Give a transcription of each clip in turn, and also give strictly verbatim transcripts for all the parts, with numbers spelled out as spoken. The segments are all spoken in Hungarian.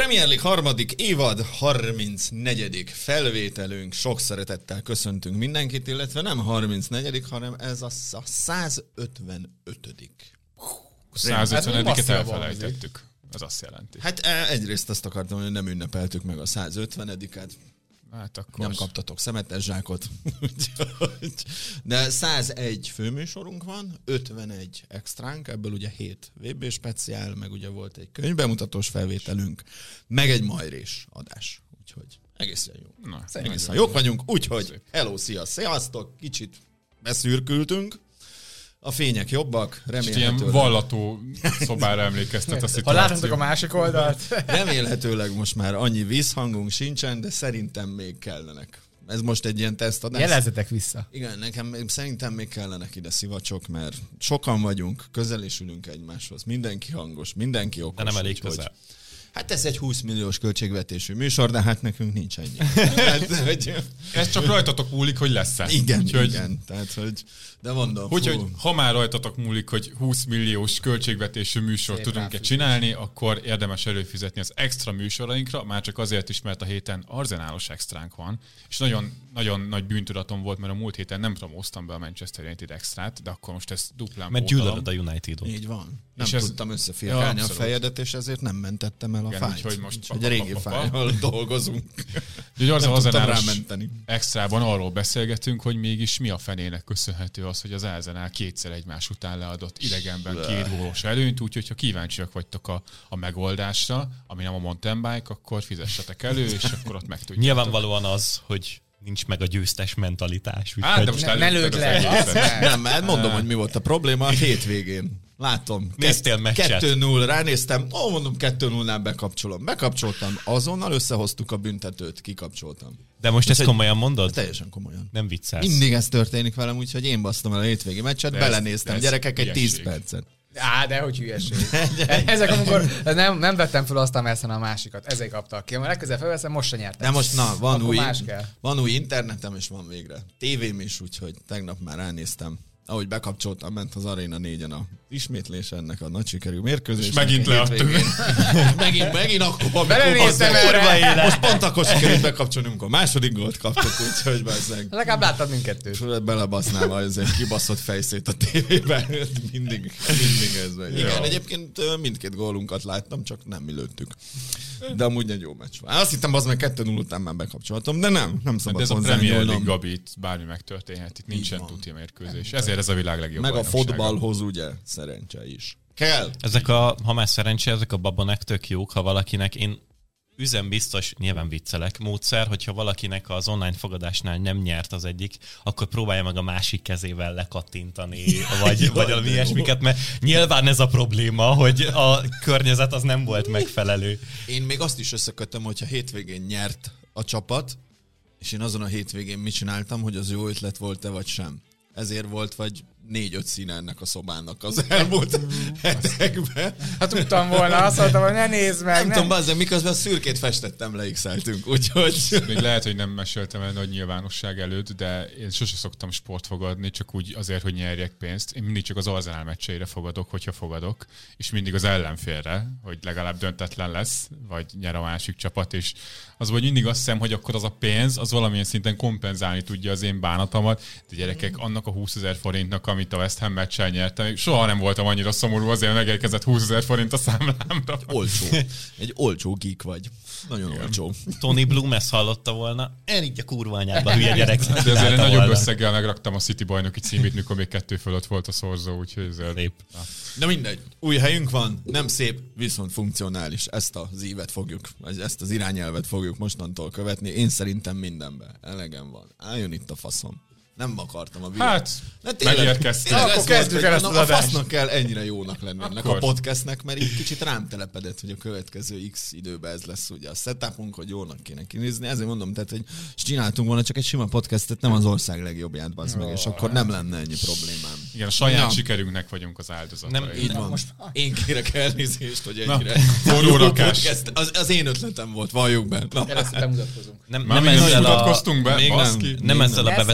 Premier League harmadik évad, harmincnegyedik felvételünk. Sok szeretettel köszöntünk mindenkit, illetve nem harmincnegyedik, hanem ez a százötvenötödik százötvenediket elfelejtettük. Ez azt jelenti. Hát egyrészt azt akartam, hogy nem ünnepeltük meg a százötvenediket. Hát akkor... Nem kaptatok szemetes zsákot. De százegy főműsorunk van, ötvenegy extránk, ebből ugye hét vé bé speciál, meg ugye volt egy könyvbemutatós felvételünk, meg egy majrés adás. Úgyhogy egészen jó. Na, egészen jók vagyunk, úgyhogy hello, szia, sziasztok, kicsit beszürkültünk. A fények jobbak, remélhetőleg. Ilyen vallató szobára emlékeztet a szituáció. Ha láthatok a másik oldalt. Remélhetőleg most már annyi vízhangunk sincsen, de szerintem még kellenek. Ez most egy ilyen tesztadás. Jelezzetek vissza. Igen, nekem szerintem még kellenek ide szivacsok, mert sokan vagyunk, közel is ülünk egymáshoz. Mindenki hangos, mindenki okos. De nem elég úgy, közel. Hát ez egy húsz milliós költségvetésű műsor, de hát nekünk nincs ennyi. Hát, hogy... Ez csak rajtatok múlik, hogy lesz-e. Igen, Úgyhogy... igen. Tehát, hogy... De mondom. Úgyhogy ha már rajtatok múlik, hogy húsz milliós költségvetésű műsort Szép tudunk-e ráfűzés. csinálni, akkor érdemes előfizetni az extra műsorainkra, már csak azért is, mert a héten arzenálos extránk van, és nagyon, nagyon nagy bűntudatom volt, mert a múlt héten nem promóztam be a Manchester United extrát, de akkor most ezt duplán Mert pótolom. gyűlölöd a Unitedot. Így van. Nem És ez... ez- tudtam összefirkálni Ja, a abszolút. fejedet, és ezért nem mentettem el a Igen, fájt. úgyhogy most Úgyhogy a régi pa, pa, pa, pa. fájjal dolgozunk. Úgyhogy az Nem az tudtam arzenálos rámenteni. extrában arról beszélgetünk, hogy mégis mi a fenének köszönhető az, hogy az Arsenal kétszer egymás után leadott idegenben két gólos előnyt, úgyhogy ha kíváncsiak vagytok a, a megoldásra, ami nem a mountain bike, akkor fizessetek elő, és akkor ott megtudjátok. Nyilvánvalóan az, hogy nincs meg a győztes mentalitás. Á, de Úgyhogy most Ne, ne előtted lőd az le. egészet. Nem, mert mondom, hogy mi volt a probléma a hétvégén. Látom. Néztél meccset? kettő null, ránéztem, ó, mondom, kettő nullnál bekapcsolom. Bekapcsoltam, azonnal összehoztuk a büntetőt, kikapcsoltam. De most ezt egy- komolyan mondod? Teljesen komolyan. Nem viccelsz. Mindig ez történik velem, úgyhogy én basztam el a hétvégi meccset, De ez- belenéztem, ez gyerekek, egy tíz hülyeség. percet. Á, de hogy hülyeség. Ezek amikor nem, nem vettem fel azt a messzen a másikat. Ezért kaptak ki. Ha legközelebb felveszem, most se nyertem. De most na, van Akkor új, más kell. van új internetem, és van végre tévém is, úgyhogy tegnap már ránéztem. Ahogy bekapcsoltam, ment az Arena négyen a ismétlés ennek a nagy sikerű mérkőzés. És megint leadtuk. megint, megint akkor, Belenéztem amikor erre. most pont akkor sikerült bekapcsolni, amikor a második gólt kaptuk, úgyhogy bezzeg. Legalább láttad mindkettőt. És belebasznám az egy kibaszott fejszét a tévében. Mindig, mindig ez megy. Igen, egyébként ö, mindkét gólunkat láttam, csak nem mi lőttük. De amúgy egy jó meccs van. Azt hittem, az meg kettő null után már bekapcsoltam, de nem, nem De szabad ez a Premier League, hozzányúlnom. Gabi, itt bármi megtörténhet, itt nincsen van. tuti mérkőzés. Ezért ez a világ legjobb Meg a bajnoksága. fotballhoz ugye szerencse is. Kell. Ezek a, ha már szerencsé, ezek a babonek tök jók, ha valakinek, én üzembiztos, nyilván viccelek, módszer, hogyha valakinek az online fogadásnál nem nyert az egyik, akkor próbálja meg a másik kezével lekattintani, vagy, vagy valami ilyesmiket, mert nyilván ez a probléma, hogy a környezet az nem volt megfelelő. Én még azt is összekötöm, hogyha hétvégén nyert a csapat, és én azon a hétvégén mit csináltam, hogy az jó ötlet volt-e vagy sem. Ezért volt vagy négy-öt színe ennek a szobának az elmúlt hetekben. Ha tudtam volna, azt mondtam, hogy ne nézd meg. Nem Ne. tudom, bazzeg, miközben a szürkét festettem, leixeltünk, úgyhogy... Még lehet, hogy nem meséltem el nagy nyilvánosság előtt, de én sose szoktam sport fogadni, csak úgy azért, hogy nyerjek pénzt. Én mindig csak az Arsenal meccseire fogadok, hogyha fogadok, és mindig az ellenfélre, hogy legalább döntetlen lesz, vagy nyer a másik csapat, és az vagy mindig azt hiszem, hogy akkor az a pénz, az valamilyen szinten kompenzálni tudja az én bánatomat, de gyerekek, annak a húszezer forintnak, amit a West Ham meccsel nyertem, soha nem voltam annyira szomorú, azért megérkezett húszezer forint a számlámra. Olcsó. Egy olcsó geek vagy. Nagyon igen. Olcsó. Tony Bloom ezt hallotta volna, elígy a kurva anyába, hülye gyerek. De azért egy Csinálta nagyobb volna. összeggel megraktam a City bajnoki címét, mikor még kettő fölött volt a szorzó, úgyhogy ezért... Szép. De mindegy. Új helyünk van, nem szép, viszont funkcionális. Ezt az ívet fogjuk, vagy ezt az irányelvet fogjuk mostantól követni. Én szerintem mindenben. Elegem van. Álljon itt a faszom. Nem akartam a világ. Hát, De tényleg- megérkeztem. tényleg Akkor ez volt, kezdjük hogy el ezt na, az a adást. fasznak kell ennyire jónak lenni ennek Akkor. a podcastnek, mert így kicsit rám telepedett, hogy a következő X időben ez lesz ugye a setupunk, hogy jónak kéne kinézni. Ezért mondom, tehát, hogy csináltunk volna csak egy sima podcastet, nem az ország legjobbját, bazd meg, és akkor nem lenne ennyi problémám. Igen, a saját Na. sikerünknek vagyunk az áldozatai. Nem, Így Na, van. most- Én kérek elnézést, hogy Na, ennyire forró jó rakás. podcast. Az, az én ötletem volt, valljuk be. Na. Először bemutatkozunk. Nem, Már nem még nem ezzel a, mutatkoztunk be, még baszki. nem, nem ezzel a Ne szólj vele, bevezetővel megint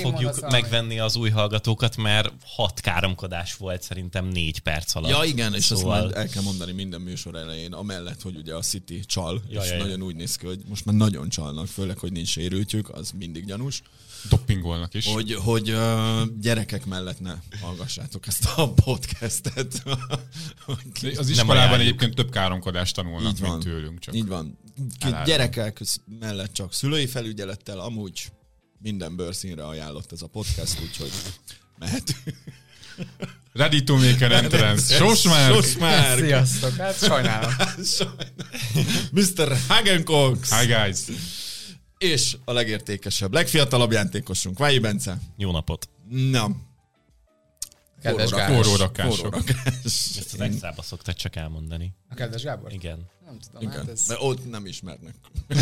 fogjuk megvenni az új hallgatókat, mert hat káromkodás volt szerintem négy perc alatt. Ja igen, és szóval... azt már el kell mondani minden műsor elején, amellett, hogy ugye a City csal, ja, és ja, ja. nagyon úgy néz ki, hogy most már nagyon csalnak, főleg, hogy nincs sérültjük, az mindig gyanús. Doppingolnak is. Hogy, hogy uh, gyerekek mellett ne hallgassátok ezt a podcastet. Az iskolában egyébként több káromkodást tanulnak, így van, mint tőlünk. Csak így van. Elállom. Gyerekek mellett csak szülői felügyelettel, amúgy minden bőrszínre ajánlott ez a podcast, úgyhogy mehetünk. Ready to make an entrance. Sosmár! Sosmár! Sziasztok, hát sajnálom. miszter Hagencox! Hi guys! És a legértékesebb, legfiatalabb játékosunk, Vályi Bence. Jó napot. Na. Kedves Forró Gábor. Forró rakás. Forró rakás. Ezt az extrába szoktad csak elmondani. A kedves Gábor? Igen. Nem tudom, Igen, hát ez... mert ott nem ismernek.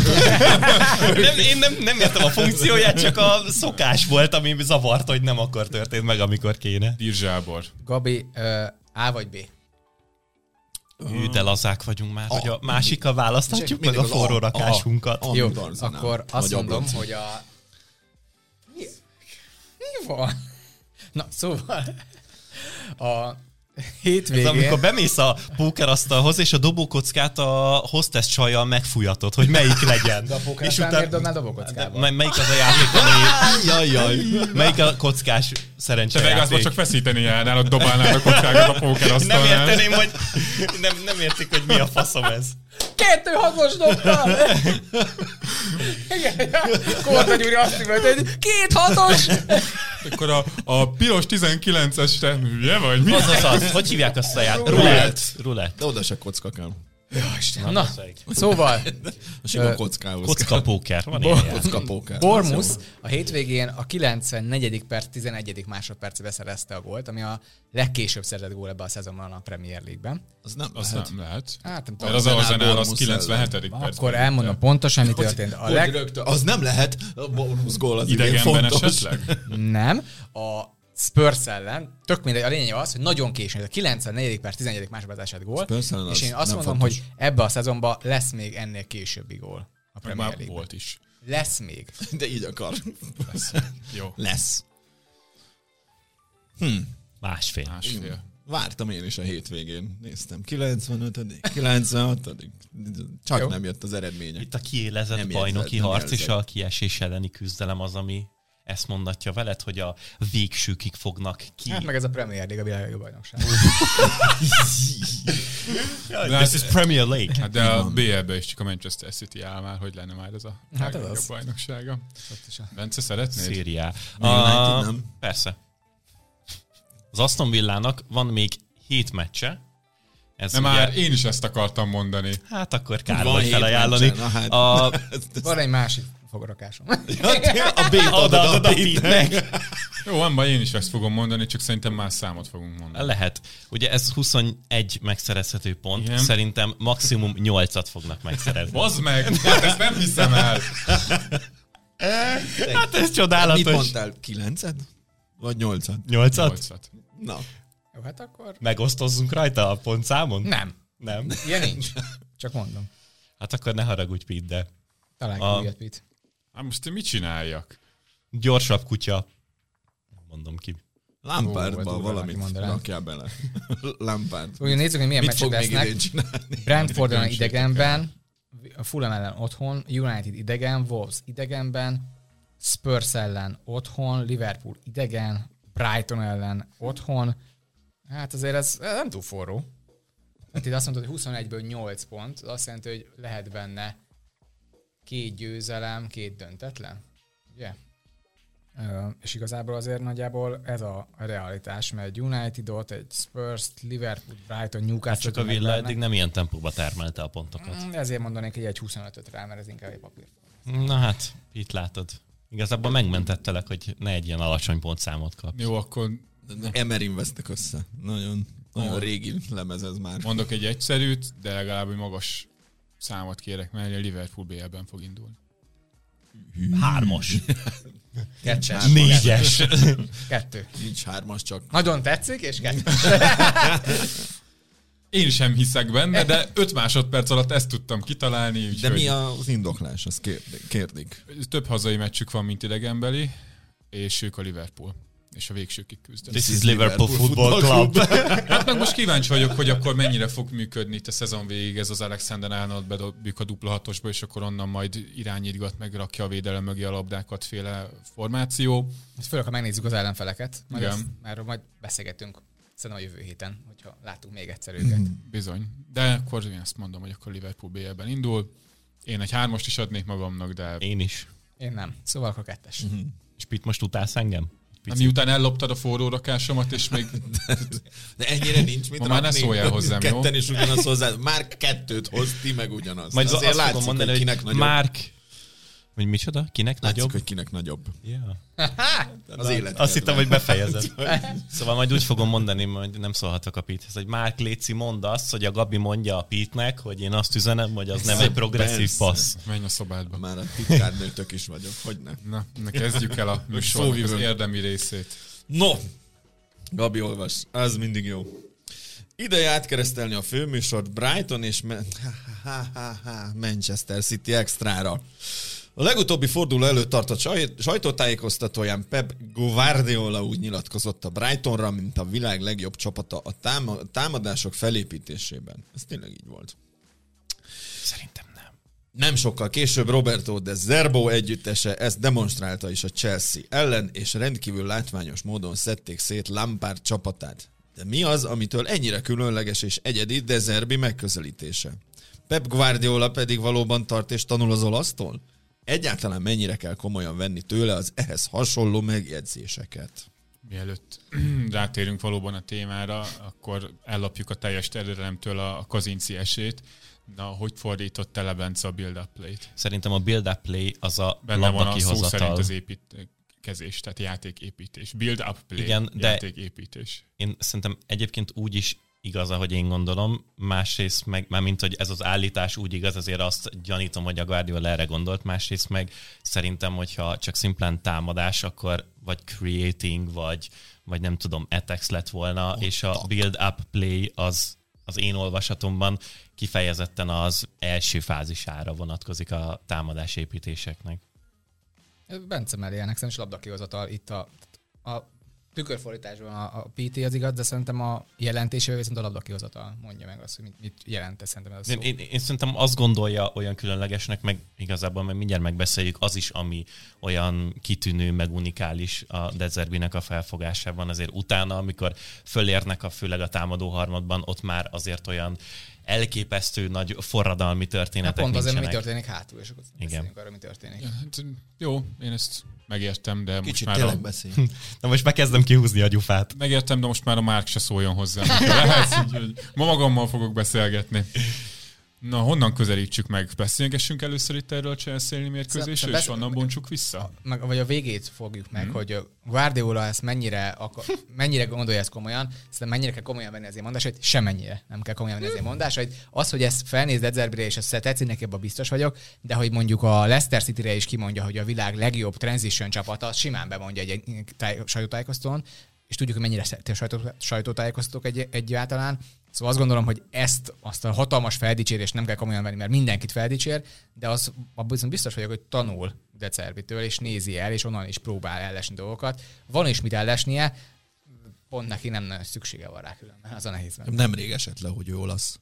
nem, én nem, nem értem a funkcióját, csak a szokás volt, ami zavart, hogy nem akkor történt meg, amikor kéne. Dírzsábor. Gabi, uh, A vagy B? Hű, de lazák vagyunk már, A. hogy a másikkal választhatjuk meg Mindig a az forró A. rakásunkat. A. A. Jó, mint Arzenál. akkor azt Vagy mondom, Abronci. hogy a... Mi? Mi van? Na, szóval... A hétvégén... Ez amikor bemész a pókerasztalhoz, és a dobókockát a hostess csajjal megfújatod, hogy melyik legyen. De a póker és aztán utána... miért dobnál dobókockába? Mely- melyik az a játék, ami... Jaj, jaj. Melyik a kockás Te szerencsejáték? Vegasban csak feszíteni járnál, ott dobálnád a kockákat a Nem pókerasztalnál. érteném, hogy nem, nem értik, hogy mi a faszom ez. Kettő hatos dobtam! Igen, Korda Gyuri azt hívott, hogy két hatos! Akkor a, a piros tizenkilences, te hülye vagy? Mi? Az az az. Hogy hívják azt a játékot? Rulett. Rulett. De oda se kocka kell. Ja, Isten. Na, Na, szóval, A sima Ö, kockához Kocka kell. póker. Van Bo- ilyen játék. Kocka póker. Bournemouth a hétvégén a kilencvennegyedik perc tizenegyedik másodpercbe szerezte a gólt, ami a legkésőbb szerzett gól ebbe a szezonban a Premier League-ben. Az nem Azt lehet. nem lehet. Hát nem Mert tudom. az Arsenal Arsenal az Bournemouth kilencvenhetedik percben. Akkor elmondom pontosan, mi történt. A Hogy leg... rögtön, az nem lehet. A bonus gól az igen Idegenben fontos. esetleg? Nem. A Spurs ellen, tök mindegy, a lényeg az, hogy nagyon későn, ez a kilencvennegyedik perc tizenegyedik másodperc esett gól, Spurs ellen és az én azt nem mondom, fontos. hogy ebbe a szezonban lesz még ennél későbbi gól a Meg Premier már League. volt is. Lesz még. De így akar. Jó. Lesz. Hm. Másfél. Másfél. Vártam én is a hétvégén. Néztem. kilencvenötödik kilencvenhatodik Csak Jó. nem jött az eredmények. Itt a kiélezett Nem bajnoki jelzett, nem harc és jelzett. a kiesés elleni küzdelem az, ami ezt mondatja veled, hogy a végsőkig fognak ki. Hát meg ez a Premier League, a világ legjobb bajnokság. This is Premier League. Hát de a bé el-be is csak a Manchester City áll már, hogy lenne már ez a Hát legjobb az az. bajnoksága. Ott is a- Bence, szeretnéd? Szériá. Még United nem? Persze. Az Aston Villának van még hét meccse. Ez De ugye, már én is ezt akartam mondani. hát akkor kár Van volt hét felajánlani. meccsen, na hát. A, Van egy másik fograkásom. A B-t adod oda, a oda, Pete-nek. Jó, van baj, én is ezt fogom mondani, csak szerintem más számot fogunk mondani. lehet. Ugye ez huszonegy megszerezhető pont. Igen. Szerintem maximum nyolcat fognak megszerezni. Bazd meg! Hát ezt nem hiszem el! Hát ez Mit csodálatos. mondtál? Kilencet? Vagy nyolcat? Nyolcat? Nyolcat. Na. Jó, hát akkor... Megosztozzunk rajta a pontszámon? Nem. Nem. Ilyen nincs. Csak mondom. Hát akkor ne haragudj, Pete, de Találj A- ki újat, Pete. Hát most én mit csináljak? gyorsabb kutya. Mondom ki. Ó, Lampardba durva, valamit aki mondaná. rakjál bele. Lampard. Ugye nézzük, hogy milyen Mit meccsek fog még lesznek. idén csinálni? Brentford ellen Különbségek idegenben, a Fulham ellen otthon, United idegen, Wolves idegenben, Spurs ellen otthon, Liverpool idegen, Brighton ellen otthon. Hát azért ez, ez nem túl forró. Hát itt azt mondod, hogy huszonegyből nyolc pont, az azt jelenti, hogy lehet benne két győzelem, két döntetlen. Ugye? Ö, és igazából azért nagyjából ez a realitás, mert egy Unitedot, egy Spurs-t, Liverpool, Brighton, Newcastle. Csak a Villa eddig nem ilyen tempóba termelte a pontokat. Mm, Ezért mondanék, hogy egy huszonötöt rá, mert ez inkább egy papír. Na hát, itt látod. Igazából megmentettelek, hogy ne egy ilyen alacsony pontszámot kapsz. Jó, akkor Emerin vesztek össze. Nagyon, nagyon Ó. régi lemez ez már. mondok egy egyszerűt, de legalább egy magas számot kérek, mert a Liverpool bé el-ben fog indulni. Hármas. Kettes. Négyes. Kettő. Nincs hármas, csak Nagyon tetszik, és kettő. Én sem hiszek benne, de öt másodperc alatt ezt tudtam kitalálni. Úgyhogy de mi az indoklás? Azt kérdik. kérdik. több hazai meccsük van, mint idegenbeli. és ők a Liverpool. És a végsőkig küzdenek. This is Liverpool Football Club. Hát meg most kíváncsi vagyok, hogy akkor mennyire fog működni itt a szezon végig ez az Alexander-Arnold bedobjuk a dupla hatosba, és akkor onnan majd irányítgat, meg rakja a védelem mögé a labdákat féle formáció. És főleg, ha megnézzük az ellenfeleket, majd Igen. ezt, erről majd beszélgetünk szerintem a jövő héten, hogyha látunk még egyszer őket. Bizony. De akkor én ezt mondom, hogy akkor Liverpool bé el-ben indul. Én egy hármast is adnék magamnak, de Én is. Én nem. Szóval akkor kettes. És Pit, most utálsz engem? Na, miután elloptad a forró rakásomat, és még De ennyire nincs mit Ma már ne rakni. szóljál hozzám, jó? Ketten is ugyanaz hozzá. Már kettőt hoz, ti meg ugyanaz. Majd Azért azt látszik, fogom mondani, hogy hogy, kinek nagyobb. Márk... Vagy micsoda? Kinek Látszik, nagyobb? hogy kinek nagyobb. Yeah. Az élet. Azt hittem, hogy befejezed. Szóval majd úgy fogom mondani, hogy nem szólhatok a Pithez, hogy Márk, léci, mondd azt, hogy a Gabi mondja a Pitnek, hogy én azt üzenem, hogy az nem egy progresszív Persze. passz. menj a szobádba. Már a titkárnőtök is vagyok, hogy ne. Na, na kezdjük el a műsornak az Szóvivő. érdemi részét. No, Gabi olvas, az mindig jó. Ideje átkeresztelni a főműsort Brighton és Me- ha, ha, ha, Manchester City extrára. A legutóbbi forduló előtt tartott saj- sajtótájékoztatóján Pep Guardiola úgy nyilatkozott a Brightonra, mint a világ legjobb csapata a táma- támadások felépítésében. Ez tényleg így volt. Szerintem nem. Nem sokkal később Roberto de Zerbo együttese ezt demonstrálta is a Chelsea ellen, és rendkívül látványos módon szedték szét Lampard csapatát. De mi az, amitől ennyire különleges és egyedi de Zerbi megközelítése? Pep Guardiola pedig valóban tart és tanul az olasztól? Egyáltalán mennyire kell komolyan venni tőle az ehhez hasonló megjegyzéseket? Mielőtt rátérünk valóban a témára, akkor ellopjuk a teljes terjedelemtől a, a Kazinci esét. Na, hogy fordított le Bence a build-up play-t? Szerintem a build-up play az a Benne van labda a szó szerint kihozatal. az építkezés, tehát játéképítés. Build-up play, Igen, de- játéképítés. Én szerintem egyébként úgy is igaz, ahogy én gondolom, másrészt meg, már mint hogy ez az állítás úgy igaz, azért azt gyanítom, hogy a Guardiola erre gondolt, másrészt meg szerintem, hogyha csak szimplán támadás, akkor vagy creating, vagy, vagy nem tudom, attacks lett volna, oh, és a build-up play az, az én olvasatomban kifejezetten az első fázisára vonatkozik a támadásépítéseknek. Bence mellé ennek szerintem is labdakihozatal itt a, a tükörfordításban a, a pé té az igaz, de szerintem a jelentésével viszont a labdakihozatal mondja meg azt, hogy mit, mit jelent ez szerintem ez a Én, szó. én, én szerintem azt gondolja olyan különlegesnek, meg igazából meg mindjárt megbeszéljük, az is, ami olyan kitűnő, meg unikális a De Zerbinek a felfogásában, azért utána, amikor fölérnek a főleg a támadó harmadban, ott már azért olyan elképesztő nagy forradalmi történetek Hát pont azért, mi nincsenek. történik hátul, és akkor beszéljünk arra, mi történik. Ja, hát, jó, én ezt megértem, de most Kicsit már tényleg a, beszélj. Na most megkezdem kihúzni a gyufát. megértem, de most már a Márk se szóljon hozzá. Lehet, így, hogy ma magammal fogok beszélgetni. Na, honnan közelítsük meg? Beszélgessünk először itt erről a Chelsea mérkőzésről, Szerintem és onnan bontsuk vissza? Meg, vagy a végét fogjuk meg, Hmm. hogy Guardiola ezt mennyire, akar, mennyire gondolja ezt komolyan, szerintem mennyire kell komolyan venni az én mondásait, semennyire nem kell komolyan venni az én mondásait. Az, hogy ezt felnéz De Zerbire, és ezt tetszik neki, abban biztos vagyok, de hogy mondjuk a Leicester City-re is kimondja, hogy a világ legjobb transition csapata, azt simán bemondja egy táj- sajtótájékoztatón, és tudjuk, hogy mennyire szeretik a sajtó, sajtótájékoztatók egy, egyáltalán. Szóval azt gondolom, hogy ezt, azt a hatalmas feldicsérést nem kell komolyan venni, mert mindenkit feldicsér, de az, abban viszont biztos vagyok, hogy tanul De Zerbitől, és nézi el, és onnan is próbál ellesni dolgokat. Van is mit ellesnie, pont neki nem nagyon szüksége van rá különben, az a nehéz benne. Nemrég esett le, hogy ő olasz.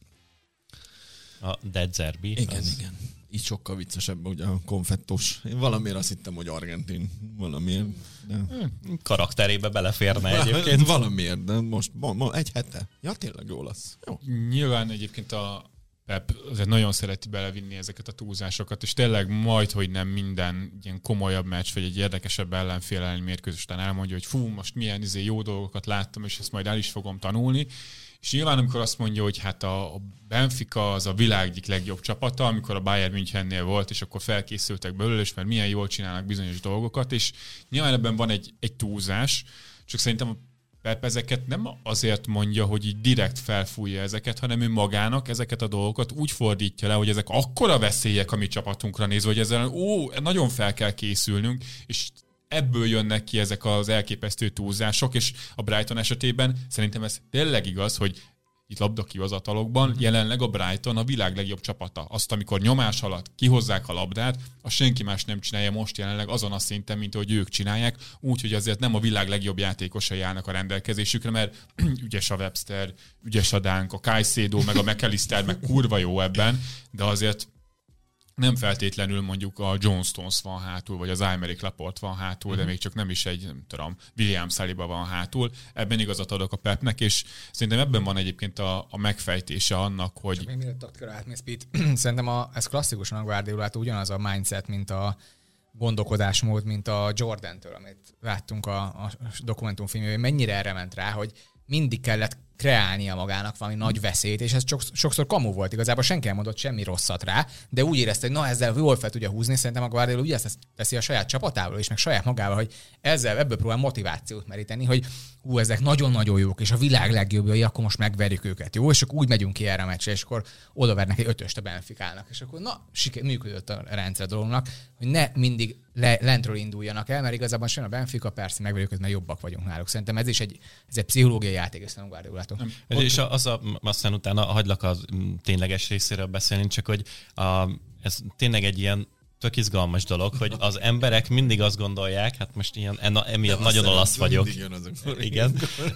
A De Zerbi. Igen, az... igen. Így sokkal viccesebb, ugye a konfettos. Én valamiért azt hittem, hogy argentin. Valamiért. De... karakterébe beleférne egyébként. Valamiért, de most ma, ma egy hete. Ja, tényleg jó lesz. Jó. Nyilván egyébként a Pep azért nagyon szereti belevinni ezeket a túlzásokat, és tényleg majd, hogy nem minden ilyen komolyabb meccs, vagy egy érdekesebb ellenfél elleni mérkőzés után elmondja, hogy fú, most milyen izé jó dolgokat láttam, és ezt majd el is fogom tanulni. És nyilván, amikor azt mondja, hogy hát a Benfica az a világ egyik legjobb csapata, amikor a Bayern Münchennél volt, és akkor felkészültek belőle, és mert milyen jól csinálnak bizonyos dolgokat, és nyilván ebben van egy, egy túlzás, csak szerintem a Pep ezeket nem azért mondja, hogy így direkt felfújja ezeket, hanem ő magának ezeket a dolgokat úgy fordítja le, hogy ezek akkora veszélyek a mi csapatunkra nézve, hogy ezzel ó, nagyon fel kell készülnünk, és ebből jönnek ki ezek az elképesztő túlzások, és a Brighton esetében szerintem ez tényleg igaz, hogy itt labdakihozatalokban, jelenleg a Brighton a világ legjobb csapata. Azt, amikor nyomás alatt kihozzák a labdát, azt senki más nem csinálja most jelenleg azon a szinten, mint ahogy ők csinálják, úgyhogy azért nem a világ legjobb játékosai állnak a rendelkezésükre, mert ügyes a Webster, ügyes a Dunk, a Caicedo, meg a McAllister, meg kurva jó ebben, de azért nem feltétlenül mondjuk a John Stones van hátul, vagy az Aymeric Laporte van hátul, de még csak nem is egy, nem tudom, William Saliba van hátul. Ebben igazat adok a Pepnek, és szerintem ebben van egyébként a, a megfejtése annak, hogy... Csak még mielőtt taktikára átmész, Pete, szerintem a, ez klasszikusan a Guardiolától ugyanaz a mindset, mint a gondolkodásmód, mint a Jordan-től, amit láttunk a, a dokumentumfilmjében, mennyire erre ment rá, hogy mindig kellett kreálnia magának valami nagy veszélyt, és ez sokszor kamu volt. Igazából senki nem mondott semmi rosszat rá, de úgy érezte, hogy na ezzel jól fel tudja húzni. Szerintem a Guardiola úgy ezt teszi a saját csapatával és meg saját magával, hogy ezzel ebből próbál motivációt meríteni, hogy hú, ezek nagyon-nagyon jók, és a világ legjobbjai, akkor most megverjük őket, jó? És akkor úgy megyünk ki erre a meccsre, és akkor odavernek egy ötöst a Benficának. És akkor na, siker, működött a rendszer dolognak, hogy ne mindig le, lentről induljanak el, mert igazából sem a Benfica, persze megverjük őket, mert jobbak vagyunk náluk. Szerintem ez is egy, ez egy pszichológiai játék, ezt a Guardiolától. És az a, aztán utána hagylak a tényleges részéről beszélni, csak hogy a, ez tényleg egy ilyen tök izgalmas dolog, hogy az emberek mindig azt gondolják, hát most ilyen, emiatt nagyon olasz vagyok. Igen.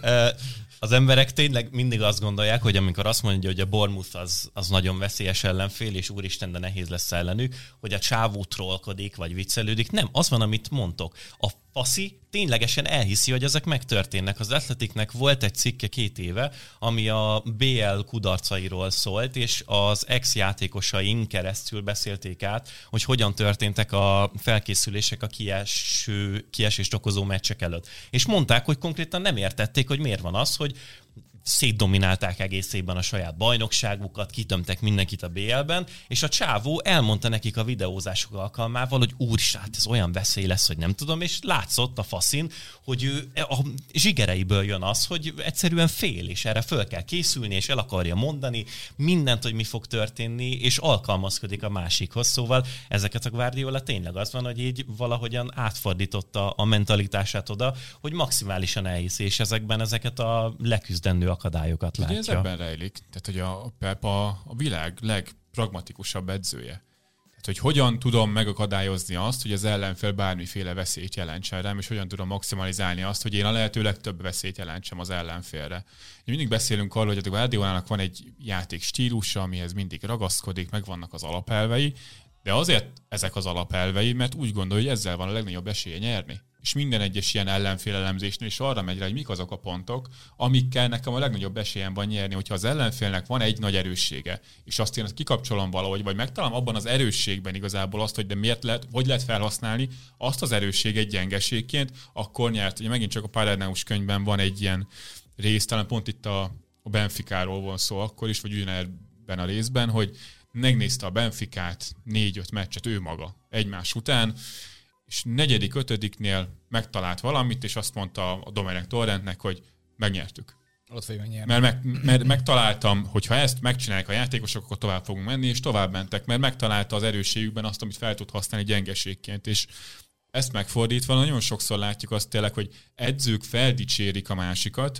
Az emberek tényleg mindig azt gondolják, hogy amikor azt mondja, hogy a Bournemouth az, az nagyon veszélyes ellenfél, és úristen, de nehéz lesz ellenük, hogy a csávó trollkodik, vagy viccelődik. Nem, az van, amit mondtok. A faszi ténylegesen elhiszi, hogy ezek megtörténnek. Az Athleticnek volt egy cikke két éve, ami a bé el kudarcairól szólt, és az ex-játékosain keresztül beszélték át, hogy hogyan történtek a felkészülések a kieső, kiesést okozó meccsek előtt. És mondták, hogy konkrétan nem értették, hogy miért van az, hogy szétdominálták egész évben a saját bajnokságukat, kitömtek mindenkit a bé el-ben, és a csávó elmondta nekik a videózások alkalmával, hogy úristen, hát ez olyan veszély lesz, hogy nem tudom, és látszott a faszin, hogy ő a zsigereiből jön az, hogy egyszerűen fél, és erre föl kell készülni, és el akarja mondani mindent, hogy mi fog történni, és alkalmazkodik a másikhoz. Szóval ezeket a Guardiola tényleg az van, hogy így valahogyan átfordította a mentalitását oda, hogy maximálisan elhiszi, és ezekben ezeket a leküzdendő akadályokat látja. Ugye ez ebben rejlik. Tehát, hogy a Pep a, a világ legpragmatikusabb edzője. Tehát, hogy hogyan tudom megakadályozni azt, hogy az ellenfél bármiféle veszélyt jelentsen rám, és hogyan tudom maximalizálni azt, hogy én a lehető legtöbb veszélyt jelentsem az ellenfélre. Mindig beszélünk arról, hogy a Guardiolának van egy játék stílusa, amihez mindig ragaszkodik, meg vannak az alapelvei, de azért ezek az alapelvei, mert úgy gondolja, hogy ezzel van a legnagyobb esélye nyerni. És minden egyes ilyen ellenfélelemzésnél is arra megy rá, hogy mik azok a pontok, amikkel nekem a legnagyobb esélyem van nyerni, hogyha az ellenfélnek van egy nagy erőssége, és azt én azt kikapcsolom valahogy, vagy megtalálom abban az erősségben igazából azt, hogy de miért lehet, hogy lehet felhasználni azt az erősséget gyengeségként, akkor nyert. Ugye megint csak a Parenaus könyvben van egy ilyen rész, talán pont itt a, a Benficáról van szó akkor is, vagy ugyanebben a részben, hogy megnézte a Benficát négy-öt meccset ő maga egymás után, és negyedik, ötödiknél megtalált valamit, és azt mondta a Dominic Torrentnek, hogy megnyertük. Ott vagy megnyerni. Mert, meg, mert megtaláltam, hogy ha ezt megcsinálják a játékosok, akkor tovább fogunk menni, és tovább mentek, mert megtalálta az erősségükben azt, amit fel tud használni gyengeségként, és ezt megfordítva nagyon sokszor látjuk azt tényleg, hogy edzők feldicsérik a másikat,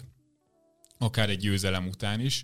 akár egy győzelem után is,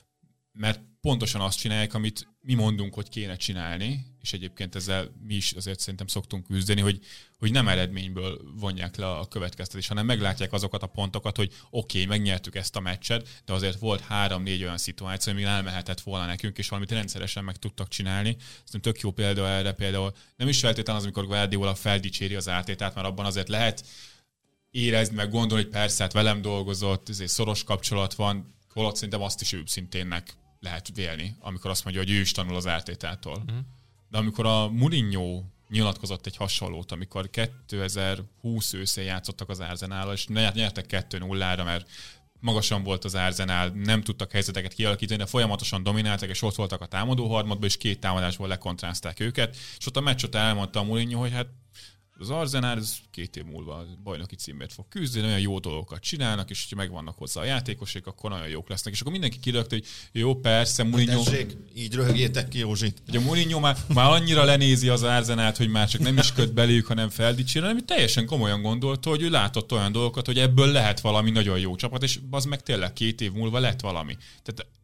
mert pontosan azt csinálják, amit mi mondunk, hogy kéne csinálni, és egyébként ezzel mi is azért szerintem szoktunk küzdeni, hogy, hogy nem eredményből vonják le a következtetést, hanem meglátják azokat a pontokat, hogy oké, okay, megnyertük ezt a meccset, de azért volt három-négy olyan szituáció, ami elmehetett volna nekünk, és valamit rendszeresen meg tudtak csinálni. Szerintem tök jó példa erre, például nem is feltétlenül az, amikor Guardiola feldicséri az Artétát, mert abban azért lehet érezni, meg gondolni, hogy persze, hát velem dolgozott, ezért szoros kapcsolat van, holott szerintem azt is őszinténnek lehet vélni, amikor azt mondja, hogy ő is tanul az Artétától. Mm. De amikor a Mourinho nyilatkozott egy hasonlót, amikor kétezer-húsz őszén játszottak az Arsenállal, és nyertek kettő nullára, mert magasan volt az Arsenal, nem tudtak helyzeteket kialakítani, de folyamatosan domináltak, és ott voltak a támadó harmadban, és két támadásból lekontrázták őket, és ott a meccsot elmondta a Mourinho, hogy hát az Arsenal az két év múlva a bajnoki címért fog küzdeni, olyan jó dolgokat csinálnak, és hogyha megvannak hozzá a játékosok, akkor nagyon jók lesznek. És akkor mindenki kirögte, hogy jó, persze, Mourinho... Tessék, így röhögjétek ki Józsit. Ugye Mourinho már, már annyira lenézi az Arsenalt, hogy már csak nem is köt beléjük, hanem feldicsér, hanem teljesen komolyan gondolta, hogy ő látott olyan dolgokat, hogy ebből lehet valami nagyon jó csapat, és az meg tényleg két év múlva lett valami. Tehát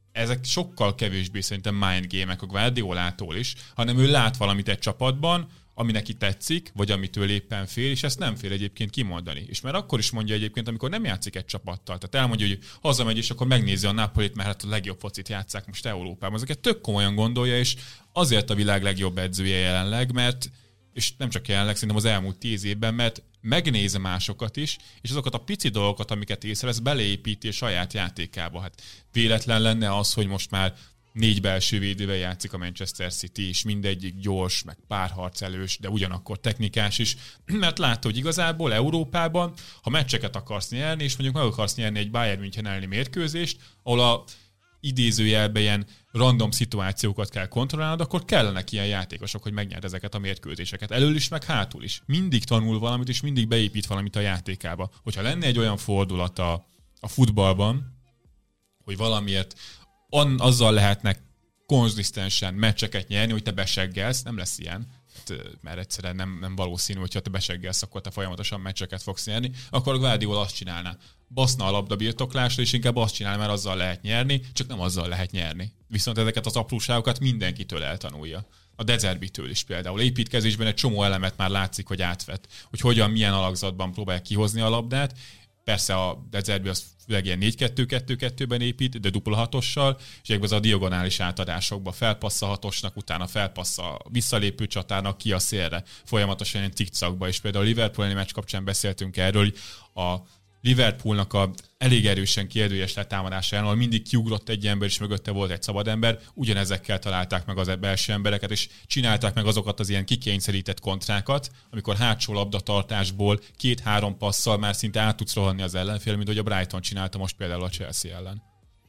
ezek sokkal kevésbé szerintem mind game-ek a Guardiolától is, hanem ő lát valamit egy csapatban, ami neki tetszik, vagy amitől éppen fél, és ezt nem fél egyébként kimondani. És már akkor is mondja egyébként, amikor nem játszik egy csapattal. Tehát elmondja, hogy hazamegy, és akkor megnézi a Napolit, mert hát a legjobb focit játsszák most Európában. Ezeket tök komolyan gondolja, és azért a világ legjobb edzője jelenleg, mert, és nem csak jelenleg, szerintem az elmúlt tíz évben, mert megnézi másokat is, és azokat a pici dolgokat, amiket észrevesz, beleépíti a saját játékába. Hát véletlen lenne az, hogy most már négy belső védővel játszik a Manchester City, és mindegyik gyors, meg párharcelős, de ugyanakkor technikás is, mert látta, hogy igazából Európában, ha meccseket akarsz nyerni, és mondjuk meg akarsz nyerni egy Bayern München elleni mérkőzést, ahol a idézőjelben ilyen random szituációkat kell kontrollálnod, akkor kellenek ilyen játékosok, hogy megnyerd ezeket a mérkőzéseket. Elől is, meg hátul is. Mindig tanul valamit, és mindig beépít valamit a játékába. Hogyha lenne egy olyan fordulat a, a futballban, hogy valamiért an, azzal lehetnek konzisztensen meccseket nyerni, hogy te beseggelsz, nem lesz ilyen, mert egyszerűen nem, nem valószínű, hogyha te beseggelsz, akkor te folyamatosan meccseket fogsz nyerni, akkor a Guardiola azt csinálná. Baszna a labda birtoklásra, és inkább azt csinál, mert azzal lehet nyerni, csak nem azzal lehet nyerni. Viszont ezeket az apróságokat mindenkitől eltanulja. A De Zerbitől is például. Építkezésben egy csomó elemet már látszik, hogy átvett. Hogy hogyan, milyen alakzatban próbálják kihozni a labdát. Persze a De Zerbi az főleg ilyen négy kettő kettő kettőben épít, de dupla hatossal, és egyébként az a diagonális átadásokba felpassza a hatosnak, utána felpassza a visszalépő csatának ki a szélre. Folyamatosan ilyen cikcakba, és például a Liverpool meccs kapcsán beszéltünk erről, hogy a Liverpoolnak a elég erősen kérdőjes letámadásán, ahol mindig kiugrott egy ember, és mögötte volt egy szabad ember, ugyanezekkel találták meg az belső embereket, és csinálták meg azokat az ilyen kikényszerített kontrákat, amikor hátsó labdatartásból két-három passzal már szinte át tudsz rohanni az ellenfél, mint hogy a Brighton csinálta most például a Chelsea ellen.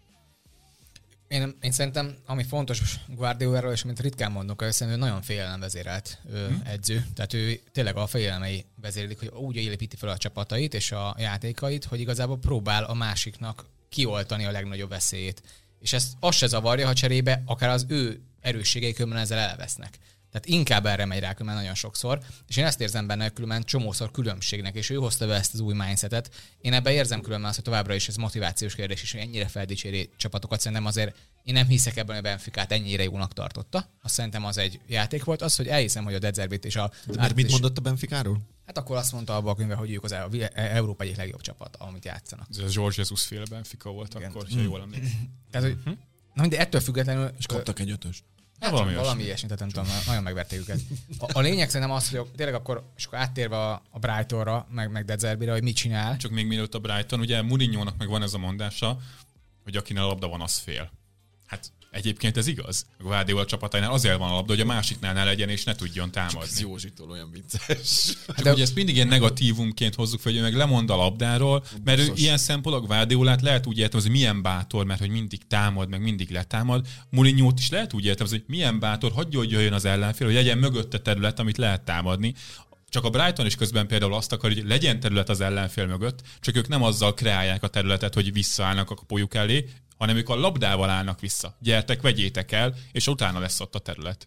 Én, én szerintem, ami fontos Guardioláról, és amit ritkán mondok, hogy szerintem ő nagyon félelemvezérelt hmm. edző. Tehát ő tényleg a félelemei vezérelik, hogy úgy építi fel a csapatait és a játékait, hogy igazából próbál a másiknak kioltani a legnagyobb veszélyét. És ezt azt se zavarja, ha cserébe akár az ő erősségei különben ezzel elvesznek. Tehát inkább erre megy rá különben nagyon sokszor, és én ezt érzem benne különben csomószor különbségnek, és ő hozta be ezt az új mindsetet. Én ebben érzem különben azt, hogy továbbra is ez motivációs kérdés is, hogy ennyire feldicséri csapatokat. Szerintem azért én nem hiszek ebben, hogy a Benficát ennyire jónak tartotta. Azt szerintem az egy játék volt. Az, hogy elhiszem, hogy a De Zerbit és a... De mert mit mondott a Benficáról? Hát akkor azt mondta abban a könyvben, hogy ők az Európa egyik legjobb csapat, amit játszanak. Ez a George Jesus féle Benfica volt. Igen. Akkor, ha jól emlékszem. Tehát, hogy, hm? Na, de ettől függetlenül... És kaptak egy ötöst. Hát valami, valami ilyesmi, tehát nem tudom, nagyon megverték őket. A, a lényeg szerintem az, hogy tényleg akkor, és akkor áttérve a, a Brightonra, meg, meg De Zerbire, hogy mit csinál. Csak még mielőtt a Brighton, ugye Mourinho-nak meg van ez a mondása, hogy akinek a labda van, az fél. Hát egyébként ez igaz. A Guardiola csapatainál azért van a labda, hogy a másiknál ne legyen és ne tudjon támadni. Ez Józsitól olyan vicces. Csak de ugye ezt mindig ilyen negatívumként hozzuk fel, hogy meg lemond a labdáról, mert ő ilyen szempontból a Guardiolát lehet úgy értelmezni, hogy milyen bátor, mert hogy mindig támad, meg mindig letámad. Mourinho-t is lehet úgy értelmezni, hogy milyen bátor, hagyja, hogy jöjjön az ellenfél, hogy legyen mögötte terület, amit lehet támadni. Csak a Brighton is közben például azt akar, hogy legyen terület az ellenfél mögött, csak ők nem azzal kreálják a területet, hogy visszaállnak a kapujuk elé, hanem ők a labdával állnak vissza. Gyertek, vegyétek el, és utána lesz ott a terület.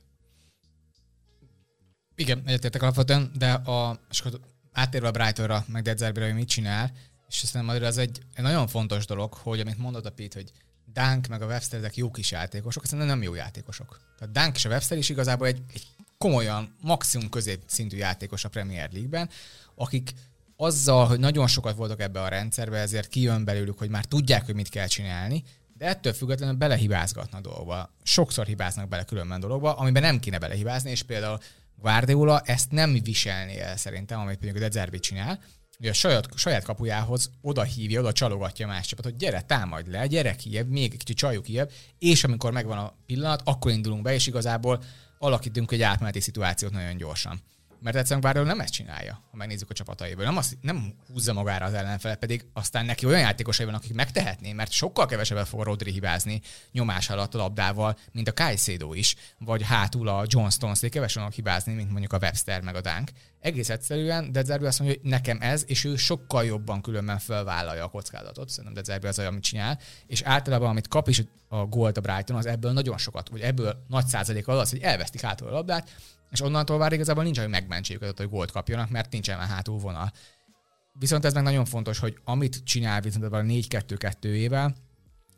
Igen, egyetértek alapvetően, de a, és akkor áttérve a Brightonra, meg De Zerbire, hogy mit csinál, és szerintem az egy, egy nagyon fontos dolog, hogy amit mondott a Pete, hogy Dunk meg a Webster, ezek jó kis játékosok, szerintem nem jó játékosok. Tehát Dunk és a Webster is igazából egy, egy komolyan, maximum középszintű játékos a Premier League-ben, akik azzal, hogy nagyon sokat voltak ebbe a rendszerbe, ezért kijön belőlük, hogy már tudják, hogy mit kell csinálni, de ettől függetlenül belehibázgatnak dolgokba. Sokszor hibáznak bele különben dologba, amiben nem kéne belehibázni, és például Guardiola ezt nem viselné el szerintem, amit például a De Zerbi csinál, hogy a saját, saját kapujához oda hívja, oda csalogatja más csapat, hogy gyere, támadj le, gyere kijebb, még egy kicsit csaljuk kijebb, és amikor megvan a pillanat, akkor indulunk be, és igazából alakítunk egy átmeneti szituációt nagyon gyorsan. Mert egyszerűen Guardiola nem ezt csinálja, ha megnézzük a csapataiból. Nem, azt, nem húzza magára az ellenfelet, pedig aztán neki olyan játékosai van, akik megtehetné, mert sokkal kevesebbet fog a Rodri hibázni nyomás alatt a labdával, mint a Caicedo is, vagy hátul a John Stones-té kevesen hibázni, mint mondjuk a Webster meg a Dunk. Egész egyszerűen De Zerbi azt mondja, hogy nekem ez, és ő sokkal jobban különben felvállalja a kockázatot. Szerintem De Zerbi az, amit csinál, és általában amit kap is a gólt a Brighton, az ebből nagyon sokat, vagy ebből nagy százalék az, hogy elvesztik hátul a labdát, és onnantól már igazából nincs, hogy megmentsék őket, hogy gólt kapjanak, mert nincsen már hátul vonal. Viszont ez meg nagyon fontos, hogy amit csinál viszont a négy kettő kettőjével,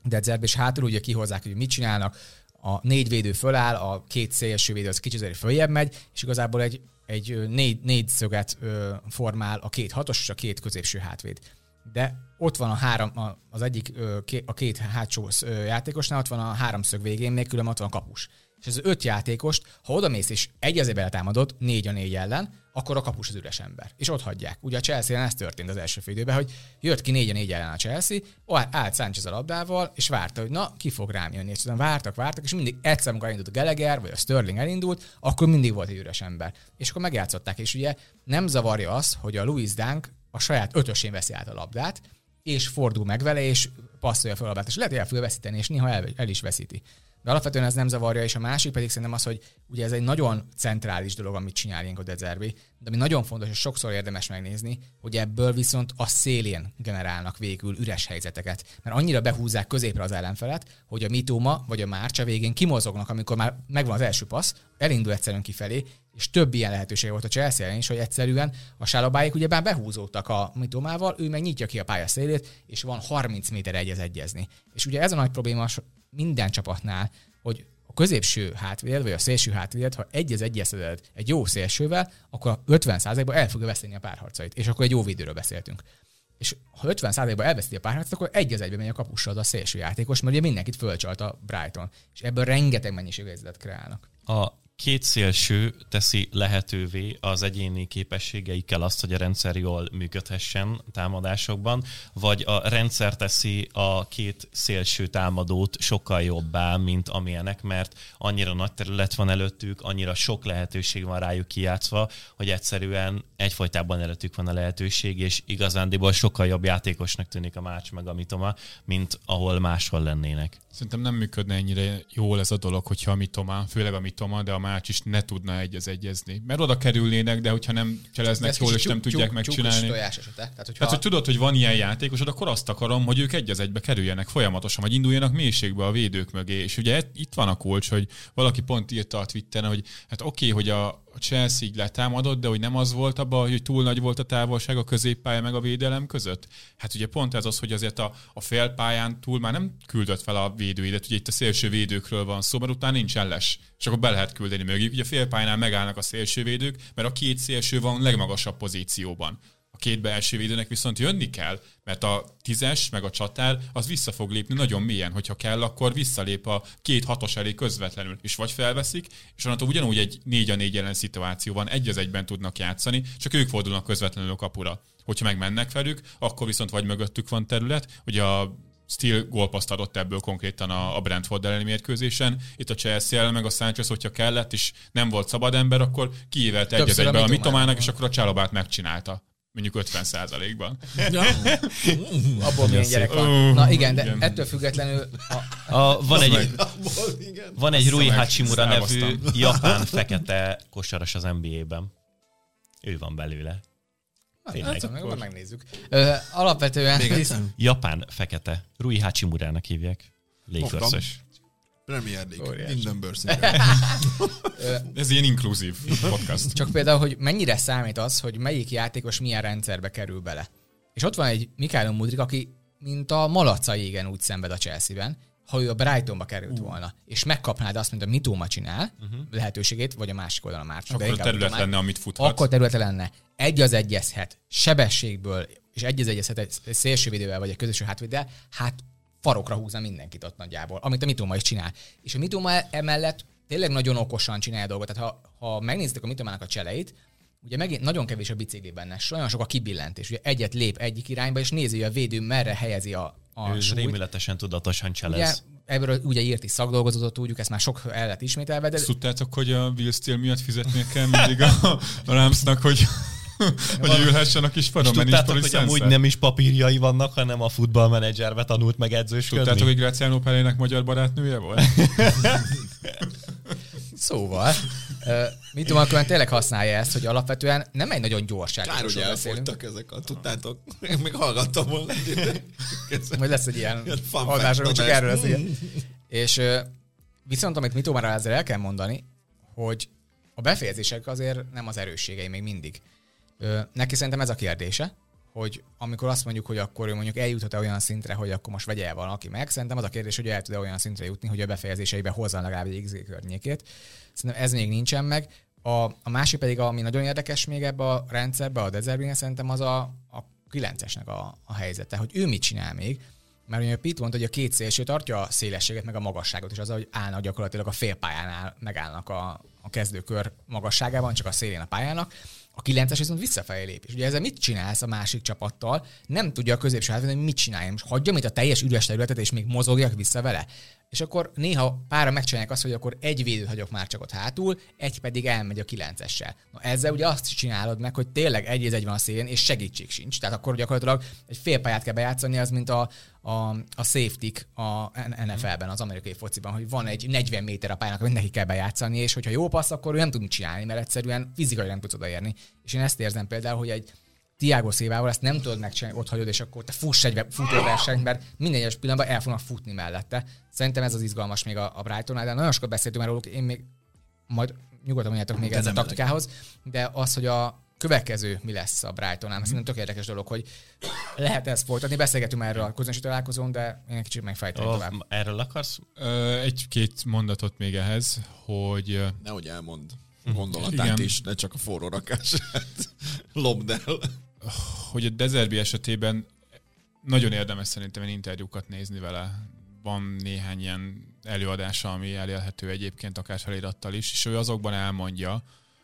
Dedzerbe, és hátul ugye kihozzák, hogy mit csinálnak, a négy védő föláll, a két szélső védő az kicsit azért följebb megy, és igazából egy, egy négy, négy szöget ö, formál a két hatos és a két középső hátvéd. De ott van a három, az egyik, a két hátsó játékosnál, ott van a háromszög végén, még külön ott van a kapus. És az öt játékost, ha odamész és egy az egyben támadod, négy a négy ellen, akkor a kapus az üres ember. És ott hagyják. Ugye a Chelsea-en ez történt az első fél időben, hogy jött ki négy a négy ellen a Chelsea, állt Sánchez a labdával, és várta, hogy na, ki fog rám jönni. És tudom, vártak, vártak, és mindig egyszer, amikor elindult a Gallagher, vagy a Sterling elindult, akkor mindig volt egy üres ember. És akkor megjátszották. És ugye nem zavarja az, hogy a Louis Dunk a saját ötösén veszi át a labdát, és fordul meg vele, és passzolja fel a labdát. És lehet, hogy el fogja veszíteni, és néha el, el is veszíti. De alapvetően ez nem zavarja, és a másik pedig szerintem az, hogy ugye ez egy nagyon centrális dolog, amit csinál ilyenkor De Zerbi, de ami nagyon fontos, és sokszor érdemes megnézni, hogy ebből viszont a szélén generálnak végül üres helyzeteket. Mert annyira behúzzák középre az ellenfelet, hogy a Mitoma vagy a Márcsa végén kimozognak, amikor már megvan az első passz, elindul egyszerűen kifelé, és több ilyen lehetőség volt a Chelsea ellen is, hogy egyszerűen a sálabáik ugye bár behúzódtak a Mitomával, ő meg nyitja ki a pálya szélét, és van harminc méter egyez egyezni. És ugye ez a nagy probléma minden csapatnál, hogy a középső hátvéd, vagy a szélső hátvéd, ha egyez egyezted egy jó szélsővel, akkor a ötven százalékban el fogja veszteni a párharcait. És akkor egy jó védőről beszéltünk. És ha ötven százalékban elveszti a párharcot, akkor egy az egyben megy a kapusra a szélső játékos, mert ugye mindenkit fölcsalt a Brighton. És ebből rengeteg mennyiségű helyzetet kreálnak. A két szélső teszi lehetővé az egyéni képességeikkel azt, hogy a rendszer jól működhessen támadásokban, vagy a rendszer teszi a két szélső támadót sokkal jobbá, mint amilyenek, mert annyira nagy terület van előttük, annyira sok lehetőség van rájuk kijátszva, hogy egyszerűen egyfolytában előttük van a lehetőség, és igazándiból sokkal jobb játékosnak tűnik a Márcs meg a Mitoma, mint ahol máshol lennének. Szerintem nem működne ennyire jól ez a dolog, hogyha a Mitoma, főleg a Mitoma, de a Márcs is ne tudna egyez egyezni. Mert oda kerülnének, de hogyha nem cseleznek jól, és nem tudják megcsinálni. Tehát, hogyha... Tehát, hogy tudod, hogy van ilyen játékosod, akkor azt akarom, hogy ők egy az egybe kerüljenek folyamatosan, vagy induljanak mélységbe a védők mögé. És ugye itt van a kulcs, hogy valaki pont írta a Twitteren, hogy hát oké, okay, hogy a a Chelsea így letámadott, de hogy nem az volt abban, hogy túl nagy volt a távolság a középpálya meg a védelem között? Hát ugye pont ez az, hogy azért a, a félpályán túl már nem küldött fel a védőidet, ugye itt a szélső védőkről van szó, mert utána nincs elles, és akkor be lehet küldeni mögük. Ugye a félpályánál megállnak a szélső védők, mert a két szélső van legmagasabb pozícióban. A két belső védőnek viszont jönni kell, mert a tízes meg a csatár az vissza fog lépni nagyon mélyen, hogyha kell, akkor visszalép a két hatos elé közvetlenül, és vagy felveszik, és onnantól ugyanúgy egy négy a négy ellen szituációban egy az egyben tudnak játszani, csak ők fordulnak közvetlenül a kapura. Hogyha megmennek velük, akkor viszont vagy mögöttük van terület, ugye a Steel gólpaszt adott ebből konkrétan a Brentford elleni mérkőzésen. Itt a Chelsea ellen meg a Sánchez, hogyha kellett, és nem volt szabad ember, akkor kiívelt egy az egyben a Mitomának, és akkor a Csalobát megcsinálta. Mondjuk ötven százalékban. Ja. Abból milyen gyerek van. Na igen, de igen. Ettől függetlenül... A... A, van egy, van egy Rui Hachimura nevű japán fekete kosaras az en bé á-ben. Ő van belőle. Hát, akkor megnézzük. Ö, alapvetően... Japán fekete. Rui Hachimurának hívják. Lakersos. Premier League. Minden bőrszinten. Ez ilyen inkluzív podcast. Csak például, hogy mennyire számít az, hogy melyik játékos milyen rendszerbe kerül bele. És ott van egy Mikael Mudryk, aki mint a malaca égen úgy szenved a Chelsea-ben, ha ő a Brightonba került uh. volna, és megkapnád azt, mint a Mitoma csinál, uh-huh. lehetőségét, vagy a másik oldalon a Márcs. Akkor a terület már, lenne, amit futhat. Akkor terület lenne. Egy az egyezhet sebességből, és egy az egyezhet egy szélsővédővel, vagy egy közöső hátvéddel, hát farokra húzza mindenkit ott nagyjából, amit a Mitoma is csinál. És a Mitoma emellett tényleg nagyon okosan csinálja a dolgot. Tehát ha, ha megnézitek a Mitomának a cseleit, ugye megint nagyon kevés a bicikli benne, nagyon sok a kibillentés. Ugye egyet lép egyik irányba, és nézi, hogy a védő merre helyezi a, a ő súlyt. Rémületesen tudatosan cselez. Ugye, ebből ugye írt is szakdolgozatot, tudjuk, ezt már sok el lett ismételve. De... Ezt tudtátok, hogy a Will Steele miatt fizetnie kell mindig a, a Ramsnak, hogy... hogy ülhessen a kis padon, mert nincs hogy amúgy nem is papírjai vannak, hanem a futballmenedzserbe tanult meg edzősködni. Tudtátok, hogy Graziano Pelének magyar barátnője volt? Szóval, uh, Mitoma akkor tényleg használja ezt, hogy alapvetően nem egy nagyon gyors játékosról beszélünk. Kár, hogy elfogytak ezek a, tudtátok? Én még hallgattam volna. Majd lesz egy ilyen adásra, hogy csak erről lesz. Igen. És uh, viszont amit Mitomára ezzel el kell mondani, hogy a befejezések azért nem az erősségei még mindig. Ö, neki szerintem ez a kérdése, hogy amikor azt mondjuk, hogy akkor ő mondjuk eljuthat-e olyan szintre, hogy akkor most vegye el valaki meg, szerintem az a kérdés, hogy el tud-e olyan szintre jutni, hogy a befejezéseibe hozzá legalább egy iksz gé környékét. Szerintem ez még nincsen meg. A, a másik pedig, ami nagyon érdekes még ebbe a rendszerbe, a Deserving, szerintem az a, a kilencesnek a, a helyzete, hogy ő mit csinál még. Mert ugye Pete mondta, hogy a két szélső tartja a szélességet, meg a magasságot, és az, hogy állnak gyakorlatilag a félpályánál, megállnak a, a kezdőkör magasságában, csak a szélén a pályának. A kilences viszont visszafelé lép. És ugye ezzel mit csinálsz a másik csapattal? Nem tudja a középső hátvéd, hogy mit csinálja. Most hagyja, mint a teljes üres területet, és még mozogjak vissza vele. És akkor néha pára megcsinálják azt, hogy akkor egy védőt hagyok már csak ott hátul, egy pedig elmegy a kilencessel. Na ezzel ugye azt csinálod meg, hogy tényleg egy egy van a szélén, és segítség sincs. Tehát akkor gyakorlatilag egy fél pályát kell bejátszani, az mint a, a, a safety-k a en ef el-ben, az amerikai fociban, hogy van egy negyven méter a pályának, amit neki kell bejátszani, és hogyha jó passz, akkor ő nem tud mit csinálni, mert egyszerűen fizikai nem tudsz odaérni. És én ezt érzem például, hogy egy Thiago Silvával ezt nem tudod megcsinálni, ott hagyod, és akkor te fuss egy futóversenyt, mert minden egyes pillanatban el fognak futni mellette. Szerintem ez az izgalmas még a, a Brightonnál, de nagyon sokat beszéltünk már róluk, én még majd nyugodtan mondjátok még ez a taktikához, de az, hogy a következő mi lesz a Brightonnál, mert szerintem tök érdekes dolog, hogy lehet ezt folytatni. Beszélgetünk már erről a közönség találkozón, de én egy kicsit megfejtem tovább. Erről akarsz? Egy-két mondatot még ehhez, hogy... Nehogy elmond gondolatát igen. is, ne csak a forró rakását lopd el. Hogy a Deserbi esetében nagyon érdemes szerintem interjúkat nézni vele. Van néhány ilyen előadása, ami elérhető egyébként akár felirattal is, és ő azokban elmondja,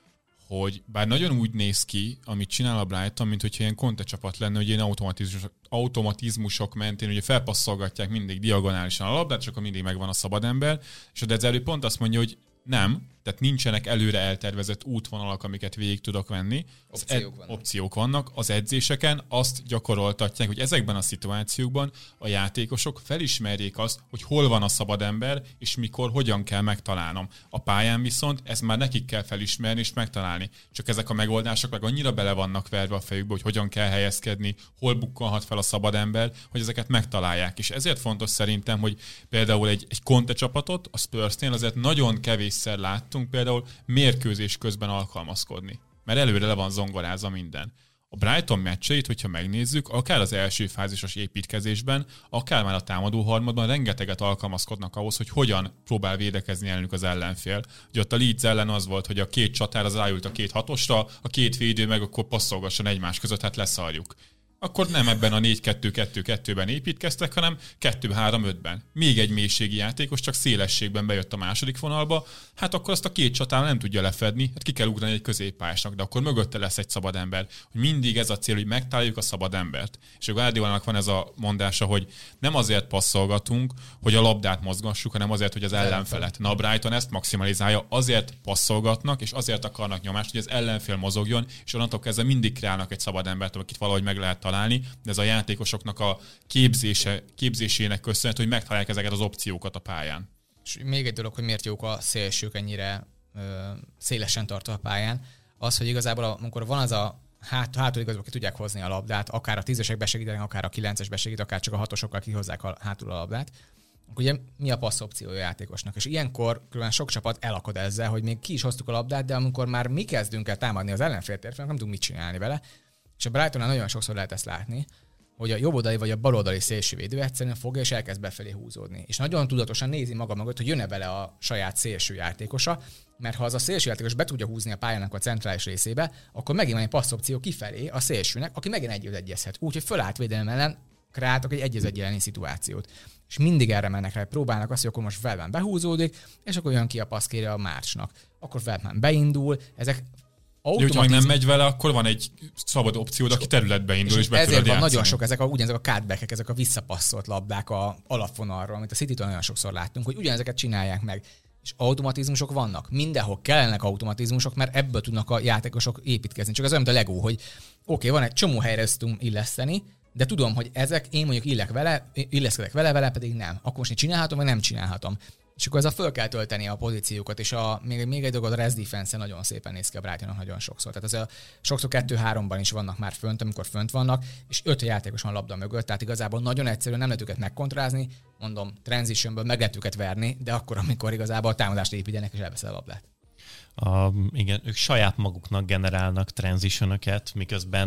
hogy bár nagyon úgy néz ki, amit csinál a Brighton, mint hogyha ilyen Conte csapat lenne, hogy ilyen automatizmusok, automatizmusok mentén ugye felpasszolgatják mindig diagonálisan a labdát, csak akkor mindig megvan a szabad ember, és a Deserbi pont azt mondja, hogy nem, tehát nincsenek előre eltervezett útvonalak, amiket végig tudok venni. Opciók vannak. Opciók vannak. Az edzéseken azt gyakoroltatják, hogy ezekben a szituációkban a játékosok felismerjék azt, hogy hol van a szabad ember, és mikor, hogyan kell megtalálnom. A pályán viszont ezt már nekik kell felismerni és megtalálni. Csak ezek a megoldások meg annyira bele vannak verve a fejükbe, hogy hogyan kell helyezkedni, hol bukkanhat fel a szabad ember, hogy ezeket megtalálják. És ezért fontos szerintem, hogy például egy, egy Conte csapatot, a Spursnél azért nagyon kevésszer láttunk például mérkőzés közben alkalmazkodni. Mert előre le van zongorázva minden. A Brighton meccseit, hogyha megnézzük, akár az első fázisos építkezésben, akár már a támadó harmadban rengeteget alkalmazkodnak ahhoz, hogy hogyan próbál védekezni ellenük az ellenfél. Ugye ott a Leeds ellen az volt, hogy a két csatár az ráült a két hatosra, a két védő meg akkor passzolgasson egymás között, hát leszarjuk. Akkor nem ebben a négy kettő kettő kettőben építkeztek, hanem kettő három ötben. Még egy mélységi játékos, csak szélességben bejött a második vonalba, hát akkor azt a két csatár nem tudja lefedni, hát ki kell ugrani egy középpályásnak, de akkor mögötte lesz egy szabad ember. Hogy mindig ez a cél, hogy megtaláljuk a szabad embert. És a Guardiolának van ez a mondása, hogy nem azért passzolgatunk, hogy a labdát mozgassuk, hanem azért, hogy az ellenfelet. Na a Brighton ezt maximalizálja, azért passzolgatnak, és azért akarnak nyomást, hogy az ellenfél mozogjon, és onnantól kezdve mindig kreálnak egy szabad embert, akit valahogy meg lehet találni, de ez a játékosoknak a képzése, képzésének köszönhető, hogy megtalálják ezeket az opciókat a pályán. És még egy dolog, hogy miért jók a szélsők ennyire ö, szélesen tartva a pályán, az, hogy igazából amikor van az a hát, hátul igazból ki tudják hozni a labdát, akár a tízesek besegítenek, akár a kilences besegít, akár csak a hatosokkal kihozzák a, hátul a labdát, akkor ugye mi a passz opciója a játékosnak? És ilyenkor különben sok csapat elakad ezzel, hogy még ki is hoztuk a labdát, de amikor már mi kezdünk el támadni az ellenfél térfél, nem tudunk mit csinálni vele. És a Brightonnál nagyon sokszor lehet ezt látni, hogy a jobboldali vagy a baloldali szélsővédő egyszerűen fogja és elkezd befelé húzódni. És nagyon tudatosan nézi maga mögött, hogy jön-e vele a saját szélső játékosa, mert ha az a szélső játékos be tudja húzni a pályának a centrális részébe, akkor megint van egy passzopció kifelé a szélsőnek, aki megint egy egyezhet. Úgyhogy fölállt védelem ellen kreáltak egy egy egy elleni szituációt. És mindig erre mennek rá, próbálnak azt, hogy akkor most Veltman behúzódik, és akkor jön ki a passz kérje a Márcsnak. Akkor Veltman beindul, ezek automatizm... Hogyha nem megy vele, akkor van egy szabad opciód, aki területbe indul, és, és be ezért tudod van játszani. nagyon sok, ezek a, ugyanezek a cutbackek, ezek a visszapasszolt labdák a alapvonalról, amit a City-től nagyon sokszor láttunk, hogy ugyanezeket csinálják meg. És automatizmusok vannak. Mindenhol kellenek automatizmusok, mert ebből tudnak a játékosok építkezni. Csak az olyan, mint a Lego, hogy oké, okay, van egy csomó helyre ezt tudunk illeszteni, de tudom, hogy ezek, én mondjuk illek vele, illeszkedek vele, vele pedig nem. Akkor most én csinálhatom, vagy nem csinálhatom. És akkor ezzel föl kell tölteni a pozíciókat, és a, még, még egy dolog, a rest defense nagyon szépen néz ki a Brightonnak nagyon sokszor. Tehát az a, sokszor kettő-háromban is vannak már fönt, amikor fönt vannak, és öt játékos van labda mögött, tehát igazából nagyon egyszerűen nem lehet őket megkontrázni, mondom, transitionből meg lehet őket verni, de akkor, amikor igazából a támadást építenek, és elveszel a labdát. A, igen, ők saját maguknak generálnak transitionöket, miközben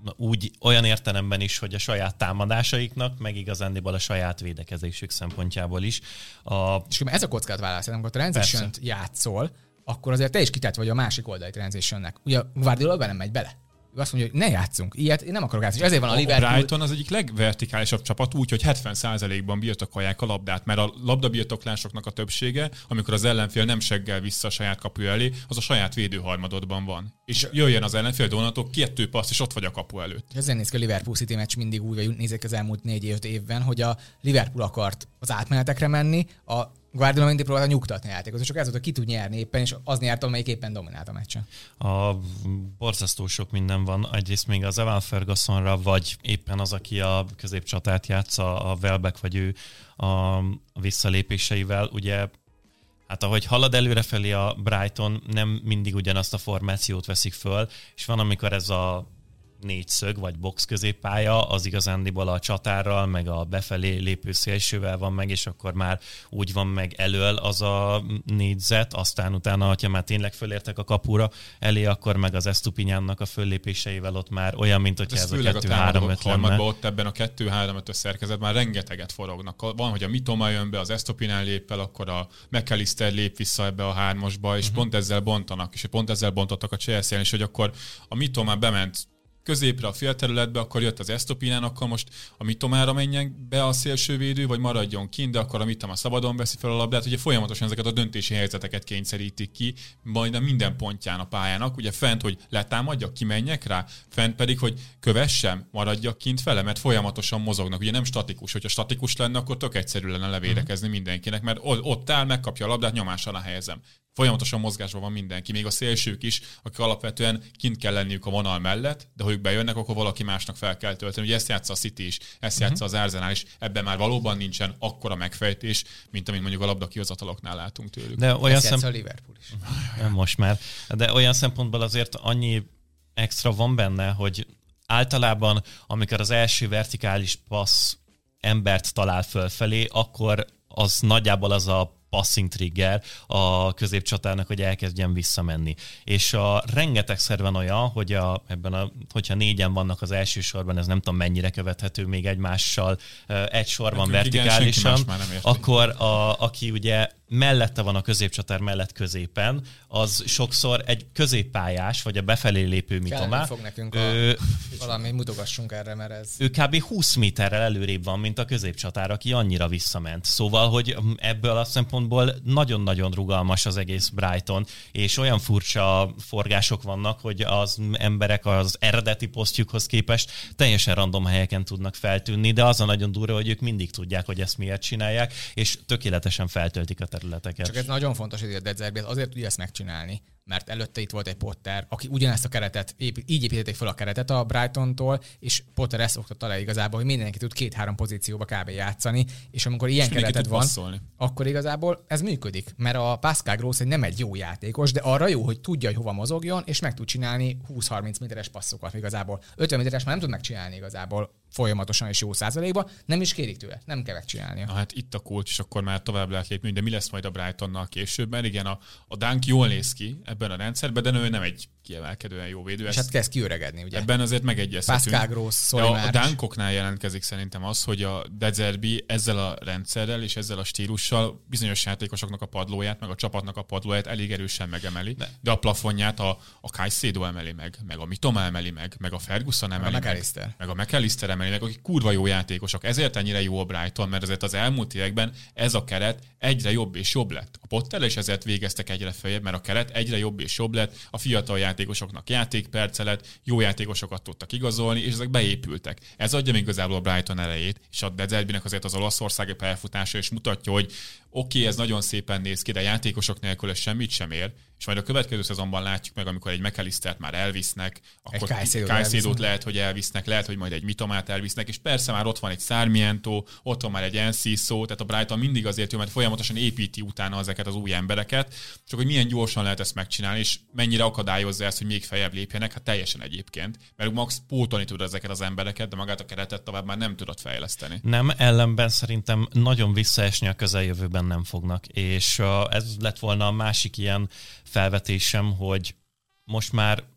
úgy olyan értelemben is, hogy a saját támadásaiknak, meg igazándiból a saját védekezésük szempontjából is. A... És ez a kockázatvállás, amikor transition-t játszol, akkor azért te is kitett vagy a másik oldali transitionnek. Ugye Guardiola nem megy bele. Ő azt mondja, hogy ne játszunk, ilyet én nem akarok játszani. Ezért van a Liverpool... A Brighton az egyik legvertikálisabb csapat úgy, hogy hetven százalékban birtokolják a labdát, mert a labdabirtoklásoknak a többsége, amikor az ellenfél nem seggel vissza a saját kapu elé, az a saját védőharmadodban van. És jöjjön az ellenfél, donatok, kettő passz, és ott vagy a kapu előtt. Ezzel néz ki a Liverpool City meccs mindig úgy, vagy nézek az elmúlt négy-öt évben, hogy a Liverpool akart az átmenetekre menni, a Guardiola mindig próbálta nyugtatni a játékot, csak ez volt, hogy ki tud nyerni éppen, és az nyert, amelyik éppen dominált a meccsen. A borzasztó sok minden van. Egyrészt még az Evan Fergusonra, vagy éppen az, aki a középcsatát játsza, a Welbeck, vagy ő a visszalépéseivel. Ugye, hát ahogy halad előrefelé a Brighton, nem mindig ugyanazt a formációt veszik föl, és van, amikor ez a négyszög, vagy box középpálya, az igazándiból a csatárral, meg a befelé lépő szélsővel van meg, és akkor már úgy van meg elől az a négyzet, aztán utána, ha már tényleg fölértek a kapura elé, akkor meg az Estupiñánnak a föllépéseivel ott már olyan, mint hogyha ez, ez a kettő három öt lenne. Ott ebben a kettő három ötös szerkezet már rengeteget forognak. Van, hogy a Mitoma jön be, az Estupiñán lép el, akkor a McAllister lép vissza ebbe a hármasba, és uh-huh. pont ezzel bontanak, és pont ezzel bontottak a Chelsea-en, és hogy akkor a Mitoma bement középre a félterületbe, akkor jött az Estupiñán, akkor most a Mitomára menjen be a szélsővédő, vagy maradjon kint, de akkor a Mitoma szabadon veszi fel a labdát. Ugye folyamatosan ezeket a döntési helyzeteket kényszerítik ki, majdnem minden pontján a pályának. Ugye fent, hogy letámadjak, kimenjek rá, fent pedig, hogy kövessem, maradjak kint vele, mert folyamatosan mozognak. Ugye nem statikus. Hogyha statikus lenne, akkor tök egyszerű lenne levédekezni mindenkinek, mert ott áll, megkapja a labdát, nyomás alá helyezem. Folyamatosan mozgásban van mindenki, még a szélsők is, akik alapvetően kint kell lenniük a vonal mellett, de ha ők bejönnek, akkor valaki másnak fel kell tölteni. Ugye ezt játsza a City is, ezt uh-huh. játsza az Arsenal is, ebben már valóban nincsen akkora megfejtés, mint amit mondjuk a labdakihozataloknál látunk tőlük. De olyan szem... a Liverpool is. Most már. De olyan szempontból azért annyi extra van benne, hogy általában, amikor az első vertikális passz embert talál fölfelé, akkor az nagyjából az a passing trigger a középcsatárnak, hogy elkezdjen visszamenni. És a rengetegszer van olyan, hogy a, ebben a, hogyha négyen vannak az első sorban, ez nem tudom mennyire követhető még egymással egy sorban nekünk vertikálisan, igen, akkor a, aki ugye mellette van a középcsatár mellett középen, az sokszor egy középpályás, vagy a befelé lépő Mitoma. Fog nekünk ő, a, valami mutogassunk erre, mert ez... Ő kb. húsz méterrel előrébb van, mint a középcsatár, aki annyira visszament. Szóval, hogy ebből a szempontból nagyon-nagyon rugalmas az egész Brighton, és olyan furcsa forgások vannak, hogy az emberek az eredeti posztjukhoz képest teljesen random helyeken tudnak feltűnni, de az a nagyon durva, hogy ők mindig tudják, hogy ezt miért csinálják, és tökéletesen feltöltik a területeket. Csak ez nagyon fontos, hogy a De Zerbi azért tudja ezt megcsinálni, mert előtte itt volt egy Potter, aki ugyanezt a keretet, épít, így építették fel a keretet a Brightontól, és Potter ezt oktatta le igazából, hogy mindenki tud két-három pozícióba kb. Játszani, és amikor ilyen és keretet van, passzolni. Akkor igazából ez működik, mert a Pascal Gross egy nem egy jó játékos, de arra jó, hogy tudja, hogy hova mozogjon, és meg tud csinálni húsz-harminc méteres passzokat igazából. ötven méteres már nem tud megcsinálni igazából folyamatosan és jó százalékban, nem is kérik tőle, nem kell megcsinálnia. Na hát itt a kulcs, és akkor már tovább lehet lépni, de mi lesz majd a Brightonnal később, mert igen, a, a Dunk jól néz ki ebben a rendszerben, de ő nem egy kiemelkedően jó védő. És hát kezd kiöregedni, ugye? Ebben azért megegyezhetünk. Pascal Gross, Szoli a, a Dunkoknál jelentkezik szerintem az, hogy a De Zerbi ezzel a rendszerrel és ezzel a stílussal bizonyos játékosoknak a padlóját, meg a csapatnak a padlóját elég erősen megemeli, de, de a plafonját a, a Caicedo emeli meg, meg a Mitoma emeli meg, meg a Ferguson emeli meg, meg, meg a McAllister emeli meg, akik kurva jó játékosok. Ezért ennyire jó a Brighton, mert azért az elmúlt években ez a keret egyre jobb és jobb lett. A Potterrel és ezért végeztek egyre feljebb, mert a keret egyre jobb és jobb lett, a fiatal játékosoknak játékperce lett, jó játékosokat tudtak igazolni, és ezek beépültek. Ez adja még igazából a Brighton elejét, és a De Zerbinek azért az olaszországi pályafutása is mutatja, hogy oké, okay, ez nagyon szépen néz ki, de játékosok nélkül ez semmit sem ér, és majd a következő szezonban látjuk meg, amikor egy McAllistert már elvisznek, akkor Caicedo-t lehet, hogy elvisznek, lehet, hogy majd egy Mitomát elvisznek, és persze már ott van egy Sarmiento, ott van már egy Enciso, tehát a Brighton mindig azért jó, mert folyamatosan építi utána ezeket az új embereket, csak hogy milyen gyorsan lehet ezt megcsinálni, és mennyire akadályozza ezt, hogy még feljebb lépjenek, hát teljesen egyébként, mert Max pótolni tud ezeket az embereket, de magát a keretet tovább már nem tudod fejleszteni. Nem, ellenben szerintem nagyon visszaesni a közeljövőben nem fognak, és ez lett volna a másik ilyen felvetésem, hogy most már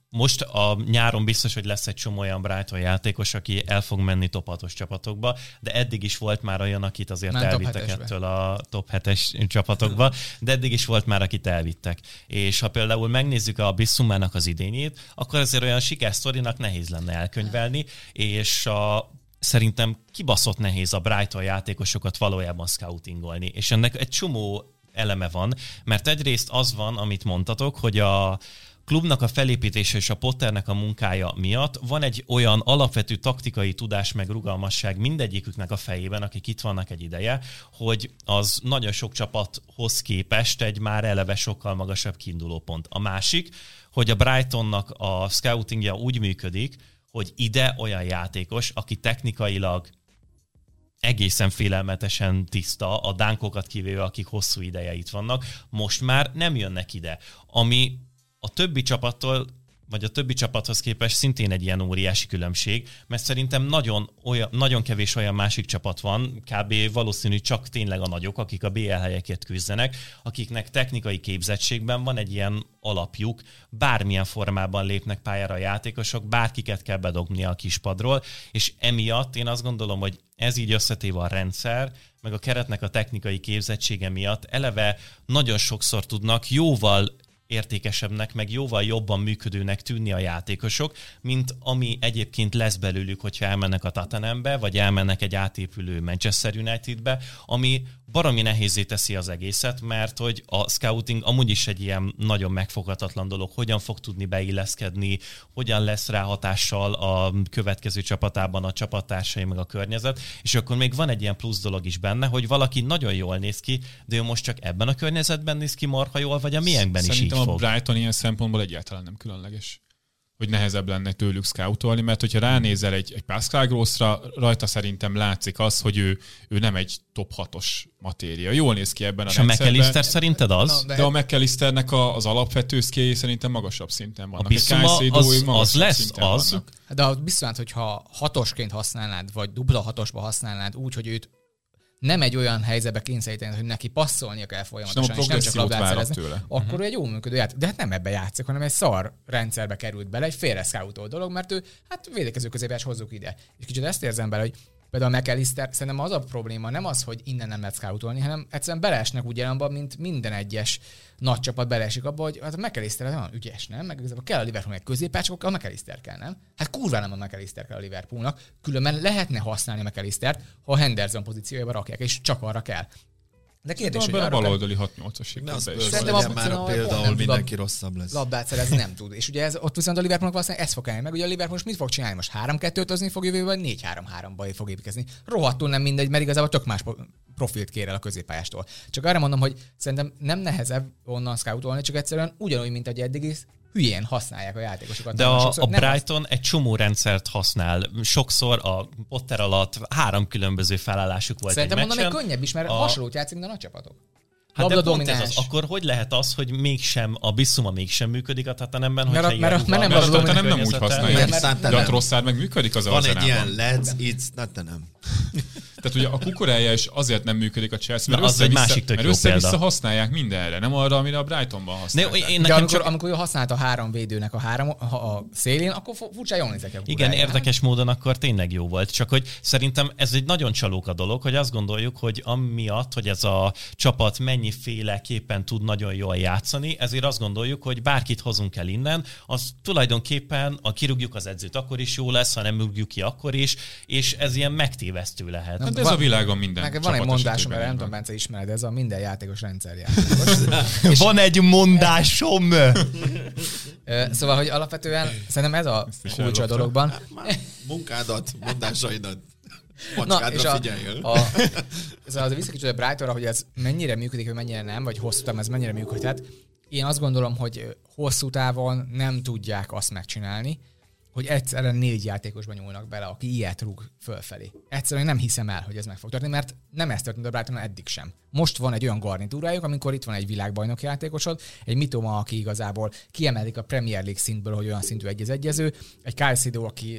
most a nyáron biztos, hogy lesz egy csomó olyan Brighton játékos, aki el fog menni top hatos csapatokba, de eddig is volt már olyan, akit azért már elvittek ettől a top hetes csapatokba, de eddig is volt már, akit elvittek. És ha például megnézzük a Bissummának az idényét, akkor azért olyan sikersztorinak nehéz lenne elkönyvelni, és a szerintem kibaszott nehéz a Brighton játékosokat valójában scoutingolni, és ennek egy csomó eleme van, mert egyrészt az van, amit mondtatok, hogy a klubnak a felépítése és a Potternek a munkája miatt van egy olyan alapvető taktikai tudás meg rugalmasság mindegyiküknek a fejében, akik itt vannak egy ideje, hogy az nagyon sok csapathoz képest egy már eleve sokkal magasabb kiindulópont. A másik, hogy a Brightonnak a scoutingja úgy működik, hogy ide olyan játékos, aki technikailag egészen félelmetesen tiszta, a dánkokat kivéve, akik hosszú ideje itt vannak, most már nem jönnek ide. Ami a többi csapattól, vagy a többi csapathoz képest szintén egy ilyen óriási különbség, mert szerintem nagyon, olyan, nagyon kevés olyan másik csapat van, kb. Valószínű csak tényleg a nagyok, akik a bé el helyekért küzdenek, akiknek technikai képzettségben van egy ilyen alapjuk, bármilyen formában lépnek pályára a játékosok, bárkiket kell bedobni a kispadról, és emiatt én azt gondolom, hogy ez így összetéve a rendszer, meg a keretnek a technikai képzettsége miatt eleve nagyon sokszor tudnak jóval értékesebbnek, meg jóval jobban működőnek tűnni a játékosok, mint ami egyébként lesz belőlük, hogyha elmennek a Tottenhambe, vagy elmennek egy átépülő Manchester Unitedbe, ami baromi nehézé teszi az egészet, mert hogy a scouting amúgy is egy ilyen nagyon megfoghatatlan dolog, hogyan fog tudni beilleszkedni, hogyan lesz rá hatással a következő csapatában a csapattársai, meg a környezet, és akkor még van egy ilyen plusz dolog is benne, hogy valaki nagyon jól néz ki, de ő most csak ebben a környezetben néz ki marha jól, vagy a miénkben is így Szerintem fog. a Brighton ilyen szempontból egyáltalán nem különleges. Hogy nehezebb lenne tőlük scoutolni, mert hogyha ránézel egy, egy Pascal Grossra, rajta szerintem látszik az, hogy ő, ő nem egy top hatos matéria. Jól néz ki ebben a és rendszerben. És a McAllister szerinted az? De a McAllisternek a, az alapvető szkéjé szerintem magasabb szinten vannak. A Bissouma az, az lesz az. Vannak. De a biztos, hogyha hatosként használnád, vagy dupla hatosba használnád úgy, hogy őt nem egy olyan helyzetbe kényszeríteni, hogy neki passzolnia kell folyamatosan, és nem csak labdát szerezni, tőle. Akkor uh-huh. egy jó működő játék. De hát nem ebbe játszik, hanem egy szar rendszerbe került bele, egy félre scoutolt dolog, mert ő hát védekező középes hozzuk ide. És kicsit ezt érzem bele, hogy például a McAllister, szerintem az a probléma nem az, hogy innen nem lehet scoutolni, hanem egyszerűen beleesnek úgy jelenben, mint minden egyes nagy csapat beleesik abba, hogy hát a McAllister olyan ügyes, nem? Meg igazából kell a Liverpoolnak egy középpács, akkor a McAllister kell, nem? Hát kurva nem a McAllister kell a Liverpoolnak, különben lehetne használni a McAllistert, ha a Henderson pozíciójába rakják, és csak arra kell. De kérdés, hogy a baloldali hat nyolcas Szerintem az már a példa, ahol mindenki rosszabb lesz. Labdát szerezni nem tud. És ugye ez, ott viszont a Liverpoolnak valószínűleg ez fog állni meg. Ugye a Liverpool most mit fog csinálni? Most három kettőtözni fog jövőben, vagy négy három háromba fog építkezni. Rohadtul nem mindegy, mert igazából tök más profilt kér el a középpályástól. Csak arra mondom, hogy szerintem nem nehezebb onnan scoutolni, csak egyszerűen ugyanúgy, mint egy eddig is, hülyén használják a játékosokat. De a, a Brighton az... egy csomó rendszert használ. Sokszor a Potter alatt három különböző felállásuk volt szerintem egy meccsen. Szerintem mondom, még könnyebb is, mert a... hasonlót játszik, mint a nagy csapatok. Hát de pont ez az. Akkor hogy lehet az, hogy mégsem, a Bissouma mégsem működik a Tottenhamben, mert, hogyha mert, mert, mert nem a Tottenham nem úgy használja. De a Trossard meg működik az Arsenalban. Van egy ilyen let's, it's Tottenham. Tehát ugye a kukorája is azért nem működik a Chelsea, mert az egy másik tök jó össze-vissza használják mindenre, nem arra, amire a Brightonban használták. De amikor, csak... amikor ő használta a három védőnek a, három, a szélén, akkor furcsa jól nézek el. Igen, érdekes módon akkor tényleg jó volt. Csak hogy szerintem ez egy nagyon csalóka dolog, hogy azt gondoljuk, hogy amiatt, hogy ez a csapat mennyiféleképpen tud nagyon jól játszani, ezért azt gondoljuk, hogy bárkit hozunk el innen, az tulajdonképpen, ha kirúgjuk az edzőt, akkor is jó lesz, ha nem rúgjuk ki, akkor is, és ez ilyen megtévesztő lehet. Hát ez van, a világon minden meg van egy mondásom, mert nem tudom, Bence ismered, ez a minden játékos rendszerjátékos. Van egy mondásom! Szóval, hogy alapvetően szerintem ez a kulcs a dologban. Munkádat, mondásaidat. Macskádra figyeljön. A, ez az visszakicsit a Brightonra, hogy ez mennyire működik, vagy mennyire nem, vagy hosszú távon ez mennyire működhet. Én azt gondolom, hogy hosszú távon nem tudják azt megcsinálni, hogy egyszerűen négy játékosban nyúlnak bele, aki ilyet rúg fölfelé. Egyszerűen nem hiszem el, hogy ez meg fog történni, mert nem ez történt a Brightonon eddig sem. Most van egy olyan garnitúrájuk, amikor itt van egy világbajnok játékosod, egy Mitoma, aki igazából kiemelik a Premier League szintből, hogy olyan szintű egy-egyező, egy Caicedo, aki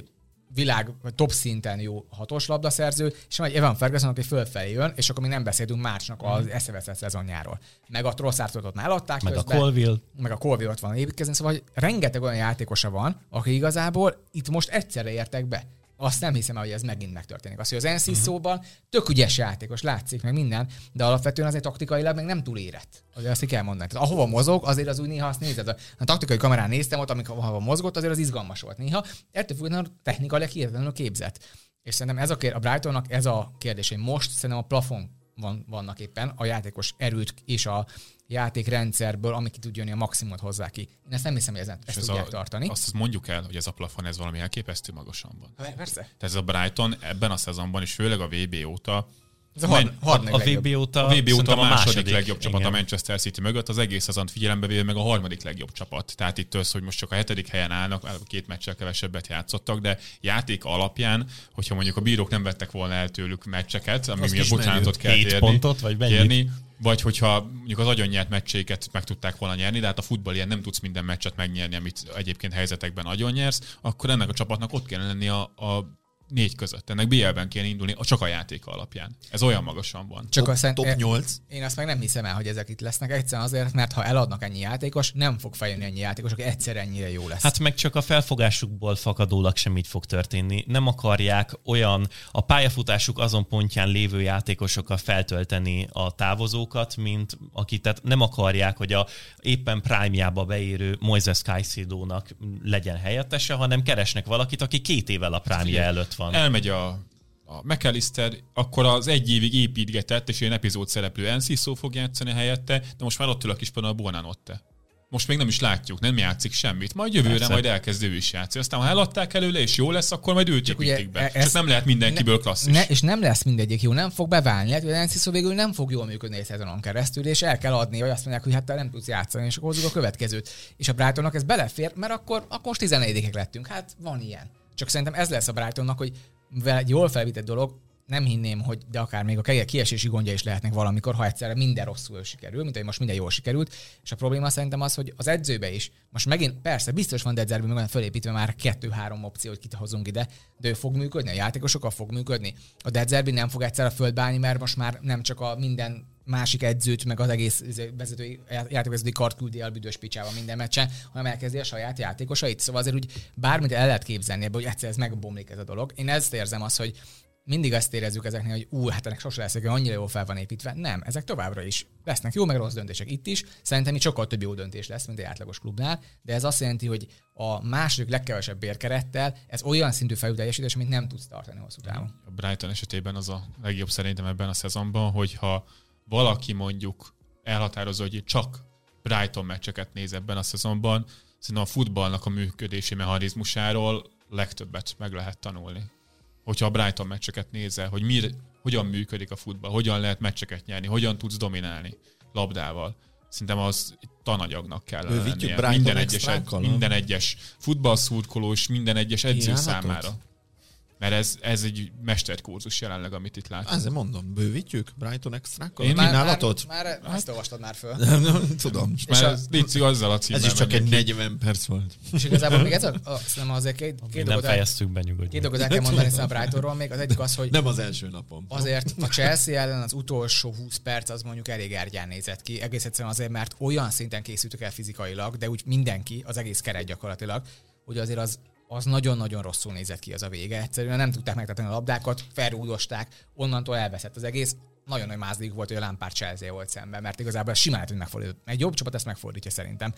világ, vagy top szinten jó hatos labdaszerző, és van egy Evan Ferguson, aki fölfelé jön, és akkor még nem beszéltünk Márcsnak az eszeveszett szezonjáról. Meg a Trossardot ott már eladták Meg közben, a Colville. meg a Colville ott van építkezni, szóval hogy rengeteg olyan játékosa van, aki igazából itt most egyszerre értek be. Azt nem hiszem, hogy ez megint megtörténik. Azt, hogy az en cé szóban tök ügyes játékos, látszik meg minden, de alapvetően azért taktikailag meg nem túl érett. Azért azt ki kell mondani. Tehát ahova mozog, azért az úgy néha azt nézed. A taktikai kamerán néztem ott, amikor ahova mozgott, azért az izgalmas volt néha. Ettől függetlenül technikailag hihetetlenül képzett. És szerintem ez a, kér, a Brightonnak ez a kérdés, hogy most szerintem a plafon van, vannak éppen a játékos erőt és a játékrendszerből, ami ki tud jönni, a maximumot hozzá ki. Én ezt nem hiszem, hogy ezen, ezt ez tudják a, tartani. Azt mondjuk el, hogy ez a plafon, ez valami elképesztő magasan van. Persze. Tehát ez a Brighton ebben a szezonban, és főleg a vé bé óta, Ez a, har- harmadik A legjobb. vé bé óta, a vé bé óta a második, második legjobb csapat igen. a Manchester City mögött, az egész szezont figyelembe véve meg a harmadik legjobb csapat. Tehát itt az, hogy most csak a hetedik helyen állnak, két meccsel kevesebbet játszottak, de játék alapján, hogyha mondjuk a bírók nem vettek volna el tőlük meccseket, ami Azt miatt ismerjük. bocsánatot kell Hét kérni, pontot, vagy mennyit? kérni, vagy hogyha mondjuk az agyon nyert meccseiket meg tudták volna nyerni, de hát a futball ilyen nem tudsz minden meccset megnyerni, amit egyébként helyzetekben agyon nyersz, akkor ennek a csapatnak ott kellene lenni a, a négy között. Ennek bé el-ben kéne indulni csak a játéka alapján. Ez olyan magasan van. Csak Top, azt top nyolc. Én azt meg nem hiszem el, hogy ezek itt lesznek. Egyszerűen azért, mert ha eladnak ennyi játékos, nem fog feljönni ennyi játékos, aki egyszer ennyire jó lesz. Hát meg csak a felfogásukból fakadólag sem így fog történni. Nem akarják olyan a pályafutásuk azon pontján lévő játékosokkal feltölteni a távozókat, mint akik, tehát nem akarják, hogy a éppen prime-jába beérő Moises Caicedo-nak legyen helyettese, hanem keresnek valakit, aki két évvel a prime-ja előtt van. Elmegy a, a McAllister, akkor az egy évig építgetett, és ilyen epizód szereplő en cé szó fog játszani helyette, de most már ott ül a kispadon a Buonanotte. Most még nem is látjuk, nem játszik semmit. Majd jövőre Persze. majd elkezd ő is játszani. Aztán ha eladták előle, és jó lesz, akkor majd őt Csak építik ugye be. ez- Csak nem lehet mindenkiből klasszis. Ne, és nem lesz mindegyik jó, nem fog beválni. Lehet, hogy az en cé szó végül nem fog jól működni egy szezonon keresztül, és el kell adni, hogy azt mondják, hogy hát te nem tudsz játszani, és akkor hozzuk a következőt. És a Brightonnak ez belefér, mert akkor, akkor most tizenegyedikek lettünk. Hát van ilyen. Csak szerintem ez lesz a Brightonnak, hogy mivel egy jól felvitett dolog, nem hinném, hogy de akár még a kiesési gondja is lehetnek valamikor, ha egyszerre minden rosszul sikerül, mint hogy most minden jól sikerült. És a probléma szerintem az, hogy az edzőbe is. Most megint persze biztos van De Zerbi, meg van fölépítve már kettő-három opció, hogy kit hozunk ide, de ő fog működni, a játékosokkal fog működni. A De Zerbi nem fog egyszer a földbe állni, mert most már nem csak a minden másik edzőt, meg az egész vezetői, játékvezetői kart küldi el büdös picsával minden meccsen, hanem elkezdi a saját játékosait. Szóval azért úgy bármit el lehet képzelni ebből, hogy egyszer ez megbomlik ez a dolog. Én ezt érzem az, hogy mindig azt érezzük ezeknél, hogy ú, hát ennek sose lesz, hogy annyira jól fel van építve. Nem, ezek továbbra is lesznek jó, meg rossz döntések itt is. Szerintem itt sokkal több jó döntés lesz, mint egy átlagos klubnál, de ez azt jelenti, hogy a második legkevesebb bérkerettel ez olyan szintű felülteljesítés, amit nem tudsz tartani hosszú távon. A Brighton esetében az a legjobb szerintem ebben a szezonban, hogyha valaki mondjuk elhatározza, hogy csak Brighton meccseket néz ebben a szezonban, szerintem a futballnak a működési mechanizmusáról legtöbbet meg lehet tanulni. Hogyha a Brighton meccseket nézel, hogy mir, hogyan működik a futball, hogyan lehet meccseket nyerni, hogyan tudsz dominálni labdával. Szerintem az tananyagnak kell lennie. Minden egyes, minden egyes futballszurkoló és minden egyes edző Kínálatot? számára. Mert ez, ez egy mesterkurzus jelenleg, amit itt látunk. Ezért mondom, bővítjük Brighton extrákkal? Én- Kínálatot? Már, már, már ezt olvastad már föl. Nem, nem, tudom. Mert a- ez, légy szíves, azzal a címmel Ez is csak egy menjünk ki. negyven perc volt. És igazából még ez a, a szerintem azért két, két Nem dolgot el, fejeztük be, nyugodj. két dolgot el kell mondani szerintem a Brightonról még. Az egyik az, hogy Nem az első napom. azért a Chelsea ellen az utolsó húsz perc az mondjuk elég ergyán nézett ki. Egész egyszerűen azért, mert olyan szinten készültek el fizikailag, de úgy mindenki, az egész keret gyakorlatilag, hogy azért az, az nagyon-nagyon rosszul nézett ki az a vége. Egyszerűen nem tudták megtartani a labdákat, felrúgdosták, onnantól elveszett az egész. Nagyon nagy mázlik volt, hogy a Lampard Chelsea volt szemben, mert igazából ez simán lehet, hogy megfordít. Egy jobb csapat ezt megfordítja szerintem.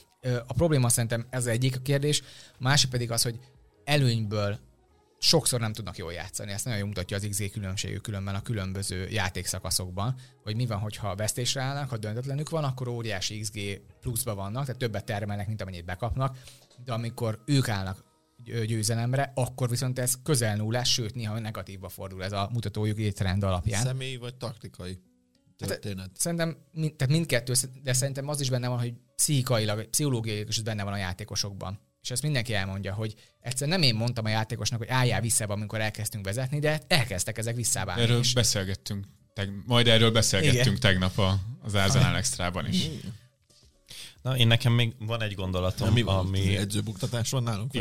A probléma szerintem ez egyik kérdés, a másik pedig az, hogy előnyből sokszor nem tudnak jól játszani. Ezt nagyon jól mutatja az iksz gé különbségük különben a különböző játékszakaszokban, hogy mi van, hogyha vesztésre állnak, ha döntetlenük van, akkor óriási iksz gé pluszba vannak, tehát többet termelnek, mint amennyit bekapnak, de amikor ők állnak győzelemre, akkor viszont ez közel nullás, sőt néha negatívba fordul ez a mutatójuk egy trend alapján. Személyi vagy taktikai történet? Szerintem mind, tehát mindkettő, de szerintem az is benne van, hogy pszichikailag, pszichológiailag is benne van a játékosokban. És ezt mindenki elmondja, hogy egyszer nem én mondtam a játékosnak, hogy álljál vissza, amikor elkezdtünk vezetni, de elkezdtek ezek visszaválni. Erről is. beszélgettünk, teg- majd erről beszélgettünk Igen. tegnap a, az Arsenal Extrában is. Na, én nekem még van egy gondolatom, Mi van? ami... Edzőbuktatás van nálunk? vagy Igen. mi?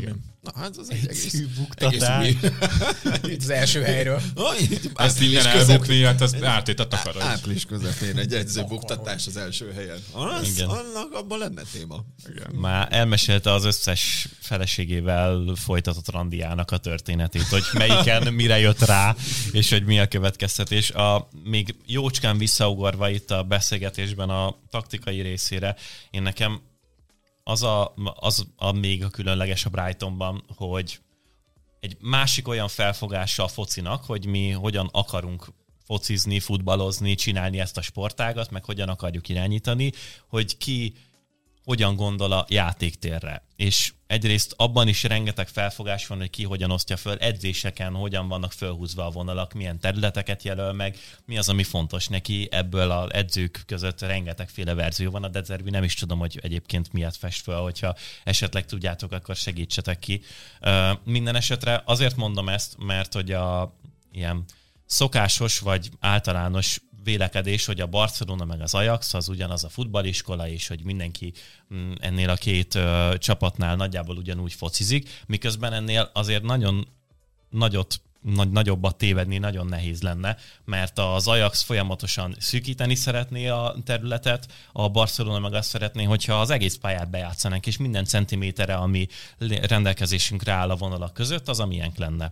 Na hát az egy egész, egész buktatás. Itt az első helyről. Ezt innen elbukni, hát az átét a takarodj. Április közepén egy edzőbuktatás az első helyen. Az, Igen. annak abban lenne téma. Igen. Már elmesélte az összes feleségével folytatott randiának a történetét, hogy melyiken mire jött rá, és hogy mi a következtetés. A, még jócskán visszaugorva itt a beszélgetésben a taktikai részére, én nekem az a, az a még a különleges a Brightonban, hogy egy másik olyan felfogása a focinak, hogy mi hogyan akarunk focizni, futballozni, csinálni ezt a sportágat, meg hogyan akarjuk irányítani, hogy ki hogyan gondol a játéktérre. És egyrészt abban is rengeteg felfogás van, hogy ki hogyan osztja föl, edzéseken hogyan vannak fölhúzva a vonalak, milyen területeket jelöl meg, mi az, ami fontos neki. Ebből az edzők között rengetegféle verzió van. A De Zerbi nem is tudom, hogy egyébként miatt fest föl, hogyha esetleg tudjátok, akkor segítsetek ki. Minden esetre azért mondom ezt, mert hogy a ilyen szokásos vagy általános vélekedés, hogy a Barcelona meg az Ajax az ugyanaz a futballiskola, és hogy mindenki ennél a két ö, csapatnál nagyjából ugyanúgy focizik, miközben ennél azért nagyon nagyot, nagy, nagyobbat tévedni nagyon nehéz lenne, mert az Ajax folyamatosan szűkíteni szeretné a területet, a Barcelona meg azt szeretné, hogyha az egész pályát bejátszanak, és minden centiméterre, ami rendelkezésünkre áll a vonalak között, az amilyenk lenne.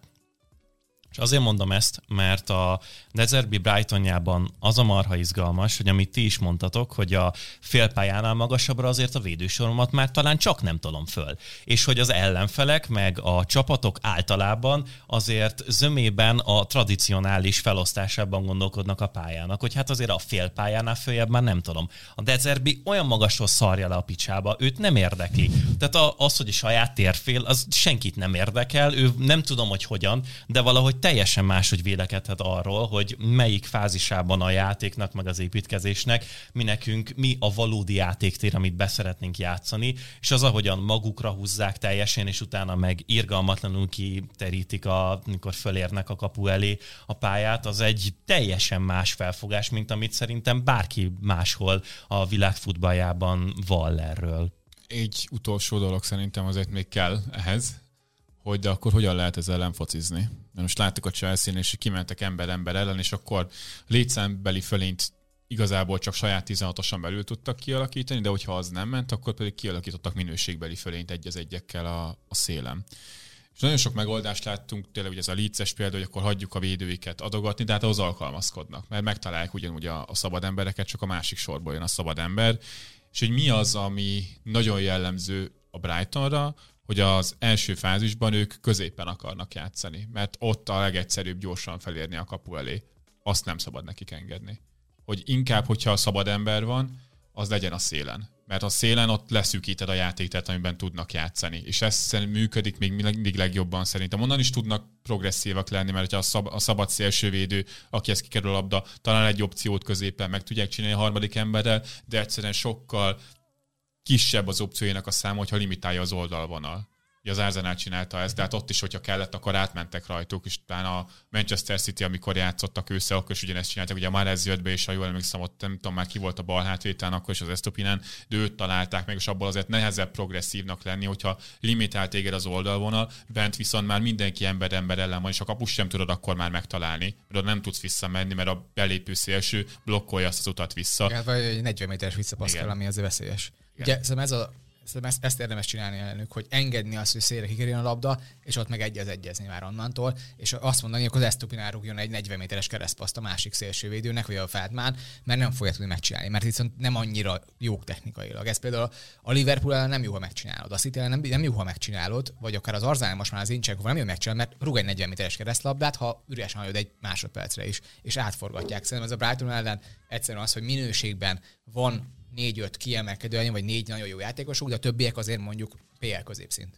És azért mondom ezt, mert a De Zerbi Brightonjában az a marha izgalmas, hogy amit ti is mondtatok, hogy a félpályánál magasabbra azért a védősoromat már talán csak nem tolom föl. És hogy az ellenfelek meg a csapatok általában azért zömében a tradicionális felosztásában gondolkodnak a pályának, hogy hát azért a félpályánál följebb már nem tudom. A De Zerbi olyan magasról szarja le a picsába, őt nem érdekli. Tehát az, hogy a saját térfél, az senkit nem érdekel, ő nem tudom, hogy hogyan, de valahogy teljesen máshogy vélekedhet arról, hogy melyik fázisában a játéknak, meg az építkezésnek, mi nekünk, mi a valódi játéktér, amit beszeretnénk játszani, és az, ahogyan magukra húzzák teljesen, és utána meg irgalmatlanul kiterítik, amikor fölérnek a kapu elé a pályát, az egy teljesen más felfogás, mint amit szerintem bárki máshol a világ futballjában vall erről. Egy utolsó dolog szerintem azért még kell ehhez, hogy de akkor hogyan lehet ezzel ellen focizni. Mert most láttuk a Chelsea-n, és kimentek ember-ember ellen, és akkor létszámbeli fölényt igazából csak saját tizenhatosan belül tudtak kialakítani, de hogyha az nem ment, akkor pedig kialakítottak minőségbeli fölényt egy az egyekkel a, a szélen. És nagyon sok megoldást láttunk, tényleg ugye ez a Leeds-es példa, hogy akkor hagyjuk a védőiket adogatni, de hát ahhoz alkalmazkodnak, mert megtalálják ugyanúgy a, a szabad embereket, csak a másik sorból jön a szabad ember. És hogy mi az, ami nagyon jellemző a Brightonra, hogy az első fázisban ők középen akarnak játszani, mert ott a legegyszerűbb gyorsan felérni a kapu elé. Azt nem szabad nekik engedni. Hogy inkább, hogyha a szabad ember van, az legyen a szélen. Mert a szélen ott leszűkíted a játékteret, amiben tudnak játszani. És ez működik még mindig legjobban szerintem. Onnan is tudnak progresszívak lenni, mert a, szab- a szabad szélsővédő, aki ezt kikerül a labda, talán egy opciót középen meg tudják csinálni a harmadik emberrel, de egyszerűen sokkal kisebb az opciójának a száma, hogyha limitálja az oldalvonal. Ugye az Arsenal csinálta ezt, de hát ott is, hogyha kellett, akkor átmentek rajtuk, és talán a Manchester City, amikor játszottak össze, akkor is ugyanezt csináltak, ugye már ez jött be, és ha jól emlékszem, ott nem tudom már ki volt a bal hátvétán, akkor is az Estopinán, de őt találták meg, és abból azért nehezebb progresszívnak lenni, hogyha limitált téged az oldalvonal, bent viszont már mindenki ember-ember ellen van, és a kapus sem tudod akkor már megtalálni, mert nem tudsz visszamenni, mert a belépő szélső blokkolja azt az utat vissza. Igen, vagy egy negyven méteres visszapaszkál, ami azért veszélyes. Igen. Ugye, szóval ez a Szerintem ezt, ezt érdemes csinálni ellenük, hogy engedni azt, hogy szélre kikerüljön a labda, és ott meg egyez egyezni már onnantól, és azt mondani, hogy az Estopinán rúgjon egy negyven méteres keresztpaszt a másik szélsővédőnek, vagy a Feldman, mert nem fogja tudni megcsinálni, mert viszont nem annyira jók technikailag. Ez például a Liverpool ellen nem jó, ha megcsinálod, a City ellen nem, nem jó, ha megcsinálod, vagy akár az Arsenal most már az Incsenkov nem jó megcsinálod, mert rúg egy negyven méteres keresztlabdát, ha üresen hagyod egy másodpercre is, és átforgatják. Szerintem ez a Brighton ellen egyszerűen az, hogy minőségben van négy-öt kiemelkedő, vagy négy nagyon jó játékosok, de a többiek azért mondjuk pé el középszint.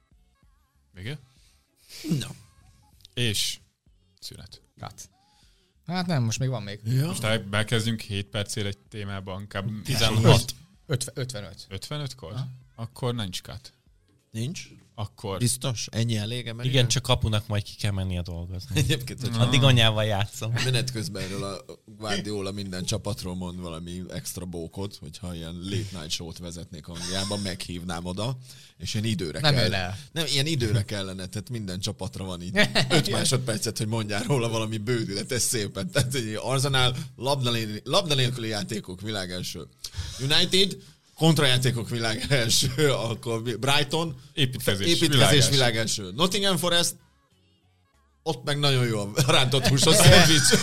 Még? No. És szünet. Cut. Hát nem, most még van még. Ja. Most bekezdünk hét percére egy témában, inkább tizenhat. ötven, ötvenöt. ötvenötkor? Ha? Akkor nincs cut. Nincs? Akkor Biztos? Ennyi elég? Emelő? Igen, csak kapunak majd ki kell mennie dolgozni. Egyébként, hogy Addig anyával játszom. menet közben erről a Guardiola minden csapatról mond valami extra bókot, hogyha ilyen late night show-t vezetnék Angliában, meghívnám oda, és ilyen időre Nem kell. jön el. Nem, ilyen időre kellene, tehát minden csapatra van így öt másodpercet, hogy mondjál róla valami bődületes szépen. Tehát egy Arsenal labda nélküli- labda nélküli játékok világ első. United kontrajátékok világ első, akkor Brighton építkezés, építkezés világ első. Nottingham Forest ott meg nagyon jó a rántott húsos szendvics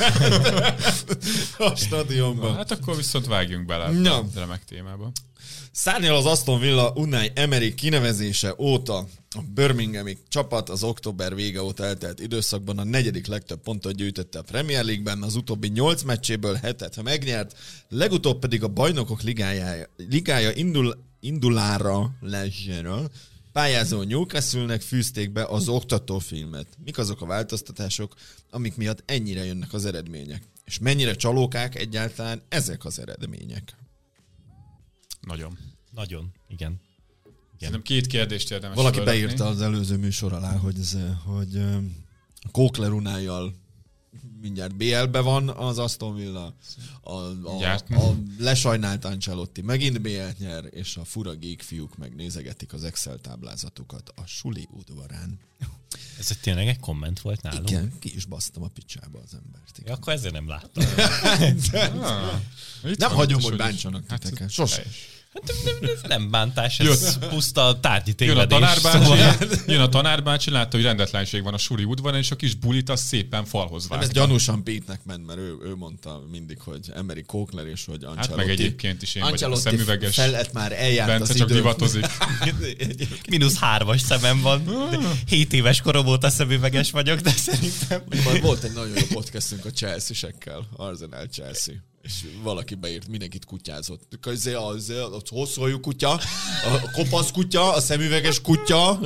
a stadionban. Na, hát akkor viszont vágjunk bele Na. a remek témába. Szárnyal az Aston Villa Unai Emery kinevezése óta a Birminghami csapat az október vége óta eltelt időszakban a negyedik legtöbb pontot gyűjtötte a Premier League-ben, az utóbbi nyolc meccséből hetet megnyert, legutóbb pedig a Bajnokok Ligája, ligája indul, indulára lesséről pályázó Newcastle-nek fűzték be az oktatófilmet. Mik azok a változtatások, amik miatt ennyire jönnek az eredmények? És mennyire csalókák egyáltalán ezek az eredmények? Nagyon. Nagyon, igen. Szerintem két kérdést érdemes Valaki fölrakni. beírta az előző műsor alá, hogy, ez, hogy ö, a Kókler Unájjal mindjárt bé el-be van az Aston Villa, a, a, a lesajnált Ancelotti megint bé el-t nyer, és a fura geek fiúk megnézegetik az Excel táblázatukat a suli udvarán. Ez tényleg egy komment volt nálunk? Igen, ki is basztam a picsába az embert. Ja, akkor ezért nem láttam. Ah, Nem hagyom, hogy is. bántsanak titeket. Sose. Hát nem, nem, nem bántás, ez puszta tárgyi Jön a tévedés. tanárbácsi, Szóval... jön a tanárbácsi, látta, hogy rendetlenség van a suli udvaron, és a kis bulit az szépen falhoz Hát vágta. ez gyanúsan Pete-nek ment, mert ő, ő mondta mindig, hogy Emery Kókler, és hogy Ancelotti. Hát meg egyébként is én vagyok a Ancelotti szemüveges. felett már eljárt Bence az csak idő. divatozik. Mínusz hármas szemem van. Hét éves korom óta szemüveges vagyok, de szerintem... Majd volt egy nagyon jó podcastünk a Chelsea-sekkel, Arsenal Chelsea, és valaki beírt, mindenkit kutyázott. Az, az, az hosszú kutya, a kopasz kutya, a szemüveges kutya.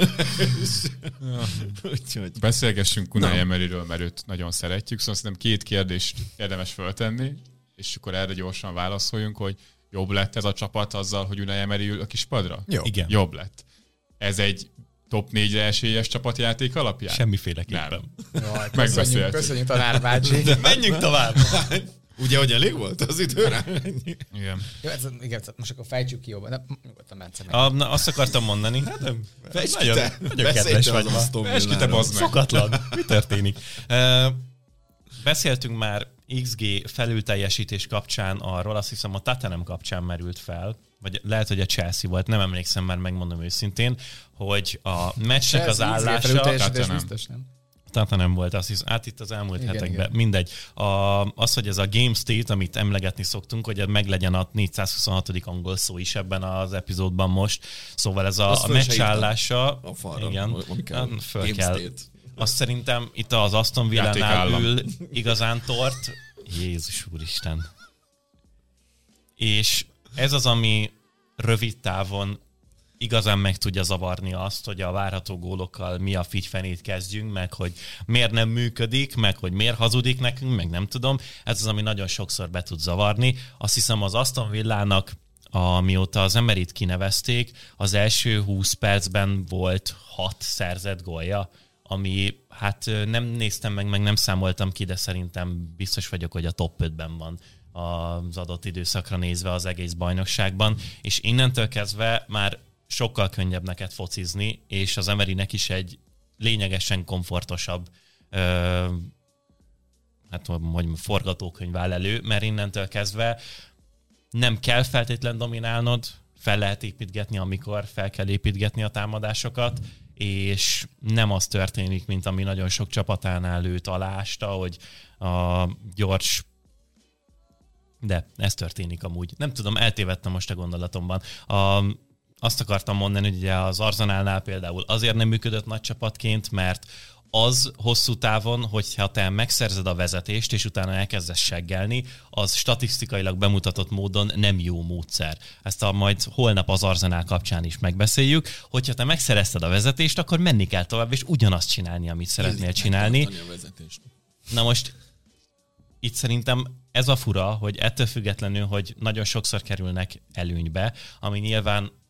Úgyhogy... Beszélgessünk Unai Na. Emeryről, mert őt nagyon szeretjük, szóval szerintem két kérdést érdemes föltenni, és akkor erre gyorsan válaszoljunk, hogy jobb lett ez a csapat azzal, hogy Unai Emery ül a kispadra? Jó. Igen. Jobb lett. Ez egy top négyre esélyes csapatjáték alapján? Semmiféleképpen. Nem. Jaj, köszönjük, Megbeszéltük. köszönjük tanár bácsi. Menjünk tovább! Ugye, hogy elég volt az időre? Igen. Jó, ez, igen, most akkor fejtsük ki jobban. De nyugodtan Bence meg. A, na, azt akartam mondani. Hát, nem, Fejtsd ki nagyon, te! nagyon Beszélj kedves te vagy az ma. Aston Fejtsd ki te, Villáról. bazd meg. Szokatlan. Mi történik? Uh, beszéltünk már iksz gé felülteljesítés kapcsán arról, azt hiszem a Tottenham kapcsán merült fel, vagy lehet, hogy a Chelsea volt, nem emlékszem már, megmondom őszintén, hogy a meccsnek az állása... Felülteljesítés Tottenham. biztos, nem? Tottenham volt, azt hiszem, hát itt az elmúlt Igen, hetekben. igen. Mindegy. A, az, hogy ez a Game State, amit emlegetni szoktunk, hogy meglegyen a négyszázhuszonhatodik angol szó is ebben az epizódban most. Szóval ez a, Azt a föl se meccságlása... A falra, igen, ami kell. hát föl Game kell. State. Azt szerintem itt az Aston Villánál Játékállam. ül igazán tort. Jézus úristen. És ez az, ami rövid távon igazán meg tudja zavarni azt, hogy a várható gólokkal mi a figyfenét kezdjünk, meg hogy miért nem működik, meg hogy miért hazudik nekünk, meg nem tudom. Ez az, ami nagyon sokszor be tud zavarni. Azt hiszem az Aston Villának, amióta az Emeryt kinevezték, az első húsz percben volt hat szerzett gólja, ami hát nem néztem meg, meg nem számoltam ki, de szerintem biztos vagyok, hogy a top ötben van az adott időszakra nézve az egész bajnokságban, és innentől kezdve már sokkal könnyebb neked focizni, és az Emerynek is egy lényegesen komfortosabb ö, hát hogy forgatókönyv áll elő, mert innentől kezdve nem kell feltétlen dominálnod, fel lehet építgetni, amikor fel kell építgetni a támadásokat, és nem az történik, mint ami nagyon sok csapatánál őt aláásta, hogy a gyors... De ez történik amúgy. Nem tudom, eltévedtem most a gondolatomban. A, azt akartam mondani, hogy ugye az Arsenalnál például azért nem működött nagy csapatként, mert az hosszú távon, hogyha te megszerzed a vezetést, és utána elkezdesz seggelni, az statisztikailag bemutatott módon nem jó módszer. Ezt a majd holnap az Arsenal kapcsán is megbeszéljük. Hogyha te megszerezted a vezetést, akkor menni kell tovább, és ugyanazt csinálni, amit szeretnél csinálni. Megtartani a vezetést. Na most itt szerintem ez a fura, hogy ettől függetlenül, hogy nagyon sokszor kerülnek előnybe, ami nyilván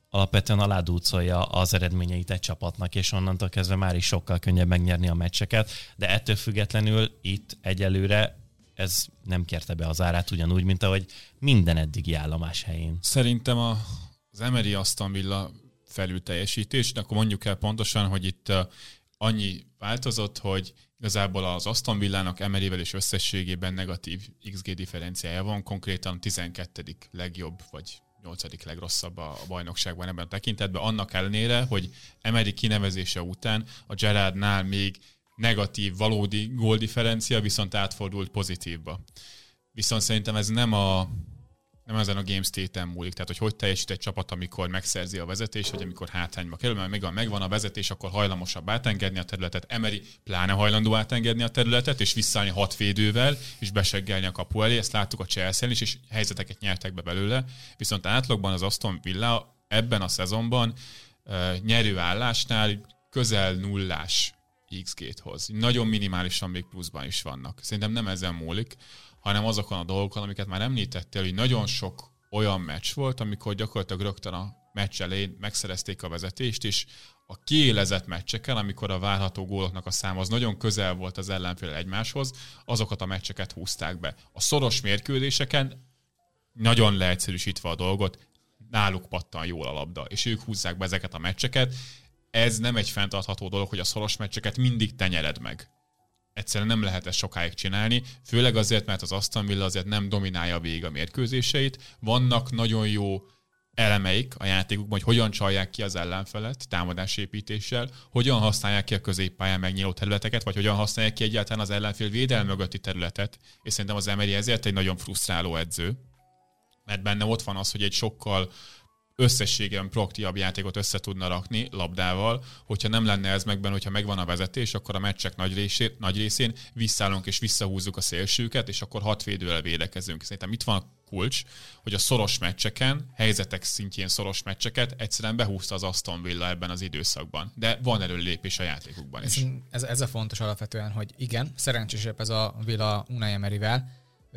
alapvetően aládúcolja az eredményeit egy csapatnak, és onnantól kezdve már is sokkal könnyebb megnyerni a meccseket, de ettől függetlenül itt egyelőre ez nem kérte be az árát, ugyanúgy, mint ahogy minden eddigi állomás helyén. Szerintem a, az Emery Aston Villa felül teljesítés, de akkor mondjuk el pontosan, hogy itt annyi változott, hogy igazából az Aston Villának Emeryvel és összességében negatív iksz gé differenciája van, konkrétan tizenkettedik legjobb, vagy nyolcadik legrosszabb a bajnokságban ebben a tekintetben, annak ellenére, hogy Emery kinevezése után a Gerrardnál még negatív, valódi góldifferencia viszont átfordult pozitívba. Viszont szerintem ez nem a nem ezen a game state-en múlik, tehát hogy hogy teljesít egy csapat, amikor megszerzi a vezetést, vagy amikor hátrányba kerül, mert megvan, megvan a vezetés, akkor hajlamosabb átengedni a területet. Emery pláne hajlandó átengedni a területet, és visszaállni hat védővel, és beseggelni a kapu elé. Ezt láttuk a Chelsea-n is, és helyzeteket nyertek be belőle. Viszont átlagban az Aston Villa ebben a szezonban uh, nyerőállásnál közel nullás iksz gé-t hoz. Nagyon minimálisan még pluszban is vannak. Szerintem nem ezen múlik, hanem azokon a dolgokon, amiket már említettél, hogy nagyon sok olyan meccs volt, amikor gyakorlatilag rögtön a meccs elején megszerezték a vezetést, és a kiélezett meccseken, amikor a várható góloknak a száma az nagyon közel volt az ellenfél egymáshoz, azokat a meccseket húzták be. A szoros mérkőzéseken, nagyon leegyszerűsítve a dolgot, náluk pattan jól a labda, és ők húzzák be ezeket a meccseket. Ez nem egy fenntartható dolog, hogy a szoros meccseket mindig te nyered meg. Egyszerűen nem lehet ezt sokáig csinálni, főleg azért, mert az Aston Villa azért nem dominálja végig a mérkőzéseit. Vannak nagyon jó elemeik a játékukban, hogy hogyan csalják ki az ellenfelet támadásépítéssel, hogyan használják ki a középpályán megnyíló területeket, vagy hogyan használják ki egyáltalán az ellenfél védelme mögötti területet. És szerintem az Emery ezért egy nagyon frusztráló edző, mert benne ott van az, hogy egy sokkal összességében proaktívabb játékot össze tudna rakni labdával, hogyha nem lenne ez megben, hogyha megvan a vezetés, akkor a meccsek nagy részén, nagy részén visszállunk és visszahúzzuk a szélsőket, és akkor hat védővel védekezünk. Szerintem itt van a kulcs, hogy a szoros meccseken, helyzetek szintjén szoros meccseket egyszerűen behúzta az Aston Villa ebben az időszakban. De van előlépés a játékukban is. Ez, ez, ez a fontos alapvetően, hogy igen, szerencsésebb ez a Villa Unai Emeryvel,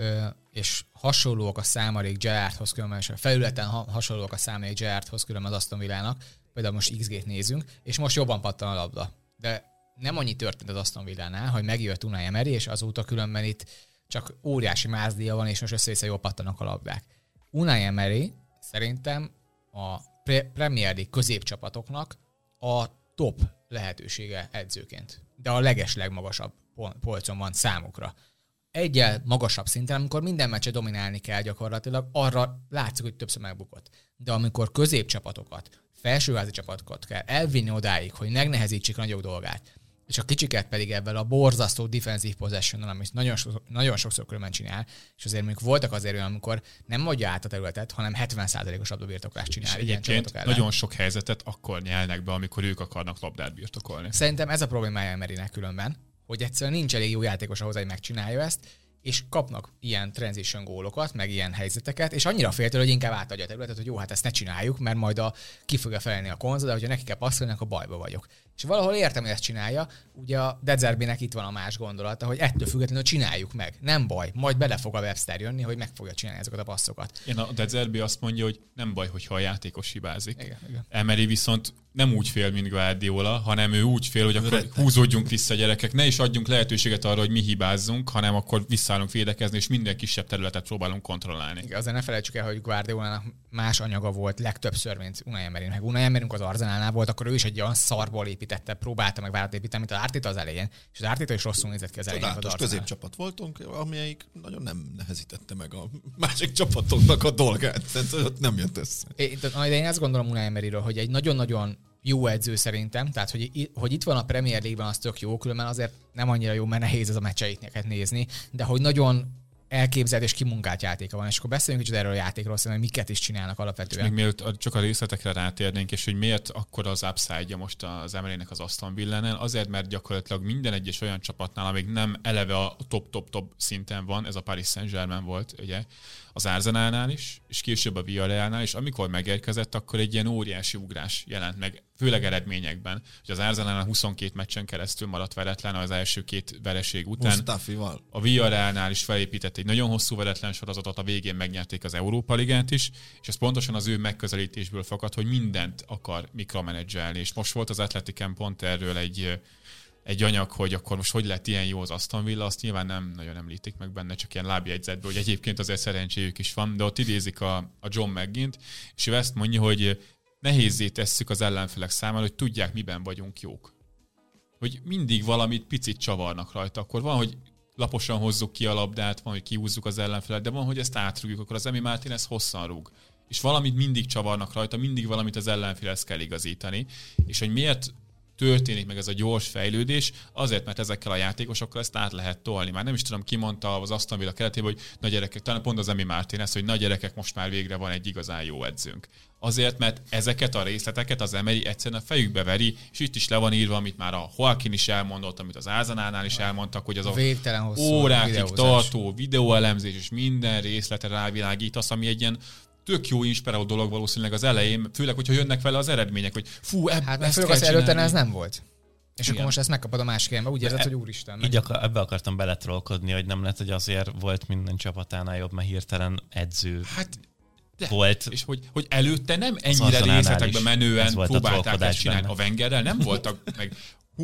és hasonlóak a számarék Gerrardhoz, különben, és a felületen hasonlóak a számarék Gerrardhoz, különben az Aston Villának, például most iksz gé-t nézünk, és most jobban pattan a labda. De nem annyi történt az Aston Villánál, hogy megjött Unai Emery, és azóta különben itt csak óriási mázdia van, és most össze-vissza jól pattanak a labdák. Unai Emery szerintem a Premier League középcsapatoknak a top lehetősége edzőként, de a leges legmagasabb polcon van számukra. Egyel magasabb szinten, amikor minden meccset dominálni kell gyakorlatilag, arra látszik, hogy többször megbukott. De amikor középcsapatokat, felsőházi csapatokat kell elvinni odáig, hogy megnehezítsék a nagyobb dolgát, és a kicsiket pedig ebben a borzasztó defensive possession-on, amit nagyon, so- nagyon sokszor különben csinál, és azért mondjuk voltak azért olyan, amikor nem adja át a területet, hanem hetven százalékos labdabirtoklást csinál. És egyébként nagyon sok helyzetet akkor nyelnek be, amikor ők akarnak labdát birtokolni. Szerintem ez a problémája Emerynek különben, hogy egyszerűen nincs elég jó játékos ahhoz, hogy megcsinálja ezt, és kapnak ilyen transition gólokat, meg ilyen helyzeteket, és annyira féltől, hogy inkább átadja a területet, hogy jó, hát ezt ne csináljuk, mert majd a, ki fogja felelni a konza, de hogyha neki kell passzolni, akkor bajba vagyok. És valahol értem, hogy ezt csinálja, ugye a De Zerbinek itt van a más gondolata, hogy ettől függetlenül csináljuk meg. Nem baj, majd bele fog a Webster jönni, hogy meg fogja csinálni ezeket a passzokat. Én a De Zerbi azt mondja, hogy nem baj, hogyha a játékos hibázik. Igen, igen. Emery viszont nem úgy fél, mint Guardiola, hanem ő úgy fél, hogy akkor húzódjunk vissza, gyerekek, ne is adjunk lehetőséget arra, hogy mi hibázzunk, hanem akkor visszállunk védekezni, és minden kisebb területet próbálunk kontrollálni. Igen, azért ne felejtsük el, hogy Guardiolának más anyaga volt legtöbbször, mint Unai Emerynek. Unai Emerynek az Arsenalnál volt, akkor ő is egy olyan szarból építette, próbálta meg várat építeni, mint az Arteta az elején, és az Arteta is rosszul nézett ki az elején. Csodálatos középcsapat voltunk, amelyik nagyon nem nehezítette meg a másik csapatoknak a dolgát. Tehát nem jött össze. É, de én azt gondolom Unai Emeryről, hogy egy nagyon-nagyon jó edző szerintem, tehát hogy, hogy itt van a Premier League-ben, az tök jó, különben azért nem annyira jó, mert nehéz ez a meccseit nézni, de hogy nagyon elképzelt és kimunkált játéka van, és akkor beszéljünk kicsit erről a játékról, szerintem, hogy miket is csinálnak alapvetően. Még mielőtt csak a részletekre rátérnénk, és hogy miért akkor az upside-ja most az Emerynek az Aston Villánál, azért, mert gyakorlatilag minden egyes olyan csapatnál, amíg nem eleve a top-top-top szinten van, ez a Paris Saint-Germain volt, ugye, az Arsenalnál is, és később a Villarrealnál is, amikor megérkezett, akkor egy ilyen óriási ugrás jelent meg, főleg eredményekben. Hogy az Arsenalnál huszonkét meccsen keresztül maradt veretlen az első két vereség után. Mustafival. A Villarrealnál is felépített egy nagyon hosszú veretlen sorozatot, a végén megnyerték az Európa Ligát is, és ez pontosan az ő megközelítésből fakad, hogy mindent akar mikromenedzselni. És most volt az Atleticen pont erről egy, egy anyag, hogy akkor most hogy lett ilyen jó az Aston Villa, azt nyilván nem nagyon említik meg benne, csak ilyen lábjegyzetből, hogy egyébként azért szerencséjük is van, de ott idézik a, a John McGinn-t, és ő ezt mondja, hogy nehézzé tesszük az ellenfelek számára, hogy tudják, miben vagyunk jók. Hogy mindig valamit picit csavarnak rajta. Akkor van, hogy laposan hozzuk ki a labdát, van, hogy kihúzzuk az ellenfelet, de van, hogy ezt átrúgjuk, akkor az Emi Martínez hosszan rúg. És valamit mindig csavarnak rajta, mindig valamit az ellenfélhez kell igazítani. És hogy miért történik meg ez a gyors fejlődés, azért, mert ezekkel a játékosokkal ezt át lehet tolni. Már nem is tudom, ki mondta az Aston Villa keretében, hogy nagy gyerekek, talán pont az Emi Martínez, hogy nagy gyerekek, most már végre van egy igazán jó edzőnk. Azért, mert ezeket a részleteket az Emery egyszerűen a fejükbe veri, és itt is le van írva, amit már a Joaquin is elmondott, amit az Arsenalnál is elmondtak, hogy az a órákig tartó videóelemzés és minden részletre rávilágít az, ami egy ilyen tök jó inspiráló dolog valószínűleg az elején, főleg, hogyha jönnek vele az eredmények, hogy fú, ebb, hát ezt főleg kell az előtte csinálni. ez nem volt. És Igen. akkor most ezt megkapod a másik helyenbe, úgy érzed, e- hogy úristen. Meg... Így akar, ebbe akartam beletrollkodni, hogy nem lett, hogy azért volt minden csapatánál jobb, mert hirtelen edző Hát, de, volt. És hogy, hogy előtte nem ennyire részletekbe menően próbálták ezt csinálni. Benne. A Wengerrel nem voltak meg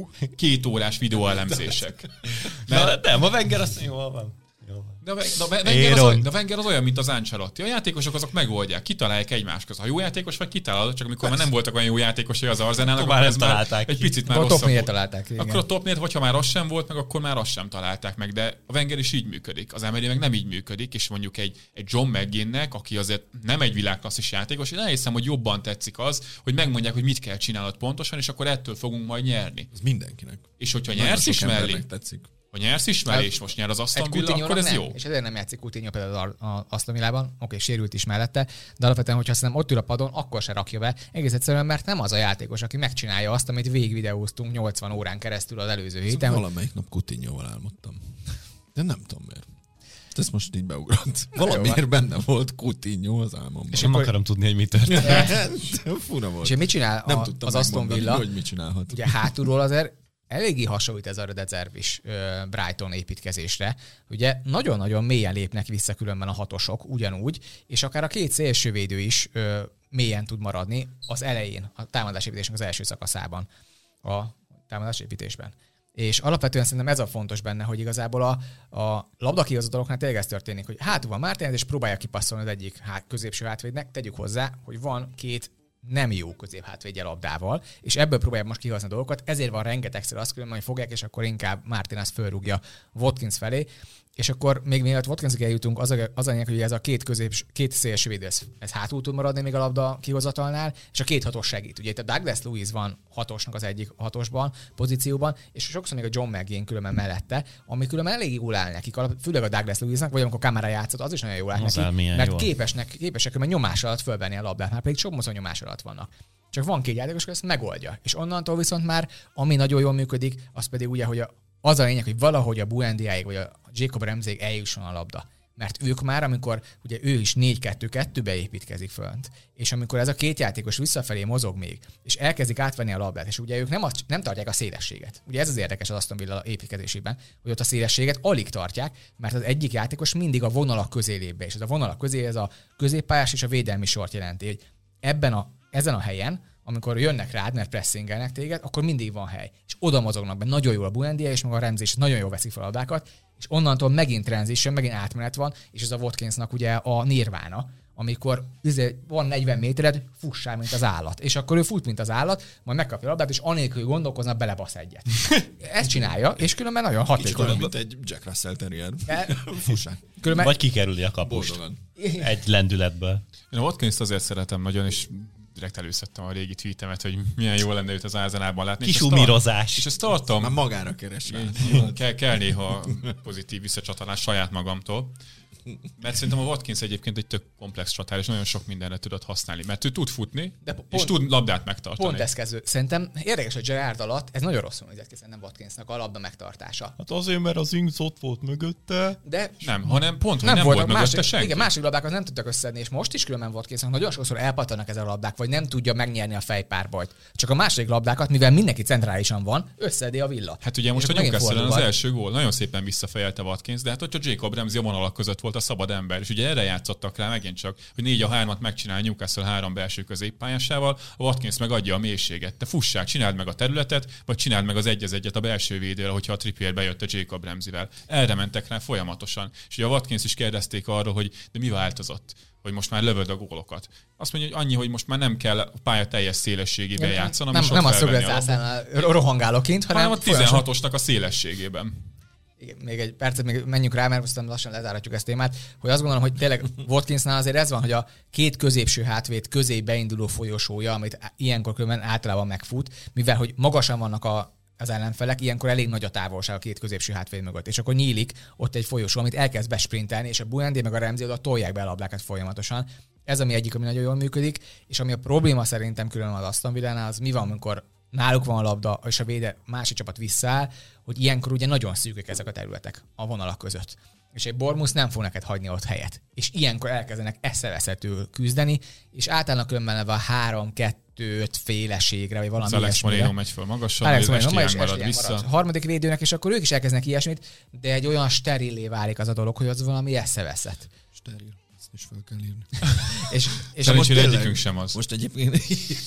két órás videóelemzések. Mert... Nem, a Wenger azt jól van. De a, de, a Wenger az, de a Wenger az olyan, mint az Ancelotti. A játékosok azok megoldják, kitalálják egymás között. Ha jó játékos vagy, kitalálod, csak amikor már nem voltak olyan jó játékosai az Arsenalnak, akkor ez már egy picit már rosszabb volt. találták. Igen. Akkor a top négyet, hogyha már az sem volt meg, akkor már azt sem találták meg. De a Wenger is így működik. Az Emery meg nem így működik, és mondjuk egy, egy John McGinnnek, aki azért nem egy világklasszis játékos, én elhiszem, hogy jobban tetszik az, hogy megmondják, hogy mit kell csinálnod pontosan, és akkor ettől fogunk majd nyerni. Ez mindenkinek. És hogyha nyersz is mellé, ha nyersz is mellé, és most nyer az Aston Villa, akkor ez nem. jó. És ezért nem játszik Coutinho például az Aston Villában, oké, okay, sérült is mellette, de alapvetően, hogyha szerintem ott ül a padon, akkor se rakja be. Egész egyszerűen, mert nem az a játékos, aki megcsinálja azt, amit végigvideóztunk nyolcvan órán keresztül az előző héten. Szóval valamelyik nap Coutinhoval álmodtam. De nem tudom miért. Ez most így beugrott. Valamiért benne volt Coutinho az álmomban. És nem akkor... akarom tudni, hogy mi történt. Fura volt. És mit csinál nem a, az Aston Villa? Hogy mit csinálhat. Ugye hátulról azért eléggé hasonlít ez a rezervis Brighton építkezésre. Ugye nagyon-nagyon mélyen lépnek vissza különben a hatosok, ugyanúgy, és akár a két szélsővédő is ö, mélyen tud maradni az elején, a támadásépítésnek az első szakaszában, a támadásépítésben. És alapvetően szerintem ez a fontos benne, hogy igazából a, a labdakihozataloknál tényleg ez történik, hogy hátul van Martínez, és próbálja kipasszolni az egyik hát, középső hátvédnek, tegyük hozzá, hogy van két nem jó középhátvédje labdával, és ebből próbálják most kihozni a dolgokat, ezért van rengetegszer azt különben, hogy fogják, és akkor inkább Martínez fölrúgja Watkins felé, és akkor még mielőtt Watkinsig eljutunk, az a, az a lényeg, hogy ez a két, közép, két szélsővédő, ez, ez hátul tud maradni még a labda kihozatalnál, és a két hatos segít. Ugye itt a Douglas Luiz van hatosnak az egyik hatosban, pozícióban, és sokszor még a John McGinn különben mellette, ami különben elég jól áll nekik, főleg a Douglas Luiznak, vagy amikor kamera játszott, az is nagyon jól áll az neki, mert jól. képesnek, képesek különben nyomás alatt fölvenni a labdát, már pedig sok mozó nyomás alatt vannak. Csak van két játékos, aki ezt megoldja. És onnantól viszont már, ami nagyon jól működik, az pedig ugye, hogy a, az a lényeg, hogy valahogy a Buendiáig vagy a Jacob Ramseyig eljusson a labda. Mert ők már, amikor ugye ő is négy kettő kettőbe építkezik fönt, és amikor ez a két játékos visszafelé mozog még, és elkezdik átvenni a labdát, és ugye ők nem, azt, nem tartják a szélességet. Ugye ez az érdekes az Aston Villa építkezésében, hogy ott a szélességet alig tartják, mert az egyik játékos mindig a vonalak közé lép be, és ez a vonalak közé ez a középpályás és a védelmi sort jelenti, hogy ebben a, ezen a helyen, amikor jönnek rád, mert pressingelnek téged, akkor mindig van hely. És oda mozognak be. Nagyon jól a Buendia, és meg a Ramsey is nagyon jól veszik fel a labdákat, és onnantól megint transition, megint átmenet van, és ez a Watkinsnak ugye a nirvána, amikor van negyven métered, fussál, mint az állat. És akkor ő fut, mint az állat, majd megkapja a labdát, és anélkül gondolkozna, belebasz egyet. Ezt csinálja, és különben nagyon hatékony. Mint egy Jack Russell Terrier. Fussál. Különben... Vagy kikerüli a kapust. Boldogan. Egy lendületből. Én a Watkins-t azért szeretem nagyon, és direkt előszedtem a régi tweetemet, hogy milyen jó lenne őt az Arsenalban látni. Kis umírozás. És ezt tartom. Már magára keres rá. Kell, kell néha pozitív visszacsatolás saját magamtól. Mert szerintem a Watkins egyébként egy tök komplex csatár, és nagyon sok mindenre tudod használni. Mert ő tud futni, De pont, és tud labdát megtartani. Pont ez kezdő. Szerintem érdekes, hogy Gerrard alatt ez nagyon rosszul nézett ki, szerintem Watkinsnak a labda megtartása. Hát azért, mert az Ings ott volt mögötte. De Nem, hanem pont, hogy nem, nem volt volt mögötte másik, senki. igen, másik labdákat nem tudtak összedni, és most is különben Watkinsnak nagyon sokszor elpattannak ezek a labdák, vagy nem tudja megnyerni a fejpárbajt. Csak a második labdákat, mivel mindenki centrálisan van, összedi a villa. Hát ugye most És a megint Newcastle az fordul. első gól, nagyon szépen visszafejelte Watkins, de hát ott a Jacob Ramsey a vonalak között volt a szabad ember, és ugye erre játszottak rá megint csak, hogy négy a hármat megcsinál Newcastle három belső középpályásával, a Watkins meg adja a mélységet. Te fussál, csináld meg a területet, vagy csináld meg az egy az egyet a belső védővel, hogyha a Trippier bejött a Jacob Ramsey-vel. Erre mentek rá folyamatosan. És ugye a Watkins is kérdezték arról, hogy de mi változott, hogy most már lövöd a gólokat. Azt mondja, hogy annyi, hogy most már nem kell a pálya teljes szélességében játszanom, Nem, és nem ott a felvenni szögletzászlánál rohangálok kint, hanem, hanem a tizenhatosnak a szélességében. Igen, még egy percet még menjünk rá, mert aztán lassan lezárhatjuk ezt a témát, hogy azt gondolom, hogy tényleg Watkinsnál azért ez van, hogy a két középső hátvéd közé beinduló folyosója, amit ilyenkor különben általában megfut, mivel hogy magasan vannak a, az ellenfelek, ilyenkor elég nagy a távolság a két középső hátvéd mögött, és akkor nyílik ott egy folyosó, amit elkezd besprintelni, és a Buendé meg a Ramsey oda tolják be a labdákat folyamatosan. Ez ami egyik, ami nagyon jól működik, és ami a probléma szerintem különben az Aston Villánál, az mi van, amikor náluk van a labda, és a véde másik csapat visszaáll, hogy ilyenkor ugye nagyon szűkök ezek a területek a vonalak között. És egy Bournemouth nem fog neked hagyni ott helyet. És ilyenkor elkezdenek eszeveszetül küzdeni, és általában különben a három kettő öt féleségre, vagy valami az Alex ilyesmire. Moreno megy föl magasan, Alex Alex Moreno Moreno ma is marad esélyen vissza. marad. A harmadik védőnek, és akkor ők is elkezdenek ilyesmit, de egy olyan sterilé válik az a dolog, hogy az valami eszeveszett. Steril. Ezt is fel kell írni. És, és Szerencsére tényleg- egyikünk sem az. Most egyébként...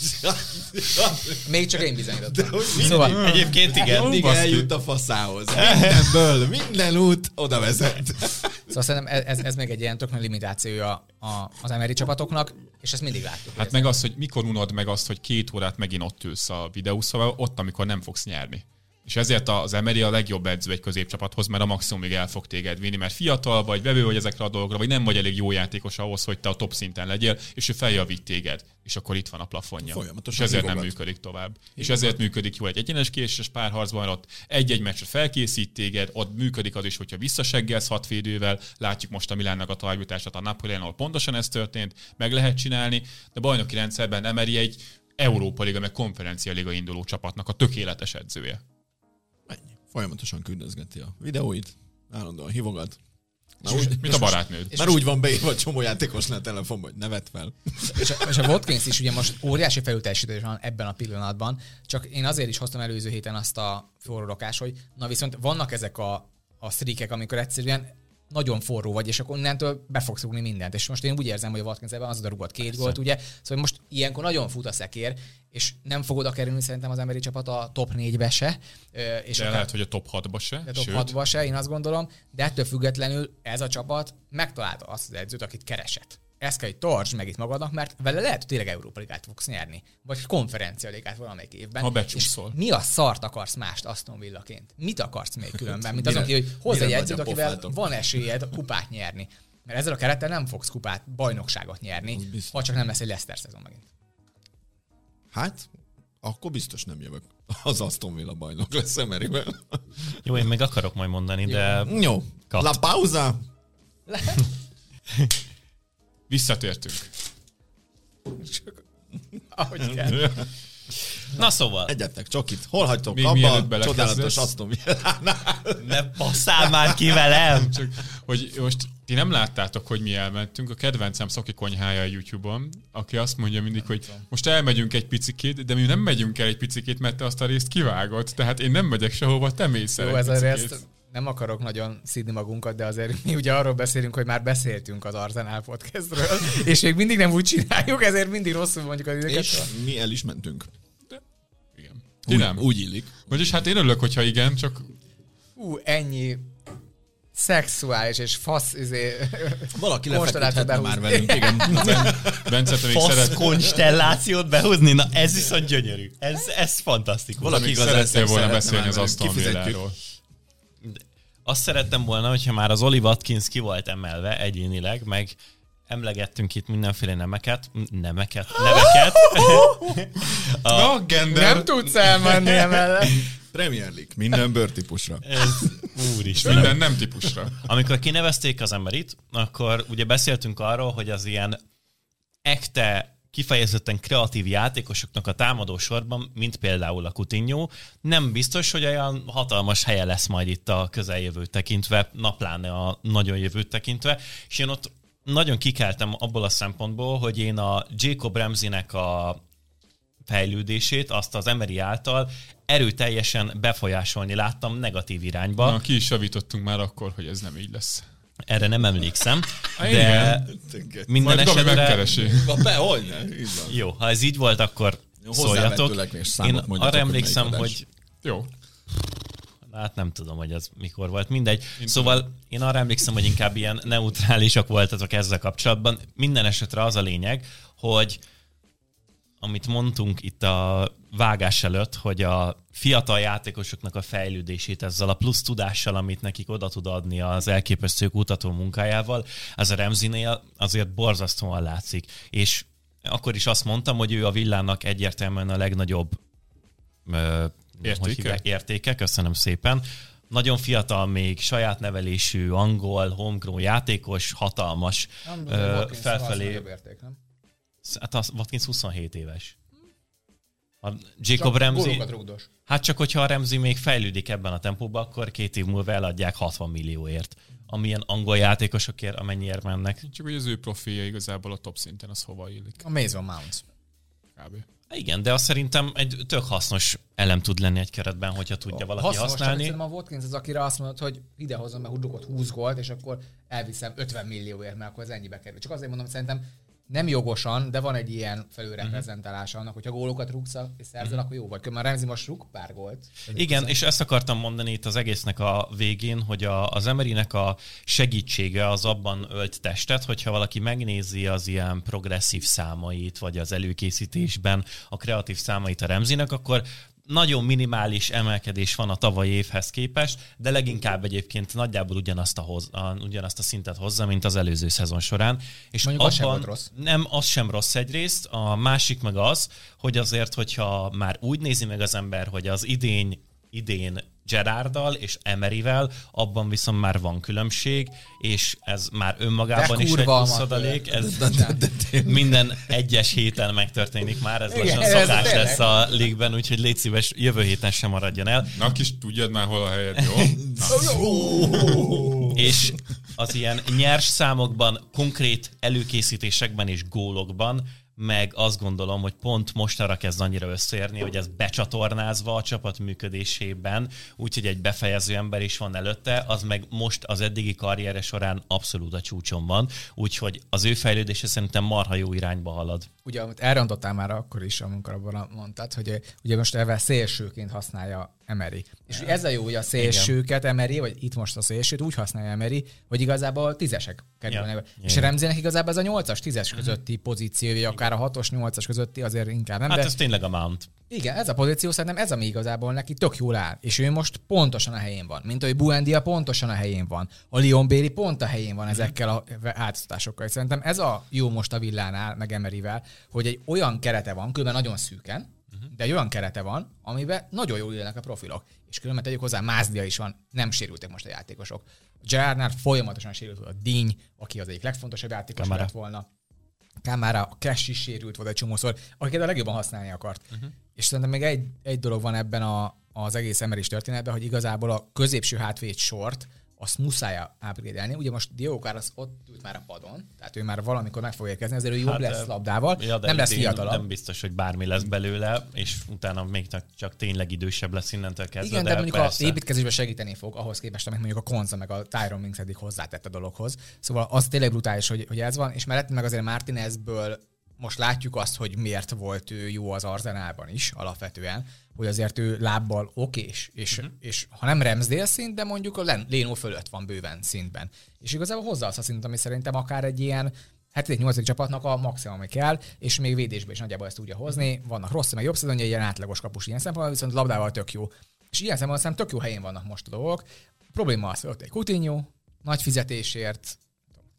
még csak én bizonyítottam. Szóval Szóval, Egyébként igen. mindig baszki. eljut a faszához. Mindenből, minden út oda vezet. szóval szerintem ez, ez, ez még egy ilyen tök nagy limitációja a, az Emery csapatoknak, és ezt mindig láttuk. Hát meg az, hogy mikor unod meg azt, hogy két órát megint ott ülsz a videószóval, ott, amikor nem fogsz nyerni. És ezért az Emery a legjobb edző egy középcsapathoz, mert a maximumig el fog téged vinni, mert fiatal vagy, vevő vagy ezekre a dolgokra, vagy nem vagy elég jó játékos ahhoz, hogy te a top szinten legyél, és ő feljavít téged, és akkor itt van a plafonja. Folyamatosan És ezért nem hívogat. működik tovább. És ezért működik jó egy egyenes késes párharcban, ott egy-egy meccsre felkészít téged, ott működik az is, hogyha visszaseggelsz hat védővel, látjuk most a Milánnak a továbbjutását a Napoleonról, pontosan ez történt, meg lehet csinálni, de bajnoki rendszerben Emery egy Európa Liga, meg Konferencia Liga induló csapatnak a tökéletes edzője. Ennyi. Folyamatosan küldözgeti a videóit, állandóan hívogat. Már És- úgy, Mint a barátnőd. már úgy van beírva a csomó játékosnál a telefonban, hogy nevet fel. És a, és a Watkins is ugye most óriási felülteljesítés van ebben a pillanatban, csak én azért is hoztam előző héten azt a forrórakás, hogy na viszont vannak ezek a, a streakek, amikor egyszerűen nagyon forró vagy, és akkor onnantól be fogsz rúgni mindent. És most én úgy érzem, hogy a Watkins ebben az oda rúgott két gólt, ugye? Szóval most ilyenkor nagyon fut a szekér, és nem fog oda kerülni szerintem az Emery csapat a top négybe se. ö, És De akár- lehet, hogy a top hatba se. de top Sőt, hatba se, én azt gondolom, de ettől függetlenül ez a csapat megtalálta azt az edzőt, akit keresett. Ezt kell, hogy tartsd meg itt magadnak, mert vele lehet, hogy tényleg Európa Ligát fogsz nyerni, vagy Konferencia Ligát valamelyik évben. Ha becsúszol. És mi a szart akarsz mást Aston Villaként? Mit akarsz még különben? Mint az, Mire- aki, hogy hozz mire egy nagy edzőt, a akivel pofátok? van esélyed kupát nyerni. Mert ezzel a kerettel nem fogsz kupát, bajnokságot nyerni, Az biztos. ha csak nem lesz egy Leicester szezon megint. Hát, akkor biztos nem jövök. Az Aston Villa bajnok lesz Emeryvel. Jó, én még akarok majd mondani, de Jó. Kat. La pauza. visszatértünk. Ahogy kell. na szóval, Egyetek csokit. Hol hagytok Még abba mielőtt a belekezdesz. csodálatos Aston Villánál? ne passzál már ki velem! Csak, hogy most ti nem láttátok, hogy mi elmentünk. A kedvencem Szoki konyhája a YouTube-on, aki azt mondja mindig, hogy most elmegyünk egy picikét, de mi nem megyünk el egy picikét, mert te azt a részt kivágod. Tehát én nem megyek sehova, te mész el Jó, egy ez a picikét. részt nem akarok nagyon szídni magunkat, de azért mi ugye arról beszélünk, hogy már beszéltünk az Arsenal podcastről, és még mindig nem úgy csináljuk, ezért mindig rosszul mondjuk az időket. És mi el is mentünk. Igen. Ti Úgy, nem. úgy illik. Vagyis hát én örülök, hogyha igen, csak Hú, ennyi szexuális és fasz izé, Valaki konstellációt lefeküdhetne már behúzni. velünk, igen. Bence, te még Fasz szeret... konstellációt behozni? Na ez viszont gyönyörű. Ez, ez fantasztikus. Valaki még igazán szerettél volna szeretne beszélni már az velünk, Aston kifizetjük. Villáról. Azt szerettem volna, hogyha már az Oli Watkins ki volt emelve egyénileg, meg emlegettünk itt mindenféle nemeket, nemeket, neveket. A... Na, gender. Nem tudsz elmenni emellett. Premier League, minden bőrtípusra. Ez, úristen. Minden nem típusra. Amikor kinevezték az emberit, akkor ugye beszéltünk arról, hogy az ilyen ekte, kifejezetten kreatív játékosoknak a támadó sorban, mint például a Coutinho, nem biztos, hogy olyan hatalmas helye lesz majd itt a közeljövőt tekintve, napláne a nagyon jövőt tekintve, és én ott nagyon kikeltem abból a szempontból, hogy én a Jacob Ramsey-nek a fejlődését, azt az Emery által erőteljesen befolyásolni láttam negatív irányba. Na, ki is javítottunk már akkor, hogy ez nem így lesz. Erre nem emlékszem, Há, de igen. minden Majd Gabi esetre... megkeresi. Be, hogyne, így van. Jó, ha ez így volt, akkor szóljatok. Én arra emlékszem, hogy... hogy... Jó. Hát nem tudom, hogy ez mikor volt, mindegy. Én szóval tudom. Én arra emlékszem, hogy inkább ilyen neutrálisak voltatok ezzel kapcsolatban. Minden esetre az a lényeg, hogy amit mondtunk itt a vágás előtt, hogy a fiatal játékosoknak a fejlődését ezzel a plusz tudással, amit nekik oda tud adni az elképesztő kutató munkájával, ez a Ramsey-nél azért borzasztóan látszik. És akkor is azt mondtam, hogy ő a Villának egyértelműen a legnagyobb ö, értéke? értéke, köszönöm szépen. Nagyon fiatal még, saját nevelésű, angol, homegrown játékos, hatalmas, ö, felfelé... Érték, nem? Hát az Watkins huszonhét éves. A Jacob csak Ramsey... Hát csak hogyha a Ramsey még fejlődik ebben a tempóban, akkor két év múlva eladják hatvan millióért. Amilyen angol játékosokért, amennyiért mennek. Csak hogy az ő profilja igazából a top szinten, az hova illik. A Mason Mount. Kb. Igen, de azt szerintem egy tök hasznos elem tud lenni egy keretben, hogyha tudja valaki hasznos, használni. Szerintem a Watkins az, akire azt mondod, hogy idehozom, mert húdukot húsz gólt, és akkor elviszem ötven millióért, mert akkor ez ennyibe kerül. Csak azért mondom, hogy szerintem nem jogosan, de van egy ilyen felülreprezentálása annak, hogyha gólokat rúgsz és szerzel, uh-huh. akkor jó vagy. Már Ramsey most rúg pár gólt. Igen, és ezt akartam mondani itt az egésznek a végén, hogy a, az Emerynek a segítsége az abban ölt testet, hogyha valaki megnézi az ilyen progresszív számait, vagy az előkészítésben a kreatív számait a Ramseynek, akkor nagyon minimális emelkedés van a tavalyi évhez képest, de leginkább egyébként nagyjából ugyanazt a, hoz, a, ugyanazt a szintet hozza, mint az előző szezon során. És mondjuk az sem volt rossz. Nem, az sem rossz egyrészt. A másik meg az, hogy azért, hogyha már úgy nézi meg az ember, hogy az idény, idén Gerarddal és Emeryvel, abban viszont már van különbség, és ez már önmagában is egy plusz adalék. Ez minden egyes héten megtörténik már, ez lassan szokás lesz a League-ben, úgyhogy légy szíves, jövő héten sem maradjon el. Na kis tudjad már, hol a helyed, jó? És az ilyen nyers számokban, konkrét előkészítésekben és gólokban meg azt gondolom, hogy pont mostanra kezd annyira összeérni, hogy ez becsatornázva a csapat működésében, úgyhogy egy befejező ember is van előtte, az meg most az eddigi karriere során abszolút a csúcson van, úgyhogy az ő fejlődése szerintem marha jó irányba halad. Ugye, amit elrontottál már akkor is, amikor abban mondtad, hogy ugye most ebben szélsőként használja Emery. És ja. ez a jó, hogy a szélsőket Emery, vagy itt most a szélsőt úgy használja Emery, hogy igazából tízesek kerülnek. Ja. És ja. Ramseynek igazából ez a nyolcas, tízes közötti pozíciója, akár a hatos, nyolcas közötti azért inkább nem. Hát de... ez tényleg a Mount. Igen, ez a pozíció szerintem ez, ami igazából neki tök jól áll. És ő most pontosan a helyén van. Mint hogy Buendia pontosan a helyén van. A Leon Bailey pont a helyén van ezekkel a változtatásokkal. Szerintem ez a jó most a Villánál, meg Emeryvel, hogy egy olyan kerete van, különben nagyon szűken, uh-huh. de egy olyan kerete van, amiben nagyon jól ülnek a profilok. És különben tegyük hozzá, Mazdia is van, nem sérültek most a játékosok. A Gerardnál folyamatosan sérült volt a Díny, aki az egyik legfontosabb játékos lett volna. Kámára, a Cash is sérült volt egy csomószor, akiket a legjobban használni akart. Uh-huh. És szerintem még egy, egy dolog van ebben a, az egész Emery történetben, hogy igazából a középső hátvéd sort azt muszáj upgrade-elni. Ugye most Diogo Carlos ott ült már a padon, tehát ő már valamikor meg fog érkezni, azért ő jobb hát, lesz labdával, ja, nem lesz fiatalabb. Nem biztos, hogy bármi lesz belőle, és utána még csak tényleg idősebb lesz innentől kezdve. Igen, de, de mondjuk persze. Az építkezésben segíteni fog ahhoz képest, amit mondjuk a Konza meg a Tyrone Mings eddig hozzátett a dologhoz. Szóval az tényleg brutális, hogy, hogy ez van, és mellett meg azért Martinezből most látjuk azt, hogy miért volt ő jó az Arsenalban is alapvetően, hogy azért ő lábbal okés, és, uh-huh. és ha nem Ramsdale szint, de mondjuk a Leno fölött van bőven szintben. És igazából hozzá azt a szint, ami szerintem akár egy ilyen hetedik-nyolcadik csapatnak a maximum, ami kell, és még védésbe is nagyjából ezt tudja hozni. Vannak rossz, meg jobb szezonja, ilyen átlagos kapus ilyen szempontból, viszont labdával tök jó. És ilyen szempontból szerintem tök jó helyén vannak most a dolgok. A probléma az, hogy ott egy Coutinho, nagy fizetésért,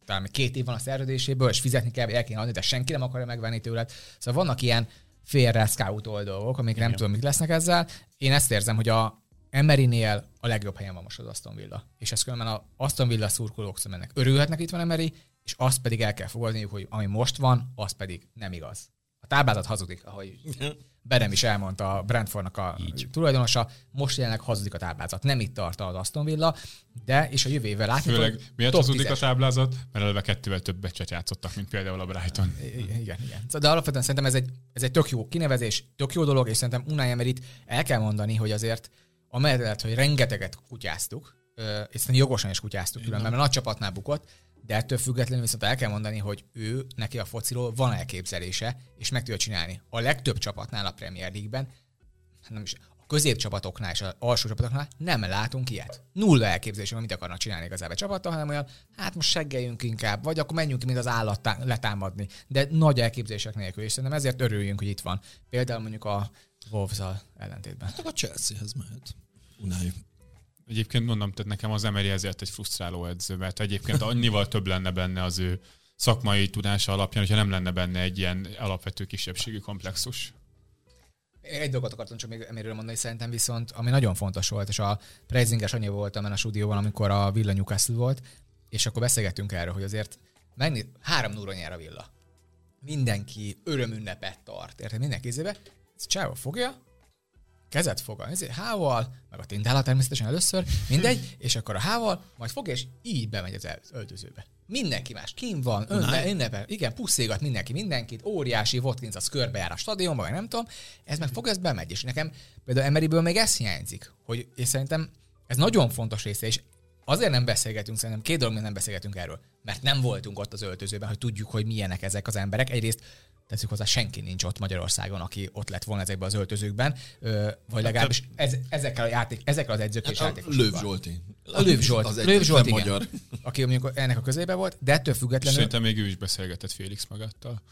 talán még két év van a szerződéséből, és fizetni kell, vagy el kéne adni, de senki nem akarja megvenni tőled. Szóval vannak ilyen félre scoutol dolgok, amik nem tudom, mik lesznek ezzel. Én ezt érzem, hogy a Emerynél a legjobb helyen van most az Aston Villa. És ezt különben az Aston Villa szurkolók mennek. Örülhetnek, itt van Emery, és azt pedig el kell fogadniuk, hogy ami most van, az pedig nem igaz. A táblázat hazudik, ahogy Bedem is elmondta, a Brentfordnak a Így. tulajdonosa, most jelenleg hazudik a táblázat. Nem itt tart az Aston Villa, de és a jövő évvel látni, főleg hogy miért hazudik a táblázat? Mert eleve kettővel több beccset játszottak, mint például a Brighton. Igen, igen. De alapvetően szerintem ez egy, ez egy tök jó kinevezés, tök jó dolog, és szerintem Unai Emeryt el kell mondani, hogy azért amellett, hogy rengeteget kutyáztuk, és szerintem jogosan is kutyáztuk különben, mert nagy csapatnál bukott, de ettől függetlenül viszont el kell mondani, hogy ő, neki a fociról van elképzelése, és meg tudja csinálni. A legtöbb csapatnál a Premier League-ben, nem is, a középcsapatoknál és az alsó csapatoknál nem látunk ilyet. Nulla elképzelésünk, mit akarnak csinálni igazából a csapattal, hanem olyan, hát most seggeljünk inkább, vagy akkor menjünk ki, mint az állat tá- letámadni. De nagy elképzelések nélkül, és szerintem ezért örüljünk, hogy itt van. Például mondjuk a Wolves-al ellentétben. Hát a Chelseahez mehet. Unai. Egyébként mondom, tehát nekem az Emery ezért egy frusztráló edző, mert egyébként annyival több lenne benne az ő szakmai tudása alapján, hogyha nem lenne benne egy ilyen alapvető kisebbségi komplexus. Egy dolgot akartam csak még Emeryről mondani, szerintem viszont, ami nagyon fontos volt, és a Prezinges anyja voltam a stúdióban, amikor a Villa Newcastle volt, és akkor beszélgettünk erről, hogy azért megnéz, három nulla nyer a Villa. Mindenki örömünnepet tart, érted? Mindenki izébe. Ez Csávó fogja, kezet fog a hával, meg a Tindállat természetesen először, mindegy, és akkor a hával, majd fogja, és így bemegy az öltözőbe. Mindenki más kim van, önne, ünnepel, igen, puszégat mindenki mindenkit, óriási Watkins az körbejár a stadionba, vagy nem tudom, ez meg fog, ez bemegy, és nekem például Emeryből még ez hiányzik, hogy és szerintem ez nagyon fontos része, és azért nem beszélgetünk, szerintem két dolog, nem beszélgetünk erről, mert nem voltunk ott az öltözőben, hogy tudjuk, hogy milyenek ezek az emberek. Egyrészt teszük hozzá, senki nincs ott Magyarországon, aki ott lett volna ezekben az öltözőkben, vagy legalábbis ez, ezekkel, a játék, ezekkel az edzőkkel és játékosokkal. Löw Zsolti. A Löw Zsolt, az Löw Zsolt, igen, magyar. aki mondjuk ennek a közében volt, de ettől függetlenül... Szerintem még ő is beszélgetett Félix magattal.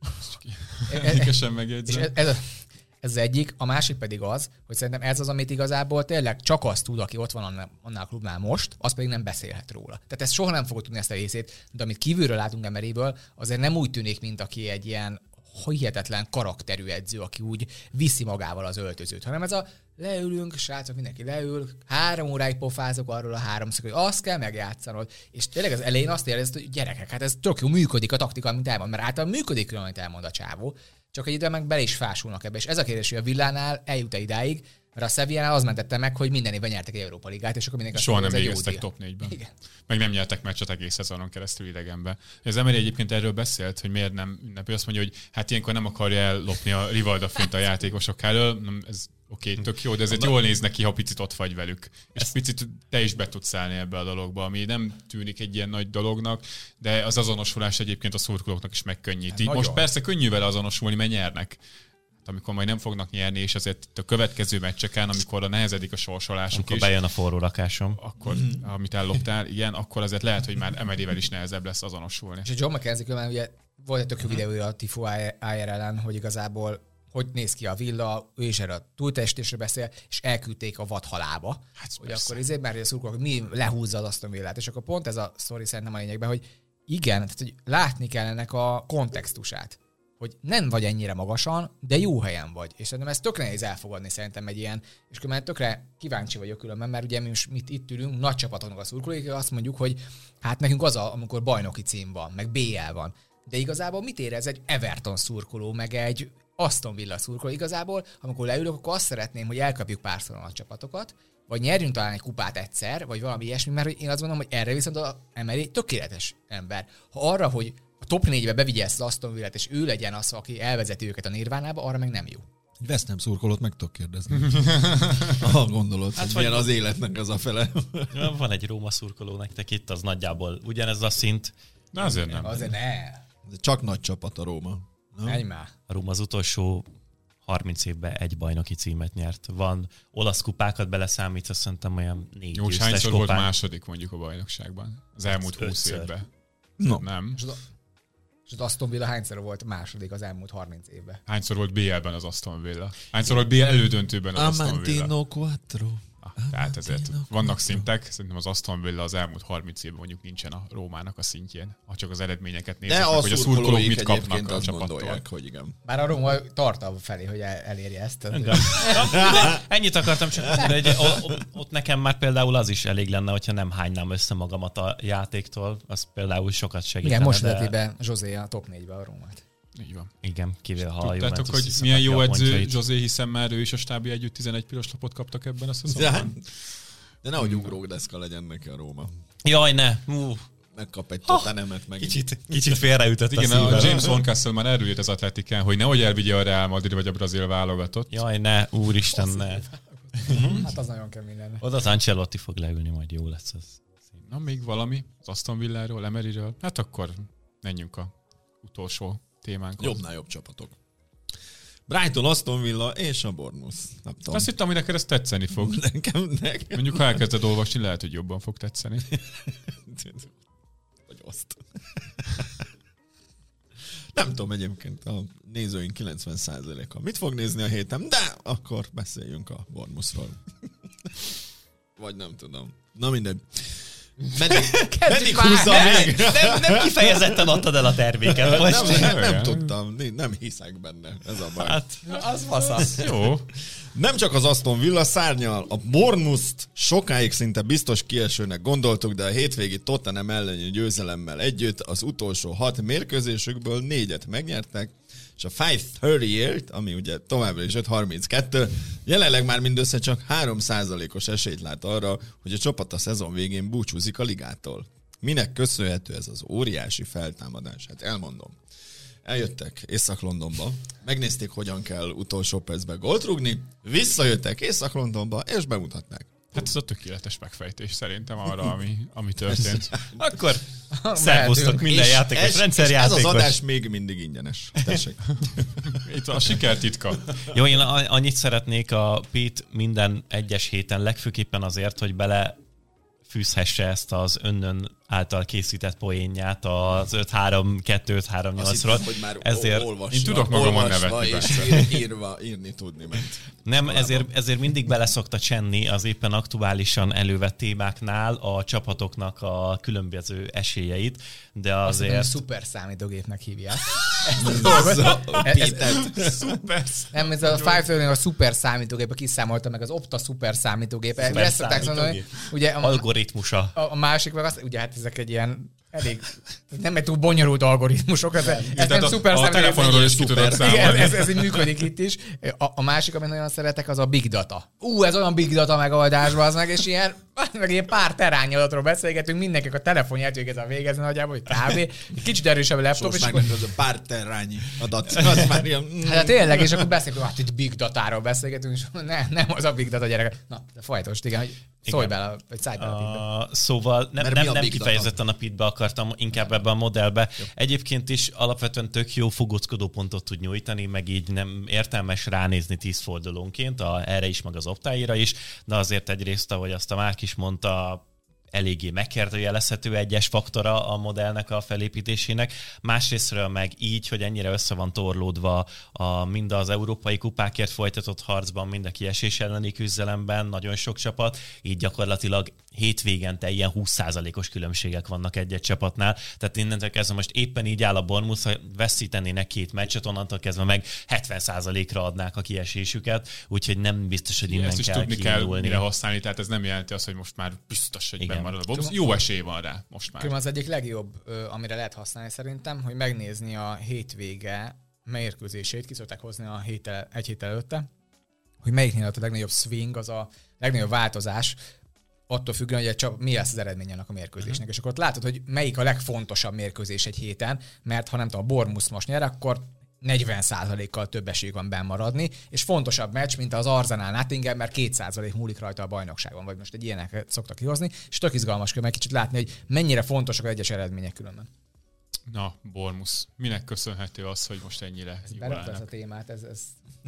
Érdekesen megjegyzem. És ez, ez, ez az egyik, a másik pedig az, hogy szerintem ez az, amit igazából tényleg csak azt tud, aki ott van annál, annál a klubnál most, az pedig nem beszélhet róla. Tehát ezt soha nem fogod tudni ezt a részét, de amit kívülről látunk Emeryből, azért nem úgy tűnik, mint aki egy ilyen hihetetlen karakterű edző, aki úgy viszi magával az öltözőt, hanem ez a leülünk, srácok, mindenki leül, három óráig pofázok arról a háromszor, hogy azt kell megjátszanod. És tényleg az elején azt érezd, hogy gyerekek, hát ez tök jó, működik a taktika, amit elmond, mert általában működik, amit elmond a csávó, csak egy időben meg bele is fásulnak ebbe. És ez a kérdés, hogy a Villánál eljut-e idáig, mert a Sevillánál az mentette meg, hogy minden évben nyertek egy Európa Ligát, és akkor mindenki soha nem végeztek top négyben. Igen. Meg nem nyertek meccset egész szezonon keresztül idegenben. Az Emery egyébként erről beszélt, hogy miért nem ünnepi. Azt mondja, hogy hát ilyenkor nem akarja ellopni a Rivalda fényt a játékosok elől. Ez oké, okay, tök jó, de ezért jól néz neki, ha picit ott vagy velük. És picit te is be tudsz állni ebbe a dologba, ami nem tűnik egy ilyen nagy dolognak, de az azonosulás egyébként a szurkolóknak is megkönnyíti. Hát most persze könnyű vele azonosulni, mert nyernek. Amikor majd nem fognak nyerni, és azért a következő meccseken, amikor a nehezedik a sorsolásuk amikor is. Amikor bejön a forró rakásom. Akkor, mm-hmm. amit elloptál, igen, akkor azért lehet, hogy már Emeryvel is nehezebb lesz azonosulni. És a John McKenzie-kül ugye volt egy tök jó videója a Tifo Ayer ellen, hogy igazából hogy néz ki a Villa, ő is erre a túltestésre beszél, és elküldték a vadhalába. Hát hogy persze. Akkor ezért már a szurkolók, hogy mi lehúzza az Aston Villát. És akkor pont ez a sztori szerintem a lényegben, hogy igen, tehát hogy látni kell ennek a kontextusát. Hogy nem vagy ennyire magasan, de jó helyen vagy. És szerintem ezt tök nehéz elfogadni szerintem egy ilyen, és különben tökre kíváncsi vagyok különben, mert ugye mi most mit itt ülünk, nagy csapatoknak a szurkolók, azt mondjuk, hogy hát nekünk az, a, amikor bajnoki cím van, meg bé el van. De igazából mit érez egy Everton szurkoló, meg egy Aston Villa szurkoló? Igazából, amikor leülök, akkor azt szeretném, hogy elkapjuk párszor a csapatokat, vagy nyerjünk talán egy kupát egyszer, vagy valami ilyesmi, mert én azt gondolom, hogy erre viszont a Emery tökéletes ember. Ha arra, hogy a top négybe bevigye ezt az Aston Villát, és ő legyen az, aki elvezeti őket a Nirvánába, arra meg nem jó. Egy West Ham szurkolót meg tudok kérdezni. Ha gondolod, hát hogy milyen az életnek az a fele. Van egy Róma szurkoló nektek itt, az nagyjából ugyanez a szint. De azért nem. Azért ne. Csak nagy csapat a Róma. Menj már. A Róma az utolsó harminc évben egy bajnoki címet nyert. Van olasz kupákat beleszámítva, szerintem olyan négy jó, győztes hányszor kupán. volt második mondjuk a bajnokságban? Az elmúlt húsz évben. No. Nem. És az Aston Villa hányszor volt második az elmúlt harminc évben? Hányszor volt bé el-ben az Aston Villa? Hányszor volt bé el elődöntőben az Aston Villa? Amantino quattro. Tehát ezért vannak szintek, szerintem az Aston Villa az elmúlt harminc évben mondjuk nincsen a Rómának a szintjén, ha csak az eredményeket nézzük, De meg, a hogy a szurkolók mit kapnak egyébként a azt csapattól. gondolják, hogy igen. Bár a Róma tart a felé, hogy el, elérje ezt. Ennyit akartam csak mondani, hogy ott nekem már például az is elég lenne, hogyha nem hánynám össze magamat a játéktól, az például sokat segítene. Igen, most de... vezeti be José a top négybe a Rómát. Így van. Igen, kivéve ha a Tudtátok, Juventus hogy milyen jó edző pontjait. José, hiszen már ő is a stábja együtt tizenegy piros lapot kaptak ebben a szezonban. De, de nehogy ugródeszka legyen neki a Róma. Jaj, ne! Uh, Megkap egy Tottenhamet meg. kicsit, kicsit félreütött Igen, a szívem. a James Horncastle már erről írt az Atletikán, hogy nehogy elvigye a Real Madrid vagy a brazil válogatott. Jaj, ne, úristen, ne. Hát az nagyon kemény lenne. Oda az Ancelotti fog leülni, majd jó lesz az. Na, még valami az Aston Villáról, Emeryről? Hát akkor menjünk a utolsó témánkhoz. Jobbnál jobb csapatok. Brighton, Aston Villa és a Bournemouth. Nem tudom. Azt hittem, hogy neked ez tetszeni fog. Nekem, nekem. Mondjuk, ha elkezded olvasni, lehet, hogy jobban fog tetszeni. Vagy azt. Nem tudom egyébként, a nézőink kilencven százaléka mit fog nézni a héten, de akkor beszéljünk a Bournemouthról. Vagy nem tudom. Na mindegy. Meddig, meddig húzza még? Nem, nem kifejezetten adtad el a terméket. Most. Nem, nem, nem tudtam, nem hiszek benne, ez a baj. Hát, Az fasz. Jó. Nem csak az Aston Villa szárnyal, a Bournemouth sokáig szinte biztos kiesőnek gondoltuk, de a hétvégi Tottenham elleni győzelemmel együtt az utolsó hat mérkőzésükből négyet megnyertek, és a öt harmincöt, ami ugye továbbra is öt harminckettő, jelenleg már mindössze csak három százalékos esélyt lát arra, hogy a csapat a szezon végén búcsúzik a ligától. Minek köszönhető ez az óriási feltámadás? Hát elmondom. Eljöttek Észak-Londonba, megnézték, hogyan kell utolsó percben gólt rúgni, visszajöttek Észak-Londonba, és bemutatták. Hát ez a tökéletes megfejtés szerintem arra, ami, ami történt. akkor szervusztok minden játékos, ez, rendszerjátékos. ez az adás még mindig ingyenes. Tessék. Itt a siker titka. Jó, én annyit szeretnék a Pete minden egyes héten, legfőképpen azért, hogy bele fűzhesse ezt az önnön által készített poénját az öt három kettő öt három nyolcról. Hogy már ezért olvasva, Én tudok magamon olvasva nevetni, és persze. ír, írva, írni tudni ment. Nem, ezért, ezért mindig bele szokta csenni az éppen aktuálisan elővett témáknál a csapatoknak a különböző esélyeit, de Azt hiszem, azért... szuper számítógépnek hívják. Pitet. Szuper. Nem, ez a öt a szuper számítógép, kiszámolta meg az Opta szuper számítógép. Szuper Ezt szokták mondani, számítógép. ugye a, Algoritmusa. a, a másik meg azt, ugye hát ezek egy ilyen elég, nem egy túl bonyolult algoritmusok, ez, ez Tehát nem a, szuper a számítógép. telefonról is ki tudod Igen, számolni. ez, ez így működik itt is. A, a másik, amit nagyon szeretek, az a Big Data. Ú, ez olyan Big Data megoldásban az meg, és ilyen, meg ilyen pár terányi adatról beszélgetünk, mindenkinek a telefonját végez a végezni nagyjából, hogy kb. Kicsit erősebb a laptop, Most és már akkor, nem az a pár terrányi adat. Az már ilyen... hát tényleg, és akkor beszélünk, hát itt Big Datáról beszélgetünk, és ne, nem az a Big Data gyerek. Na, de folytost, igen, hogy szólj Igen. bele, vagy szállj bele a Big Uh, szóval nem, Mert nem, mi a nem Big Data? kifejezetten a pitbe akartam, inkább ebbe a modellbe. Jó. Egyébként is alapvetően tök jó fogóckodó pontot tud nyújtani, meg így nem értelmes ránézni tíz fordulónként, a, erre is, meg az optáira is, de azért egyrészt, ahogy azt a Márk is mondta, eléggé megkérdőjelezhető egyes faktora a modellnek a felépítésének. Másrésztről meg így, hogy ennyire össze van torlódva a, mind az európai kupákért folytatott harcban, mind a kiesés elleni küzdelemben, nagyon sok csapat, így gyakorlatilag hétvégente ilyen húsz százalékos különbségek vannak egy-egy csapatnál. Tehát innentől kezdve most éppen így áll a Bournemouth, ha veszítenének két meccset, onnantól kezdve meg hetven százalékra adnák a kiesésüket, úgyhogy nem biztos, hogy innen Ezt is kell tudni kell, kiindulni. mire használni, tehát ez nem jelenti azt, hogy most már biztos, hogy Igen. benn marad a Bournemouth. Jó esély van rá most már. Különben az egyik legjobb, ö, amire lehet használni szerintem, hogy megnézni a hétvége mérkőzését, ki szokták hozni a héttel, egy héttel előtte, hogy melyiknél a legnagyobb swing, az a legnagyobb változás, attól függően, hogy csak mi lesz az eredménye annak a mérkőzésnek. Uh-huh. És akkor ott látod, hogy melyik a legfontosabb mérkőzés egy héten, mert ha nem tudom, a Bournemouth most nyer, akkor negyven százalékkal több esélyük van benn maradni, és fontosabb meccs, mint az Arsenal Nottingham, mert két százalék múlik rajta a bajnokságon, vagy most egy ilyeneket szoktak kihozni, és tök izgalmas kell meg kicsit látni, hogy mennyire fontosak az egyes eredmények különben. Na, Bournemouth. Minek köszönhető az, hogy most ennyire jól Berögtön ezt a állnak? témát, ez, ez...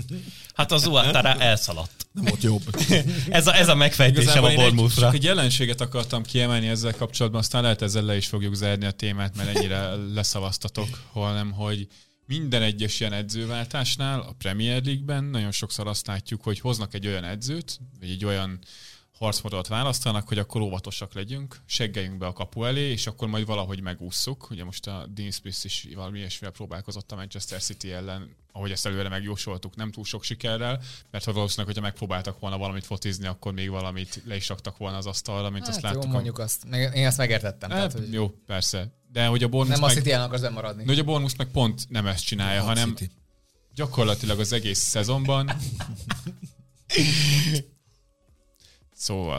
Hát az Zuatára elszaladt. Nem volt jobb. Ez a, ez a megfejtésem Igazából a én egy, Bournemouthra. csak egy jelenséget akartam kiemelni ezzel kapcsolatban, aztán lehet ezzel le is fogjuk zárni a témát, mert ennyire leszavaztatok, hanem hogy minden egyes ilyen edzőváltásnál a Premier League-ben nagyon sokszor azt látjuk, hogy hoznak egy olyan edzőt, vagy egy olyan harcmodorat választanak, hogy akkor óvatosak legyünk, seggeljünk be a kapu elé, és akkor majd valahogy megússzuk. Ugye most a Dean Smith is valami ilyesmivel próbálkozott a Manchester City ellen, ahogy ezt előre megjósoltuk, nem túl sok sikerrel, mert valószínűleg, hogyha megpróbáltak volna valamit fotizni, akkor még valamit le is raktak volna az asztalra, mint hát azt jó, láttuk. mondjuk a... azt. Én ezt megértettem. Hát, tehát, hogy jó, persze. De hogy a Bournemouth nem meg... a City ellen akarsz bemaradni. De hogy a Bournemouth meg pont nem ezt csinálja, A hanem City. gyakorlatilag az egész szezonban... Szóval...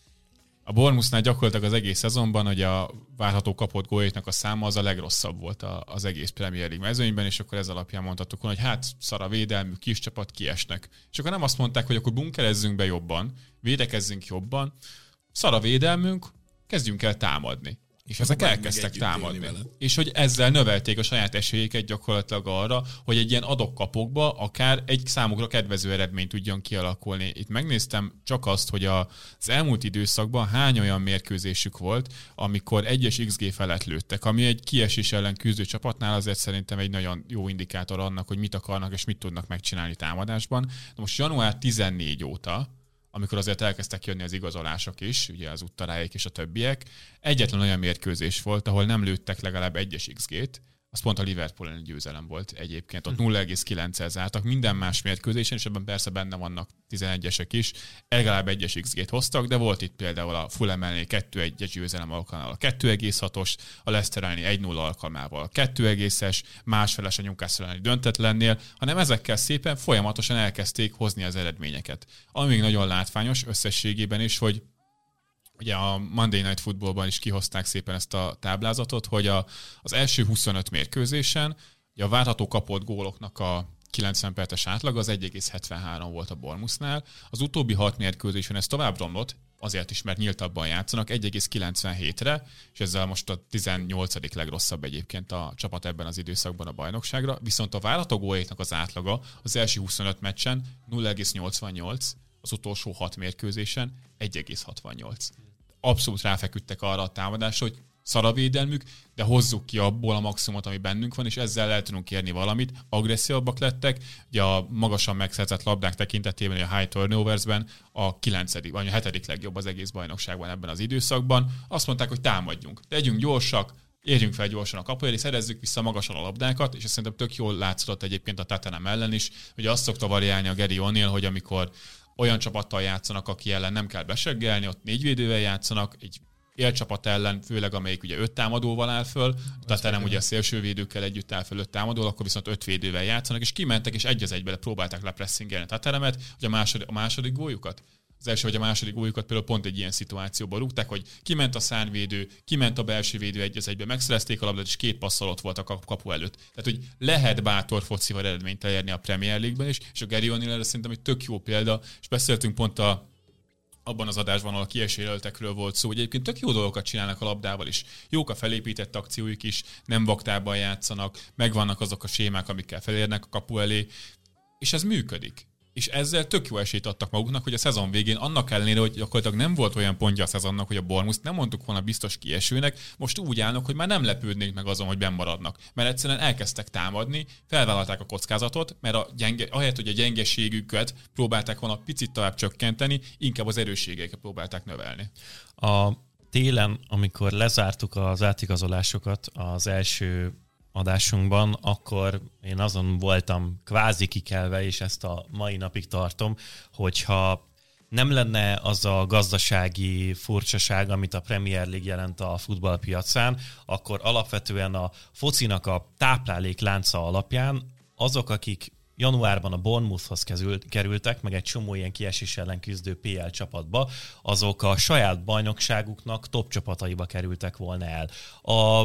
A Bournemouthnál gyakorlatilag az egész szezonban, hogy a várható kapott góljaiknak a száma az a legrosszabb volt az egész Premier League mezőnyben, és akkor ez alapján mondhattuk, hogy hát szar a védelmű, kis csapat, kiesnek. És akkor nem azt mondták, hogy akkor bunkerezzünk be jobban, védekezzünk jobban, szar a védelmünk, kezdjünk el támadni. És ezek elkezdtek támadni. És hogy ezzel növelték a saját esélyeket gyakorlatilag arra, hogy egy ilyen adok-kapokba akár egy számukra kedvező eredmény tudjon kialakulni. Itt megnéztem csak azt, hogy az elmúlt időszakban hány olyan mérkőzésük volt, amikor egyes iksz gé felett lőttek, ami egy kiesés ellen küzdő csapatnál azért szerintem egy nagyon jó indikátor annak, hogy mit akarnak és mit tudnak megcsinálni támadásban. De most január tizennégy óta, amikor azért elkezdtek jönni az igazolások is, ugye az Uttaráék és a többiek, egyetlen olyan mérkőzés volt, ahol nem lőttek legalább egyes iksz gét, az pont a Liverpool elleni győzelem volt egyébként. Ott nulla egész kilenccel zártak, minden más mérkőzésen, és ebben persze benne vannak tizenegyesek is, legalább egyes iksz gét hoztak, de volt itt például a Fulham elleni kettő egyes győzelem alkalmával a kettő egész hatos, a Leicester elleni egy nulla alkalmával a kettő egészes, másfeles a Newcastle elleni döntetlennél, hanem ezekkel szépen folyamatosan elkezdték hozni az eredményeket. Ami még nagyon látványos összességében is, hogy ugye a Monday Night Footballban is kihozták szépen ezt a táblázatot, hogy a, az első huszonöt mérkőzésen ugye a várható kapott góloknak a kilencven perces átlag az egy egész hetvenhárom volt a Bournemouthnál. Az utóbbi hat mérkőzésen ez tovább romlott, azért is, mert nyíltabban játszanak, egy egész kilencvenhétre, és ezzel most a tizennyolcadik legrosszabb egyébként a csapat ebben az időszakban a bajnokságra, viszont a várható góljéknak az átlaga az első huszonöt meccsen nulla egész nyolcvannyolc, az utolsó hat mérkőzésen egy egész hatvannyolc. Abszolút ráfeküdtek arra a támadásra, hogy szar a védelmük, de hozzuk ki abból a maximumot, ami bennünk van, és ezzel el tudunk érni valamit. Agresszívabbak lettek, ugye a magasan megszerzett labdák tekintetében, a high turnoversben a kilencedik, vagy a hetedik legjobb az egész bajnokságban ebben az időszakban. Azt mondták, hogy támadjunk, legyünk gyorsak, érjünk fel gyorsan a kapuért, és szerezzük vissza magasan a labdákat, és ezt szerintem tök jól látszott egyébként a Tottenham ellen is. Ugye azt szokta variálni a Gary O'Neill, hogy amikor olyan csapattal játszanak, aki ellen nem kell beseggelni, ott négy védővel játszanak, egy élcsapat ellen, főleg amelyik ugye öt támadóval áll föl, tehát nem ugye a szélsővédőkkel együtt áll föl öt támadóval, akkor viszont öt védővel játszanak, és kimentek, és egy az egybe próbálták lepressingelni a Tottenhamet, hogy a második, a második góljukat. Az első vagy a második góljukat például pont egy ilyen szituációban rúgták, hogy kiment a szárnyvédő, kiment a belső védő egy az egybe, megszerezték a labdát, és két passzal ott volt a kapu előtt. Tehát, hogy lehet bátor focival eredményt elérni a Premier League-ben is, és a Gary O'Neill szerintem egy tök jó példa, és beszéltünk pont a abban az adásban, ahol a kieséleltekről volt szó, hogy egyébként tök jó dolgokat csinálnak a labdával is. Jók a felépített akcióik is, nem vaktában játszanak, megvannak azok a sémák, amikkel felérnek a kapu elé, és ez működik. És ezzel tök jó esélyt adtak maguknak, hogy a szezon végén annak ellenére, hogy gyakorlatilag nem volt olyan pontja a szezonnak, hogy a Bournemouth nem mondtuk volna biztos kiesőnek, most úgy állnak, hogy már nem lepődnék meg azon, hogy bennmaradnak. Mert egyszerűen elkezdtek támadni, felvállalták a kockázatot, mert a gyenge, ahelyett, hogy a gyengeségüket próbálták volna picit tovább csökkenteni, inkább az erősségeiket próbálták növelni. A télen, amikor lezártuk az átigazolásokat az első adásunkban, akkor én azon voltam kvázi kikelve, és ezt a mai napig tartom, hogyha nem lenne az a gazdasági furcsaság, amit a Premier League jelent a futballpiacán, akkor alapvetően a focinak a tápláléklánca alapján azok, akik januárban a Bournemouthhoz kerültek, meg egy csomó ilyen kiesés ellen küzdő pé el csapatba, azok a saját bajnokságuknak top csapataiba kerültek volna el. A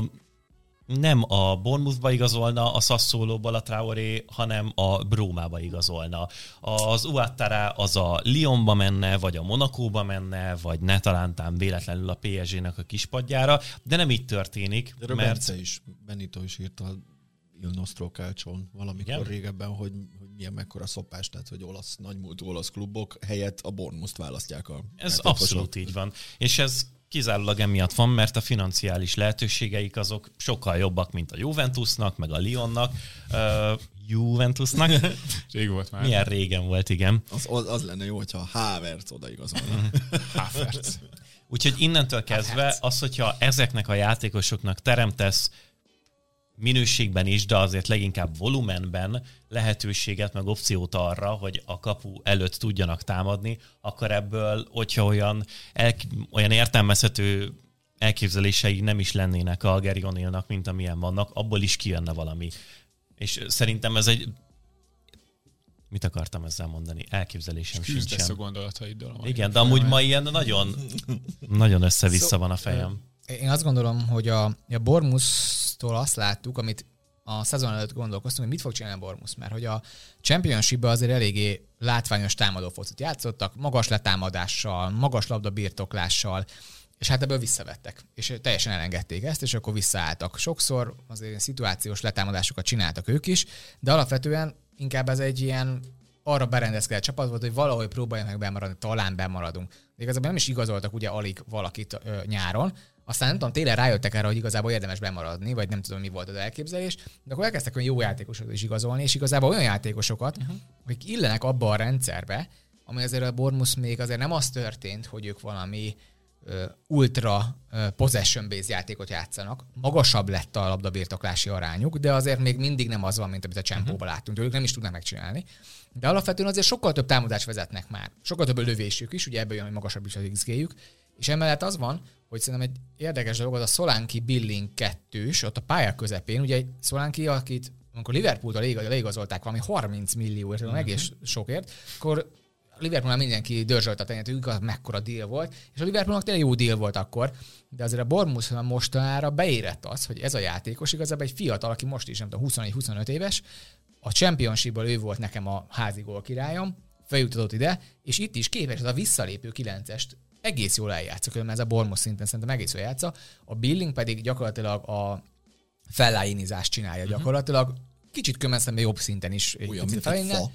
nem a Bournemouthba igazolna a Sassuolóból a Traoré, hanem a Brómába igazolna. Az Ouattara az a Lyonba menne, vagy a Monacóba menne, vagy ne talántán véletlenül a pé es gének a kispadjára, de nem így történik. De mert... Bence is, Benito is írta Il Nostro Calción valamikor igen? régebben, hogy, hogy milyen mekkora szopás, tehát hogy olasz, nagymúltú olasz klubok helyett a Bournemouth-t választják a... Ez abszolút így van. És ez kizárólag emiatt van, mert a financiális lehetőségeik azok sokkal jobbak, mint a Juventusnak, meg a Lyonnak. Juventusnak. Rég volt már. Milyen régen volt, igen. Az, az, az lenne jó, hogyha Havertz odaigazolna. Havertz. Úgyhogy innentől kezdve az, hogyha ezeknek a játékosoknak teremtesz minőségben is, de azért leginkább volumenben lehetőséget, meg opciót arra, hogy a kapu előtt tudjanak támadni, akkor ebből, hogyha olyan, el, olyan értelmezhető elképzelései nem is lennének a Gary O'Neillnak, mint amilyen vannak, abból is kijönne valami. És szerintem ez egy... Mit akartam ezzel mondani? Elképzelésem sincsen. Küzdesz a gondolataiddal. Igen, de amúgy ma ilyen nagyon, nagyon össze-vissza van a fejem. Én azt gondolom, hogy a, a Bournemouth-tól azt láttuk, amit a szezon előtt gondolkoztunk, hogy mit fog csinálni a Bournemouth, mert hogy a Championship-ben azért eléggé látványos támadó focit játszottak, magas letámadással, magas labdabirtoklással, és hát ebből visszavettek, és teljesen elengedték ezt, és akkor visszaálltak. Sokszor azért szituációs letámadásokat csináltak ők is, de alapvetően inkább ez egy ilyen arra berendezkedett csapat volt, hogy valahogy próbálják meg bemaradni, talán bemaradunk. De igazából nem is igazoltak ugye alig valakit ö, nyáron, aztán nem tudom, télen rájöttek erre, hogy igazából érdemes bemaradni, vagy nem tudom, mi volt az elképzelés, de akkor elkezdtek olyan jó játékosokat is igazolni, és igazából olyan játékosokat, uh-huh. akik illenek abba a rendszerbe, ami azért a Bournemouth még azért nem az történt, hogy ők valami uh, ultra uh, possession-based játékot játszanak. Magasabb lett a labdabirtoklási arányuk, de azért még mindig nem az van, mint amit a Csempóban uh-huh. láttunk, ők nem is tudnak megcsinálni. De alapvetően azért sokkal több támadást vezetnek már. Sokkal több lövésük is, ugye ebből jön, hogy magasabb is az iksz gé-jük. És emellett az van, hogy szerintem egy érdekes dolog, az a Solanke Billing kettős, ott a pálya közepén, ugye egy Solanke, akit amikor Liverpooltól leigazolták valami harminc millióért, uh-huh. egész sokért, akkor Liverpoolnál mindenki dörzsölt a tenyet, hogy az mekkora deal volt, és a Liverpoolnak tényleg jó deal volt akkor, de azért a Bournemouth mostanára beérett az, hogy ez a játékos igazából egy fiatal, aki most is nem tudom, huszonegy-huszonöt éves, a Championshipból ő volt nekem a házi gól királyom, feljutatott ide, és itt is képes ez a visszalépő kilencest egész jól eljátszik, különben ez a Bournemouth szinten szerintem egész jól játsza. A Billing pedig gyakorlatilag a fellájinizást csinálja uh-huh. gyakorlatilag. Kicsit kömeszemben jobb szinten is. Olyan, mint egy fa.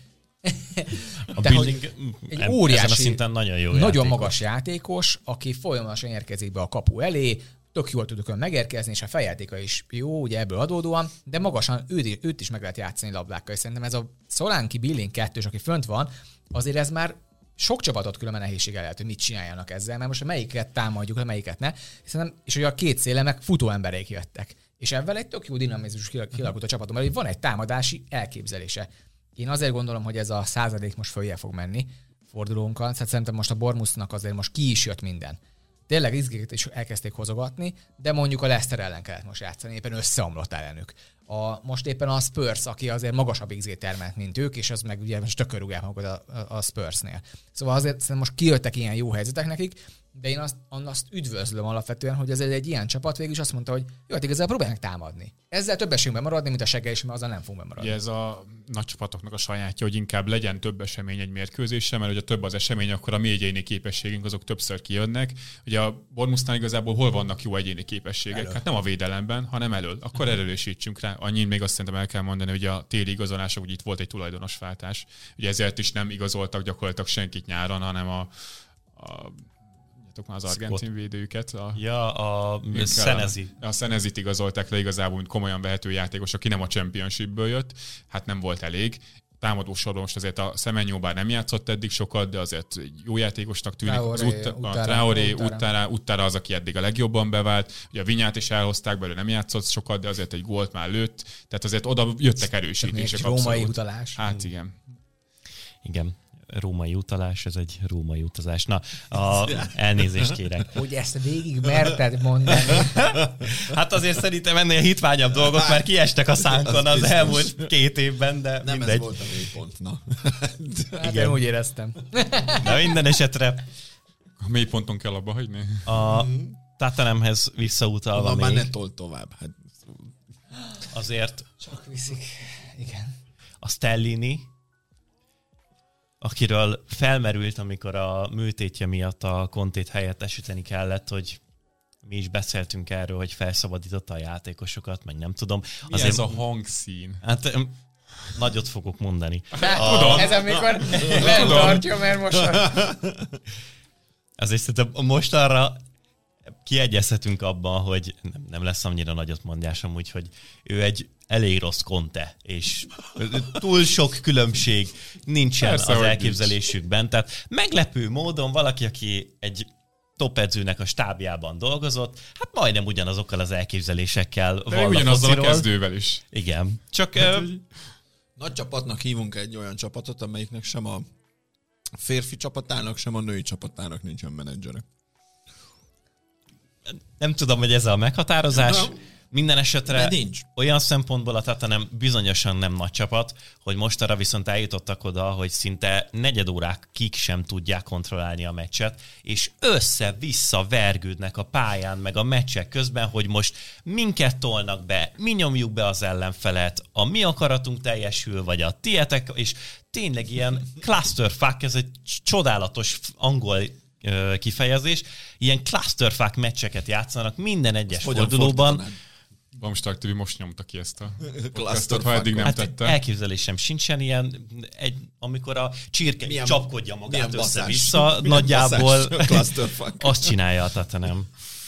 A Billing egy óriási, ezen a szinten nagyon jó nagyon játékos. magas játékos, aki folyamatosan érkezik be a kapu elé, tök jól tudok ön megérkezni, és a feljátéka is jó, ugye ebből adódóan, de magasan őt, őt is meg lehet játszani labdákkal. És szerintem ez a Solanke Billing kettős, aki fönt van, azért ez már sok csapatot különben nehézséggel lehet, hogy mit csináljanak ezzel, mert most a melyiket támadjuk, a melyiket ne. Hiszen, és ugye a két szélen meg futó emberek jöttek. És ebben egy tök jó dinamizmus kialakult a csapatom, mert van egy támadási elképzelése. Én azért gondolom, hogy ez a századék most följel fog menni fordulónkkal, tehát szerintem most a Bournemouthnak azért most ki is jött minden. Tényleg izgéket is elkezdték hozogatni, de mondjuk a Leicester ellen kellett most játszani, éppen összeomlott ellenük. A, most éppen a Spurs, aki azért magasabb iksz gé termelt, mint ők, és az meg ugye most tökörrugják magukat a, a, a Spursnél. Szóval azért szerintem most kijöttek ilyen jó helyzetek nekik, de én azt, azt üdvözlöm alapvetően, hogy ez egy ilyen csapat végig is azt mondta, hogy jó, hát igazából próbálják támadni. Ezzel több esélyünk bemaradni, mint a seggel, és azzal nem fogunk bemaradni. Ugye ez a nagy csapatoknak a sajátja, hogy inkább legyen több esemény egy mérkőzésen, mert ugye több az esemény, akkor a mi egyéni képességünk azok többször kijönnek. Ugye a Bournemouthnál igazából hol vannak jó egyéni képességek? Elő. Hát nem a védelemben, hanem elől. Akkor erősítsünk rá. Annyit még azt szerintem el kell mondani, hogy a téli igazolások, ugye itt volt egy tulajdonosváltás. Ugye ezért is nem igazoltak gyakorlatilag senkit nyáron, hanem a, a már az argentin védőjüket. A, ja, a Senezi. A, a Senezit igazolták le igazából, mint komolyan vehető játékos, aki nem a Championshipből jött, hát nem volt elég. Támadó soron most azért a Semenyo bár nem játszott eddig sokat, de azért jó játékosnak tűnik. Traoré, az ut- Uttára, a Traoré, Uttára. Uttára, Uttára az, aki eddig a legjobban bevált. Ugye a Vinyát is elhozták belőle, nem játszott sokat, de azért egy gólt már lőtt. Tehát azért oda jöttek erősítések. Római abszolút. utalás. Hát igen. Igen. Római utalás, ez egy római utazás. Na, a, elnézést kérek. Hogy ezt végig merted mondani. Hát azért szerintem ennél hitványabb dolgok már kiestek a szánkon az elmúlt két évben, de nem mindegy. ez volt a mélypont, na. Hát én úgy éreztem. De minden esetre A mélyponton kell abba hagyni. a Tottenhamhez visszautalva Onnan már még ne told tovább. Hát, azért Csak viszik. Igen. a Stellini, akiről felmerült, amikor a műtétje miatt a Contét helyettesíteni kellett, hogy mi is beszéltünk erről, hogy felszabadította a játékosokat, meg nem tudom. Mi ez a hangszín? Hát em, nagyot fogok mondani. Tudom. Ezen mikor nem tartja, mert most... Azért szerintem most arra kiegyezhetünk abban, hogy nem, nem lesz annyira nagyot mondás amúgy, hogy ő egy elég rossz Conte, és túl sok különbség nincsen Persze, az hogy elképzelésükben. Tehát meglepő módon valaki, aki egy top edzőnek a stábjában dolgozott, hát majdnem ugyanazokkal az elképzelésekkel De vall a ugyanazzal a fociról. kezdővel is. Igen. Csak Hát, ö, hogy- Nagy csapatnak hívunk egy olyan csapatot, amelyiknek sem a férfi csapatának, sem a női csapatának nincsen menedzsere. nem tudom, hogy ez a meghatározás. Nem. Minden esetre De nincs. olyan szempontból a Tottenham bizonyosan nem nagy csapat, hogy mostanra viszont eljutottak oda, hogy szinte negyed órákig sem tudják kontrollálni a meccset, és össze-vissza vergődnek a pályán, meg a meccsek közben, hogy most minket tolnak be, mi nyomjuk be az ellenfelet, a mi akaratunk teljesül, vagy a tietek, és tényleg ilyen clusterfuck, ez egy csodálatos angol ö, kifejezés, ilyen clusterfuck meccseket játszanak minden egyes Hogyan fordulóban. fordítanád? Bamstark té vé most nyomta ki ezt a podcastot, Clusterfuck. ha eddig nem Hát tette. elképzelésem sincsen ilyen, egy, amikor a csirke Milyen- csapkodja magát milyen basszás. össze-vissza, Milyen nagyjából basszás. Clusterfuck. azt csinálja a Tottenham.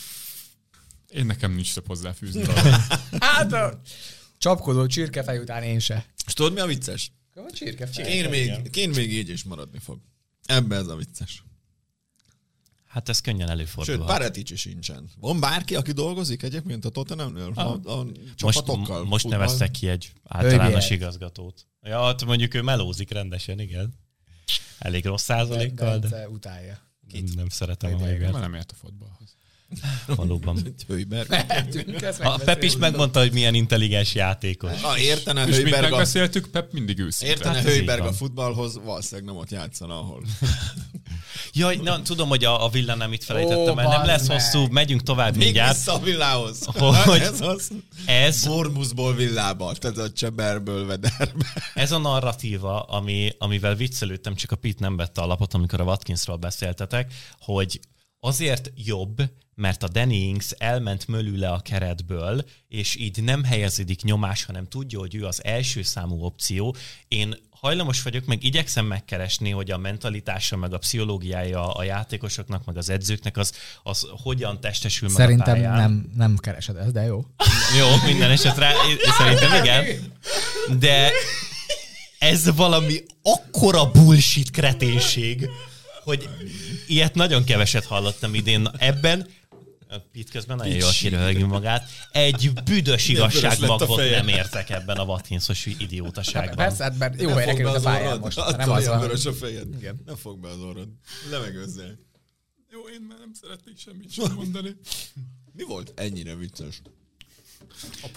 Én nekem nincs több hozzáfűzni. Hát a csapkodó csirkefej után én se. És tudod, mi a vicces? A csirkefej. Én még, én még így is maradni fog. Ebben ez a vicces. Hát ez könnyen Sőt, előfordulhat. Paratici sincsen. Van bárki, aki dolgozik egyébként a Tottenhamnél? A, a Most, csapatokkal? most futball? neveztek ki egy általános Hölgyel. igazgatót. Ja, hát mondjuk ő melózik rendesen, igen. Elég rossz százalékkal, de Bence utálja. nem, nem szeretem a Már Hajvert. nem ért a fotballhoz. Valóban. Hőiberg. Mehetünk, ezt A Pep is megbeszéljük. megmondta, hogy milyen intelligens játékos. Ha értene És mint Hőiberg a, megbeszéltük, Pep mindig őszinte. értene Hát ez Hőiberg így a van. futballhoz, valószínűleg nem ott játszana, ahol. Jaj, na, tudom, hogy a, a villa nem itt felejtettem, Ó, mert nem lesz bazd meg. hosszú, megyünk tovább Még mindjárt. vissza a villához. Hogy- Ez az. Ez, Bormuszból villába, tehát a Cseberből Vederbe. ez a narratíva, ami, amivel viccelődtem, csak a Pete nem vette a lapot, amikor a Watkinsról beszéltetek, hogy azért jobb, mert a Danny Ings elment mölül le a keretből, és így nem helyeződik nyomás, hanem tudja, hogy ő az első számú opció. Én hajlamos vagyok, meg igyekszem megkeresni, hogy a mentalitása, meg a pszichológiája a játékosoknak, meg az edzőknek az, az hogyan testesül meg a Szerintem pályán. nem, nem keresed ezt, de jó. Jó, minden esetre szerintem igen. De ez valami akkora bullshit kreténség, hogy ilyet nagyon keveset hallottam idén. Ebben a Pete közben nagyon jól kiröhögi magát. Egy büdös igazságmagot nem értek ebben a Watkinsos idiótaságban. Persze, hát mert jó Ne helyre fogd be került a az pályán orrod. most. Attól Nem az olyan van. vörös a fejed. Igen. Ne fogd be az orrod. Levegőzzél. Jó, én már nem szeretnék semmit sem mondani. Mi volt ennyire vicces? Apu.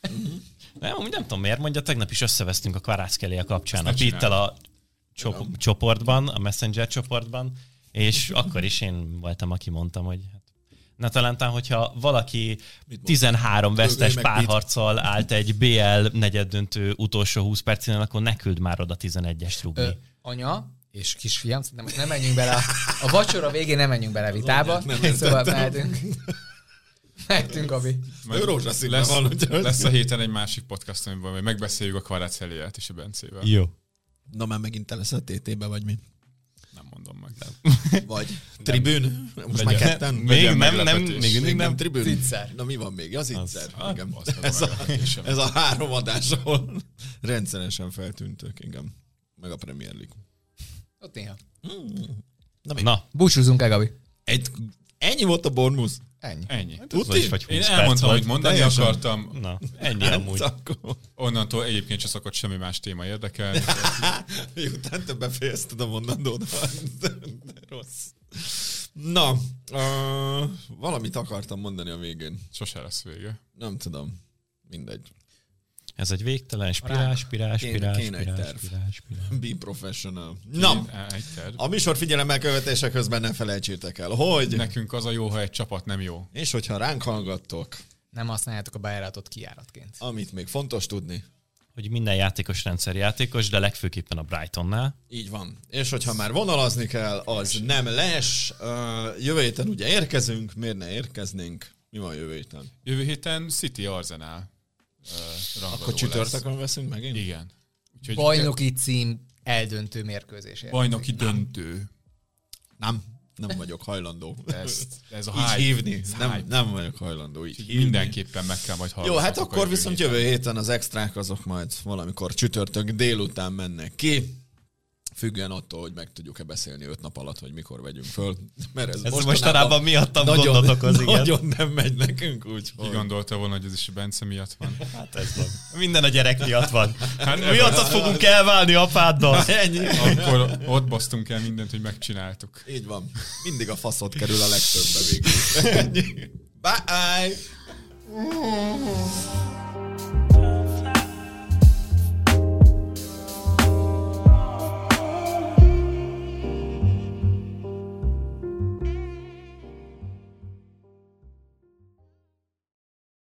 Nem, amúgy nem tudom miért, mondja, tegnap is összevesztünk a Kvaratskhelia kapcsán. A Ezt ne Pittel a csop- csoportban, a Messenger csoportban, és akkor is én voltam, aki mondtam, hogy hát, na talán, hogyha valaki tizenhárom vesztes Dögölj meg, párharccal állt egy bé el negyeddöntő utolsó húsz percén, akkor ne küld már oda tizenegyest rúgni. Ö, anya és kisfiam, szerintem most nem menjünk bele. A, a vacsora végén nem menjünk bele vitába. Nem értettem. Szóval mehetünk. Mehetünk, Abi. Ő rózsaszínben lesz, van, úgyhogy- lesz a héten egy másik podcast, amiben majd megbeszéljük a Kvaratskhéliát és a Bencével. Jó. Na már megint te leszel té té-be, vagy mi? Nem mondom meg. Vagy tribűn? Most már Legyen. ketten? Még Legyen nem, nem, meglepetés. még mindig Még nem nem. tribűn? Zicser. Na mi van még? Az Zicser. Hát, Igen. az meg a Ez a, meglepetésem. ez a három adás, ahol rendszeresen feltűntök, igen. Meg a Premier League. Ott néha. Na, még. Na, Búcsúzzunk el, Gabi. Egy, ennyi volt a Bournemouth? Ennyi. Ennyi. tudod is, vagy Én húsz perc elmondtam, volt. hogy mondani Teljesen. akartam. Na, ennyi amúgy. Akkor. Onnantól egyébként sem szokott semmi más téma érdekelni. Miután te befejezted a mondandódat. De, de rossz. Na, uh, valamit akartam mondani a végén. Sose lesz vége. Nem tudom. Mindegy. Ez egy végtelen spirál, spirál, Kéne- spirál, kéne egy spirál, terv. spirál, spirál. Be professional. Na, Én- Egy terv. a műsor figyelemmel követése közben ne felejtsétek el, hogy... Nekünk az a jó, ha egy csapat nem jó. És hogyha ránk hallgattok, Nem használjátok a bejáratot kijáratként. amit még fontos tudni, Hogy minden játékos rendszer játékos, de legfőképpen a Brightonnál. így van. És hogyha már vonalazni kell, az nem les. Uh, jövő héten ugye érkezünk, miért ne érkeznénk? Mi van jövő héten? Jövő héten City Arsenal uh, rangadó Akkor csütörtökön veszünk megint? lesz. Igen. Úgyhogy Bajnoki cím eldöntő mérkőzésért. bajnoki döntő. Nem. Nem vagyok hajlandó Ez, ez a így hype. hívni. Ez Nem, hype. nem vagyok hajlandó így hívni. Mindenképpen meg kell majd hallgatni. Jó, hát akkor viszont jövő héten az extrák azok majd valamikor csütörtök délután mennek ki. Függően attól, hogy meg tudjuk-e beszélni öt nap alatt, hogy mikor vegyünk föl. Mert ez, Ez mostanában miattam gondot okoz, igen. Nagyon nem megy nekünk, Ki úgyhogy... gondolta volna, hogy ez is a Bence miatt van? Hát ez van. Minden a gyerek miatt van. Hát Miattad fogunk elválni apáddal. Ennyi. Akkor ott basztunk el mindent, hogy megcsináltuk. Így van. Mindig a faszot kerül a legtöbbbe végül. Ennyi. Bye!